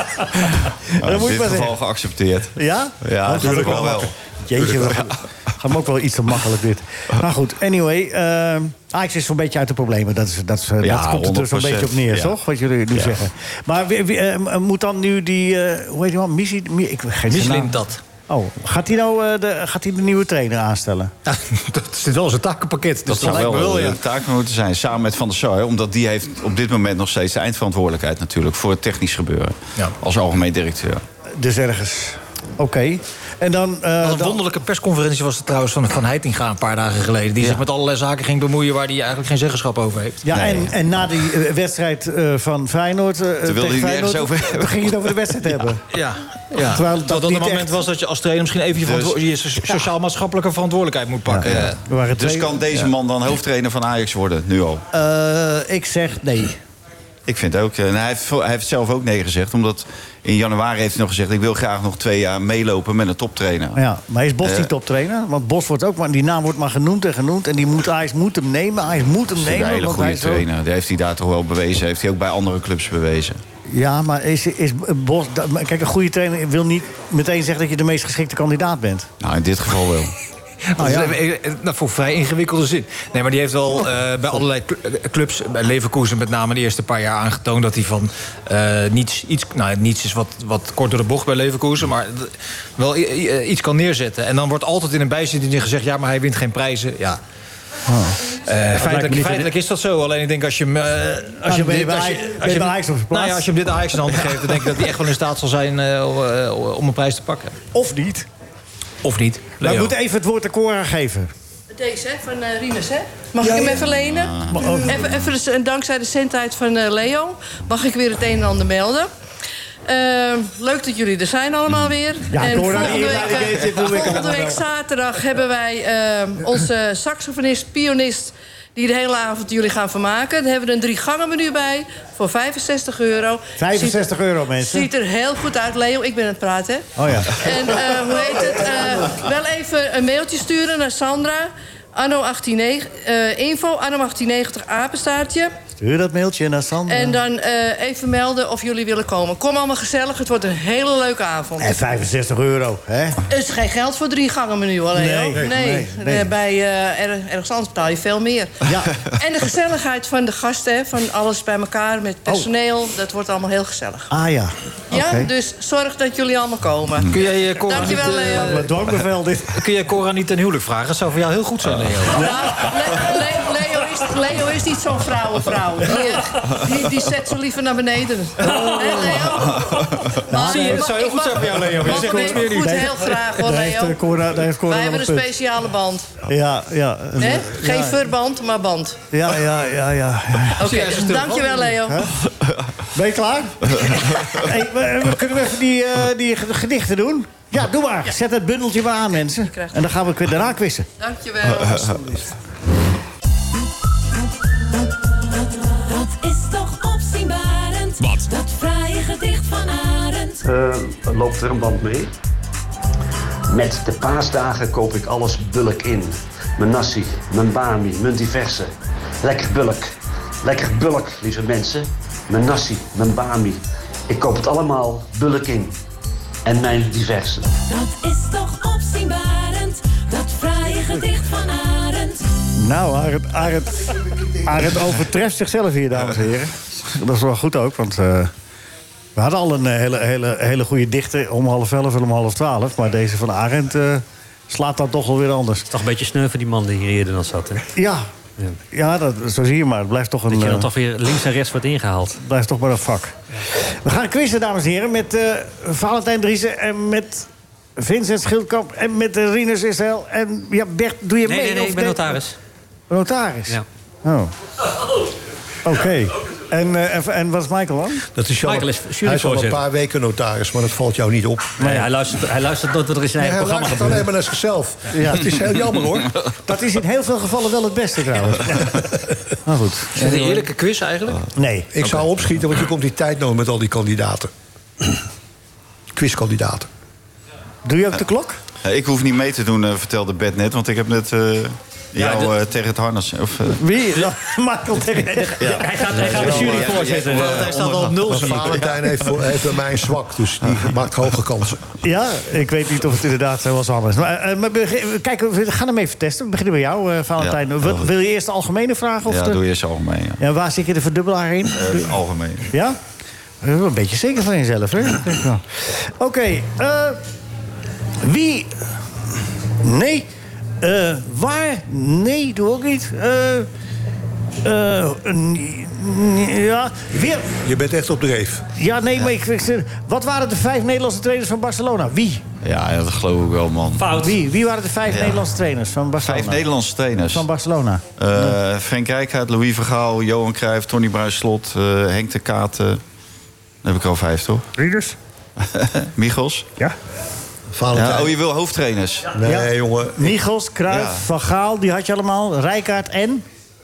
dat moet in dit geval geaccepteerd. Ja? Ja, natuurlijk wel wel. Jeetje, wel. Gaat me ook wel iets te makkelijk dit. Maar goed, anyway. Uh, Ajax is zo'n beetje uit de problemen. Dat, is, dat, is, ja, dat komt er dus een beetje op neer, ja. toch? Wat jullie nu ja. zeggen. Maar wie, wie, uh, moet dan nu die... Uh, hoe heet die man? Missie? Ik geen Michelin dat. Oh, gaat hij nou uh, de, gaat hij de nieuwe trainer aanstellen? Ja, dat zit wel zijn takenpakket. Dat, dat zou wel, wel ja. de taak moeten zijn, samen met Van der Sar. Omdat die heeft op dit moment nog steeds de eindverantwoordelijkheid natuurlijk... voor het technisch gebeuren, ja. als algemeen directeur. Dus ergens... Oké. Okay. En dan, uh, een dan... wonderlijke persconferentie was het trouwens van Van Heitinga een paar dagen geleden. Die ja. zich met allerlei zaken ging bemoeien waar hij eigenlijk geen zeggenschap over heeft. Ja, nee. en, en na die uh, wedstrijd uh, van Feyenoord... Uh, toen wilde hij nergens over hebben. Toen ging je het over de wedstrijd ja. hebben. Ja, ja. Terwijl dat, dat het moment echt... was dat je als trainer misschien even je, dus... je sociaal-maatschappelijke verantwoordelijkheid moet pakken. Ja. Ja. Ja. Dus twee... kan deze man dan hoofdtrainer van Ajax worden, nu al? Uh, ik zeg nee. Ik vind ook. En hij heeft, hij heeft zelf ook nee gezegd. Omdat in januari heeft hij nog gezegd... ik wil graag nog twee jaar meelopen met een toptrainer. Ja, maar is Bos uh, die toptrainer? Want Bos wordt ook... maar die naam wordt maar genoemd en genoemd. En die moet, Ajax moet hem nemen. Ajax moet hem nemen. Een hele goede trainer. Zo... Die heeft hij daar toch wel bewezen. Heeft hij ook bij andere clubs bewezen. Ja, maar is, is Bos... Kijk, een goede trainer wil niet meteen zeggen... dat je de meest geschikte kandidaat bent. Nou, in dit geval wel. Oh, ja. Nou, voor vrij ingewikkelde zin. Nee, maar die heeft wel uh, bij allerlei clubs, bij Leverkusen met name de eerste paar jaar aangetoond dat hij van uh, niets, iets, nou niets is wat, wat kort door de bocht bij Leverkusen, maar wel iets kan neerzetten. En dan wordt altijd in een bijzitting gezegd, ja, maar hij wint geen prijzen. Ja. Oh. Uh, feitelijk, feitelijk is dat zo. Alleen ik denk als je hem... Uh, als je hem dit, als je, als je, Ajax op nou ja, als je hem dit Ajax in handen geeft, dan denk ik dat hij echt wel in staat zal zijn uh, uh, om een prijs te pakken. Of niet. Of niet. Leo. We moeten even het woord aan Cora geven. Deze, hè, van uh, Rinus, hè? Mag ja, ik hem even lenen? Ja. Even, even de, dankzij de centheid van uh, Leo mag ik weer het een en ander melden. Uh, leuk dat jullie er zijn allemaal weer. Ja, en Cora, volgende week, uh, volgende week zaterdag hebben wij uh, onze saxofonist, pianist... die de hele avond jullie gaan vermaken. Daar hebben we een drie gangen menu bij voor vijfenzestig euro. vijfenzestig euro, mensen. Ziet er heel goed uit, Leo. Ik ben aan het praten, hè? Oh ja. En uh, hoe heet het? Uh, wel even een mailtje sturen naar Sandra. Anno achttien negentig, uh, info, anno achttien negentig apenstaartje. Stuur dat mailtje naar Sandra. En dan uh, even melden of jullie willen komen. Kom allemaal gezellig, het wordt een hele leuke avond. En vijfenzestig euro, hè? Het is geen geld voor drie gangen menu alleen. Nee, nee, nee, nee. Bij uh, er, ergens anders betaal je veel meer. Ja. En de gezelligheid van de gasten, van alles bij elkaar met personeel... Oh. Dat wordt allemaal heel gezellig. Ah ja. Ja, okay. dus zorg dat jullie allemaal komen. Kun jij uh, Cora Dankjewel, niet, Leo. Wat dwangbevel dit. Kun jij Cora niet ten huwelijk vragen? Dat zou voor jou heel goed zijn, Leo. Ja, Le Le Leo, is, Leo is niet zo'n vrouwenvrouw. Die, die, die zet zo liever naar beneden. Oh. He, Leo? Nou, zie je, dat zou heel goed zijn voor jou, Leo. Mag ik goed, goed heel graag, hoor, Leo. Cora, daar heeft Cora Wij hebben een punt. speciale band. Ja, ja. He? Geen ja. verband, maar band. Ja, ja, ja, ja. Oké, okay, dankjewel, Leo. Huh? Ben je klaar? Hey, we, kunnen we even die, uh, die gedichten doen? Ja, doe maar. Ja. Zet het bundeltje maar aan, mensen. En dan gaan we daarna quizzen. Dankjewel. Dat is toch opzienbarend. Wat? Dat fraaie gedicht van Arend. Uh, loopt er een band mee? Met de paasdagen koop ik alles bulk in. Mijn nasi, mijn bami, mijn diverse. Lekker bulk. Lekker bulk, lieve mensen. Mijn nasi, mijn bami. Ik koop het allemaal bulk in. En mijn diverse. Dat is toch opzienbarend. Dat fraaie gedicht van Arend. Nou, Arend, Arend, Arend overtreft zichzelf hier, dames en heren. Dat is wel goed ook, want uh, we hadden al een hele, hele, hele goede dichter om half elf en om half twaalf. Maar deze van Arend uh, slaat dan toch wel weer anders. Het is toch een beetje sneu voor die man die hier eerder dan zat, hè? Ja, Ja, dat, zo zie je maar. Het blijft toch een... Dat je dan uh, toch weer links en rechts wordt ingehaald. Het blijft toch maar een vak. We gaan quizzen, dames en heren, met uh, Valentijn Driessen en met Vincent Schildkamp en met uh, Rinus Israël. En ja, Bert, doe je Nee, mee? nee, nee, of ik ben nee? notaris. Notaris? Ja. Oh. Oké. Okay. En, uh, en, en wat is Michael dan? Dat is Michael is hij is al een juryvoorzitter. paar weken notaris, maar dat valt jou niet op. Nee, hij luistert, hij luistert nooit wat er in zijn Nee, eigen hij programma luistert alleen gebeurt. maar naar zichzelf. Ja. Het is heel jammer, hoor. Dat is in heel veel gevallen wel het beste, trouwens. Maar goed. Is het een eerlijke quiz eigenlijk? Nee. Ik zou opschieten, want je komt die tijd nodig met al die kandidaten. Quizkandidaten. Doe je ook de klok? Ja, ik hoef niet mee te doen, uh, vertelde Bert net. Want ik heb net uh, jou de- uh, tegen het harnas... Of, uh, Wie? Ja, Michael tegen... Hij gaat, hij gaat de jury voorzitten. Hij staat al op nul. Maar Valentijn heeft, voor- heeft bij mij een zwak, dus die maakt hoge kansen. Ja, ik weet niet of het inderdaad zo was anders. Maar, uh, maar begin- kijk, we gaan hem even testen. We beginnen bij jou, uh, Valentijn. Ja. Wil, wil je eerst de algemene vragen? Of ja, de... doe je eens algemeen. Ja. Ja, waar zit je de verdubbelaar in? Uh, algemeen. Ja? Je bent een beetje zeker van jezelf, hè? Denk ik wel. Oké, eh, wie... Nee. Eh, waar? Nee, doe ook niet. Eh... eh, n- n- ja, weer... Je bent echt op dreef. Ja, nee, maar ik... ik- Wat waren de vijf Nederlandse trainers van Barcelona? Wie? Ja, ja, dat geloof ik wel, man. Fout. Wie? Wie waren de vijf Ja. Nederlandse trainers van Barcelona? Vijf Nederlandse trainers. Van Barcelona. Uh, Frank Rijkaard, Louis van Gaal, Johan Cruijff, Tony Bruijs-Slot, uh, Henk de Katen. Dan heb ik al vijf, toch? Rieders? Michels? Ja. Valentijn. Ja, oh, je wil hoofdtrainers? Nee, Ja. jongen. Michels, Cruijff, Ja. Van Gaal, die had je allemaal. Rijkaard en...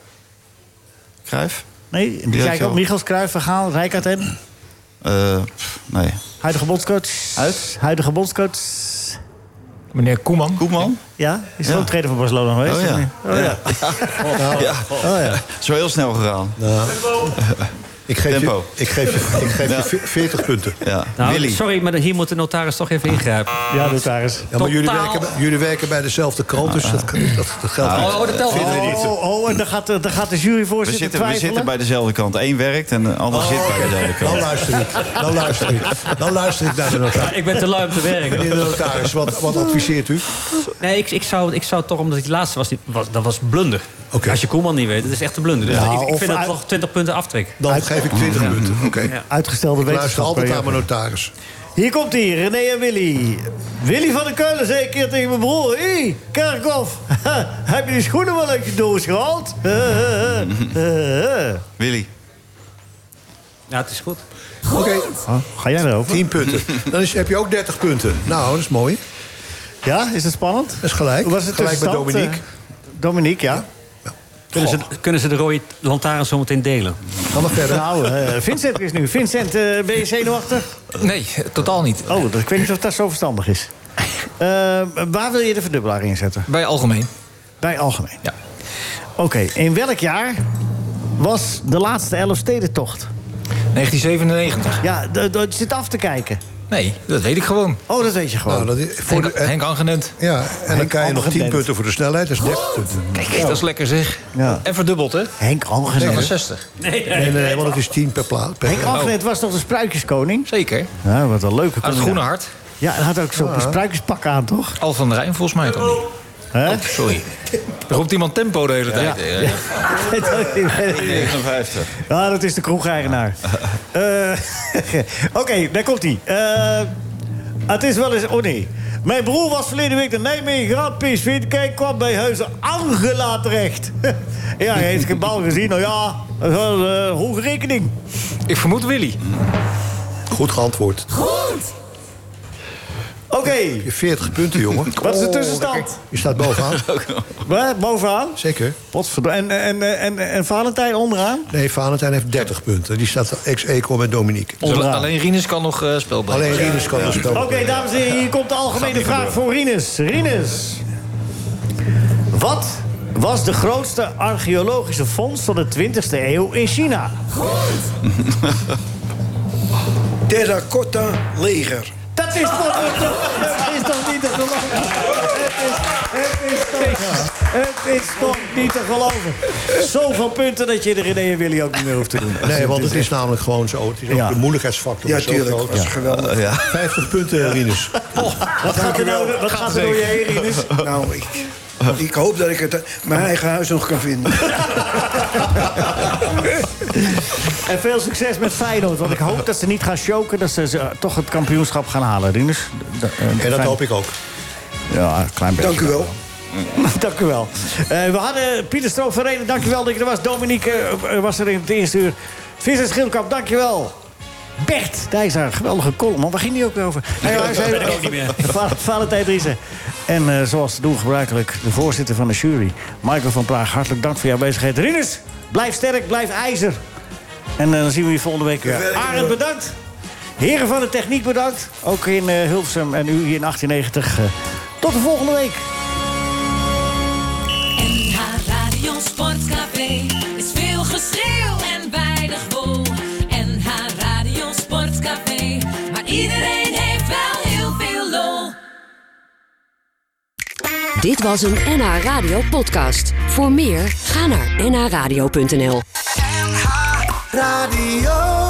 Cruijff? Nee, die had zei ik je ook. al. Michels, Cruijff, Van Gaal, Rijkaard en... Uh, pff, nee. Huidige bondscoach. Uit? Huidige bondscoach. Meneer Koeman. Koeman? Ja, is Ja. ook trainer van Barcelona geweest. Oh of ja. niet? Oh, ja. Ja. Ja. Oh, ja. Zo heel snel gegaan. Nou, ik geef je, Tempo. ik geef je, ik geef Ja. je ve- veertig punten. Ja. Nou, Willy. sorry, maar hier moet de notaris toch even ingrijpen. Ja, notaris. Ja, maar jullie Totaal. werken, bij- jullie werken bij dezelfde krant, dus dat, dat, dat geldt niet. Oh, oh, dat telt niet. Oh, oh, oh, en dan gaat, de- dan gaat de We juryvoorzitter zitten, we twijfelen. zitten bij dezelfde kant. Eén werkt en de ander zit bij dezelfde Dan kant. luister ik. Dan luister ik. Dan luister ik naar de notaris. Ik ben te lui om te werken. Meneer de notaris, wat, wat adviseert u? Nee, ik, ik, zou, ik zou toch, omdat het die laatste was, die, was dat was blunder. Oké. Als je Koeman niet weet, dat is echt een blunder. Dus Nou, ik, ik of vind dat uit- toch twintig punten aftrek. Dan geef ik twintig punten. Oké. Uitgestelde Ik luister wetenschap. altijd ja. naar mijn notaris. Hier komt hij, René en Willy. Willy van der Keulen zei een keer tegen mijn broer... Hé, hey, Kerkhoff, heb je die schoenen wel uit je doos gehaald? Willy. Ja, het is goed. Oké, Oh, ga jij erover? tien punten. Dan is, heb je ook dertig punten. Nou, dat is mooi. Ja, is het spannend? Dat is gelijk. Hoe was het Gelijk bij tussenstand, Dominique. eh, Dominique, ja. Kunnen ze, kunnen ze de rode lantaarn zo meteen delen? Ga maar verder. Nou, eh, Vincent is nu. Vincent, eh, ben je zenuwachtig? Nee, totaal niet. Oh, dat, ik weet niet of dat zo verstandig is. Eh, waar wil je de verdubbelaar inzetten? Bij algemeen. Bij algemeen. Ja. Oké, in welk jaar was de laatste Elfstedentocht? negentien zevenennegentig. Ja, d- d- je zit af te kijken. Nee, dat weet ik gewoon. Oh, dat weet je gewoon. Nou, dat is, voor Henk, de, en, Henk Angenent. ja, en dan Henk krijg je nog tien Angenent. punten voor de snelheid. Dat is dertig punten. Kijk, dat is lekker zeg. Ja. En verdubbeld, hè? Henk Dat Angenet. was zestig. Nee, Nee, nee, nee, want het is tien per plaats. Per Henk Angenet was toch de spruikjeskoning? Zeker. Ja, wat een leuke Uit het groene hart. Ja, hij had ook zo'n spruikjespak aan, toch? Al van der Rijn, volgens mij toch niet? Hè? Oh, sorry. Er roept iemand tempo de hele tijd. Ja. Ja. negenenvijftig. Ja, dat is de kroegeigenaar. Eh, Oké, daar komt hij. Eh, het is wel eens... Oh nee. Mijn broer was verleden week naar Nijmegen gegaan. P S V te kijken, kwam bij Huizen Angela terecht. Ja, hij heeft geen bal gezien. Nou ja, dat is wel een uh, hoge rekening. Ik vermoed Willy. Goed geantwoord. Oké, Je veertig punten, jongen. wat is de tussenstand? Je staat bovenaan. Waar? Bovenaan? Zeker. Potverdomme. En, en, en, en, en Valentijn onderaan? Nee, Valentijn heeft dertig punten. Die staat ex-equo met Dominique. Onderaan. Alleen Rinus kan nog uh, spel brengen. Alleen Rinus kan een spel. Oké, dames en heren, hier komt de algemene vraag voor Rinus. Rinus. Wat was de grootste archeologische vondst van de twintigste eeuw in China? Terracotta leger. Dat is toch, dat is toch niet te geloven? Het is, het, is toch, het is toch niet te geloven? Zoveel punten dat je de René en Willy ook niet meer hoeft te doen. Nee, want het is namelijk gewoon zo. Het is ook Ja. de moeilijkheidsfactor. Ja, is zo tuurlijk. groot. Dat is geweldig. vijftig punten, Rinus. Wat gaat er, nou, wat gaat er door je heen, Rinus? Nou, ik, Ik hoop dat ik het mijn eigen huis nog kan vinden. En veel succes met Feyenoord. Want ik hoop dat ze niet gaan choken. Dat ze, ze toch het kampioenschap gaan halen, Rinus. En dat Fijn... hoop ik ook. Ja, een klein beetje. Dank u wel. Dank u wel. Uh, we hadden Pieter Stroop van Reden, dank u wel dat je er was. Dominique uh, was er in het eerste uur. Visser Schildkamp, dank je wel. Bert Dijkstra, geweldige column. Man, waar ging die ook weer over? Nee, dat weet ik ook niet meer. Valentijn Driessen. En uh, zoals te doen gebruikelijk, de voorzitter van de jury. Michael van Praag, hartelijk dank voor jouw bezigheid. Rinus, blijf sterk, blijf ijzer. En uh, dan zien we je volgende week weer. Arend, bedankt. Heren van de techniek, bedankt. Ook in uh, Hilversum en u hier in achttien negentig. Uh, tot de volgende week. N H Radio Sportcafé is veel geschreeuw en weinig wol. N H Radio Sportcafé, maar iedereen heeft wel heel veel lol. Dit was een N H Radio podcast. Voor meer, ga naar n h radio punt n l. N H Radio.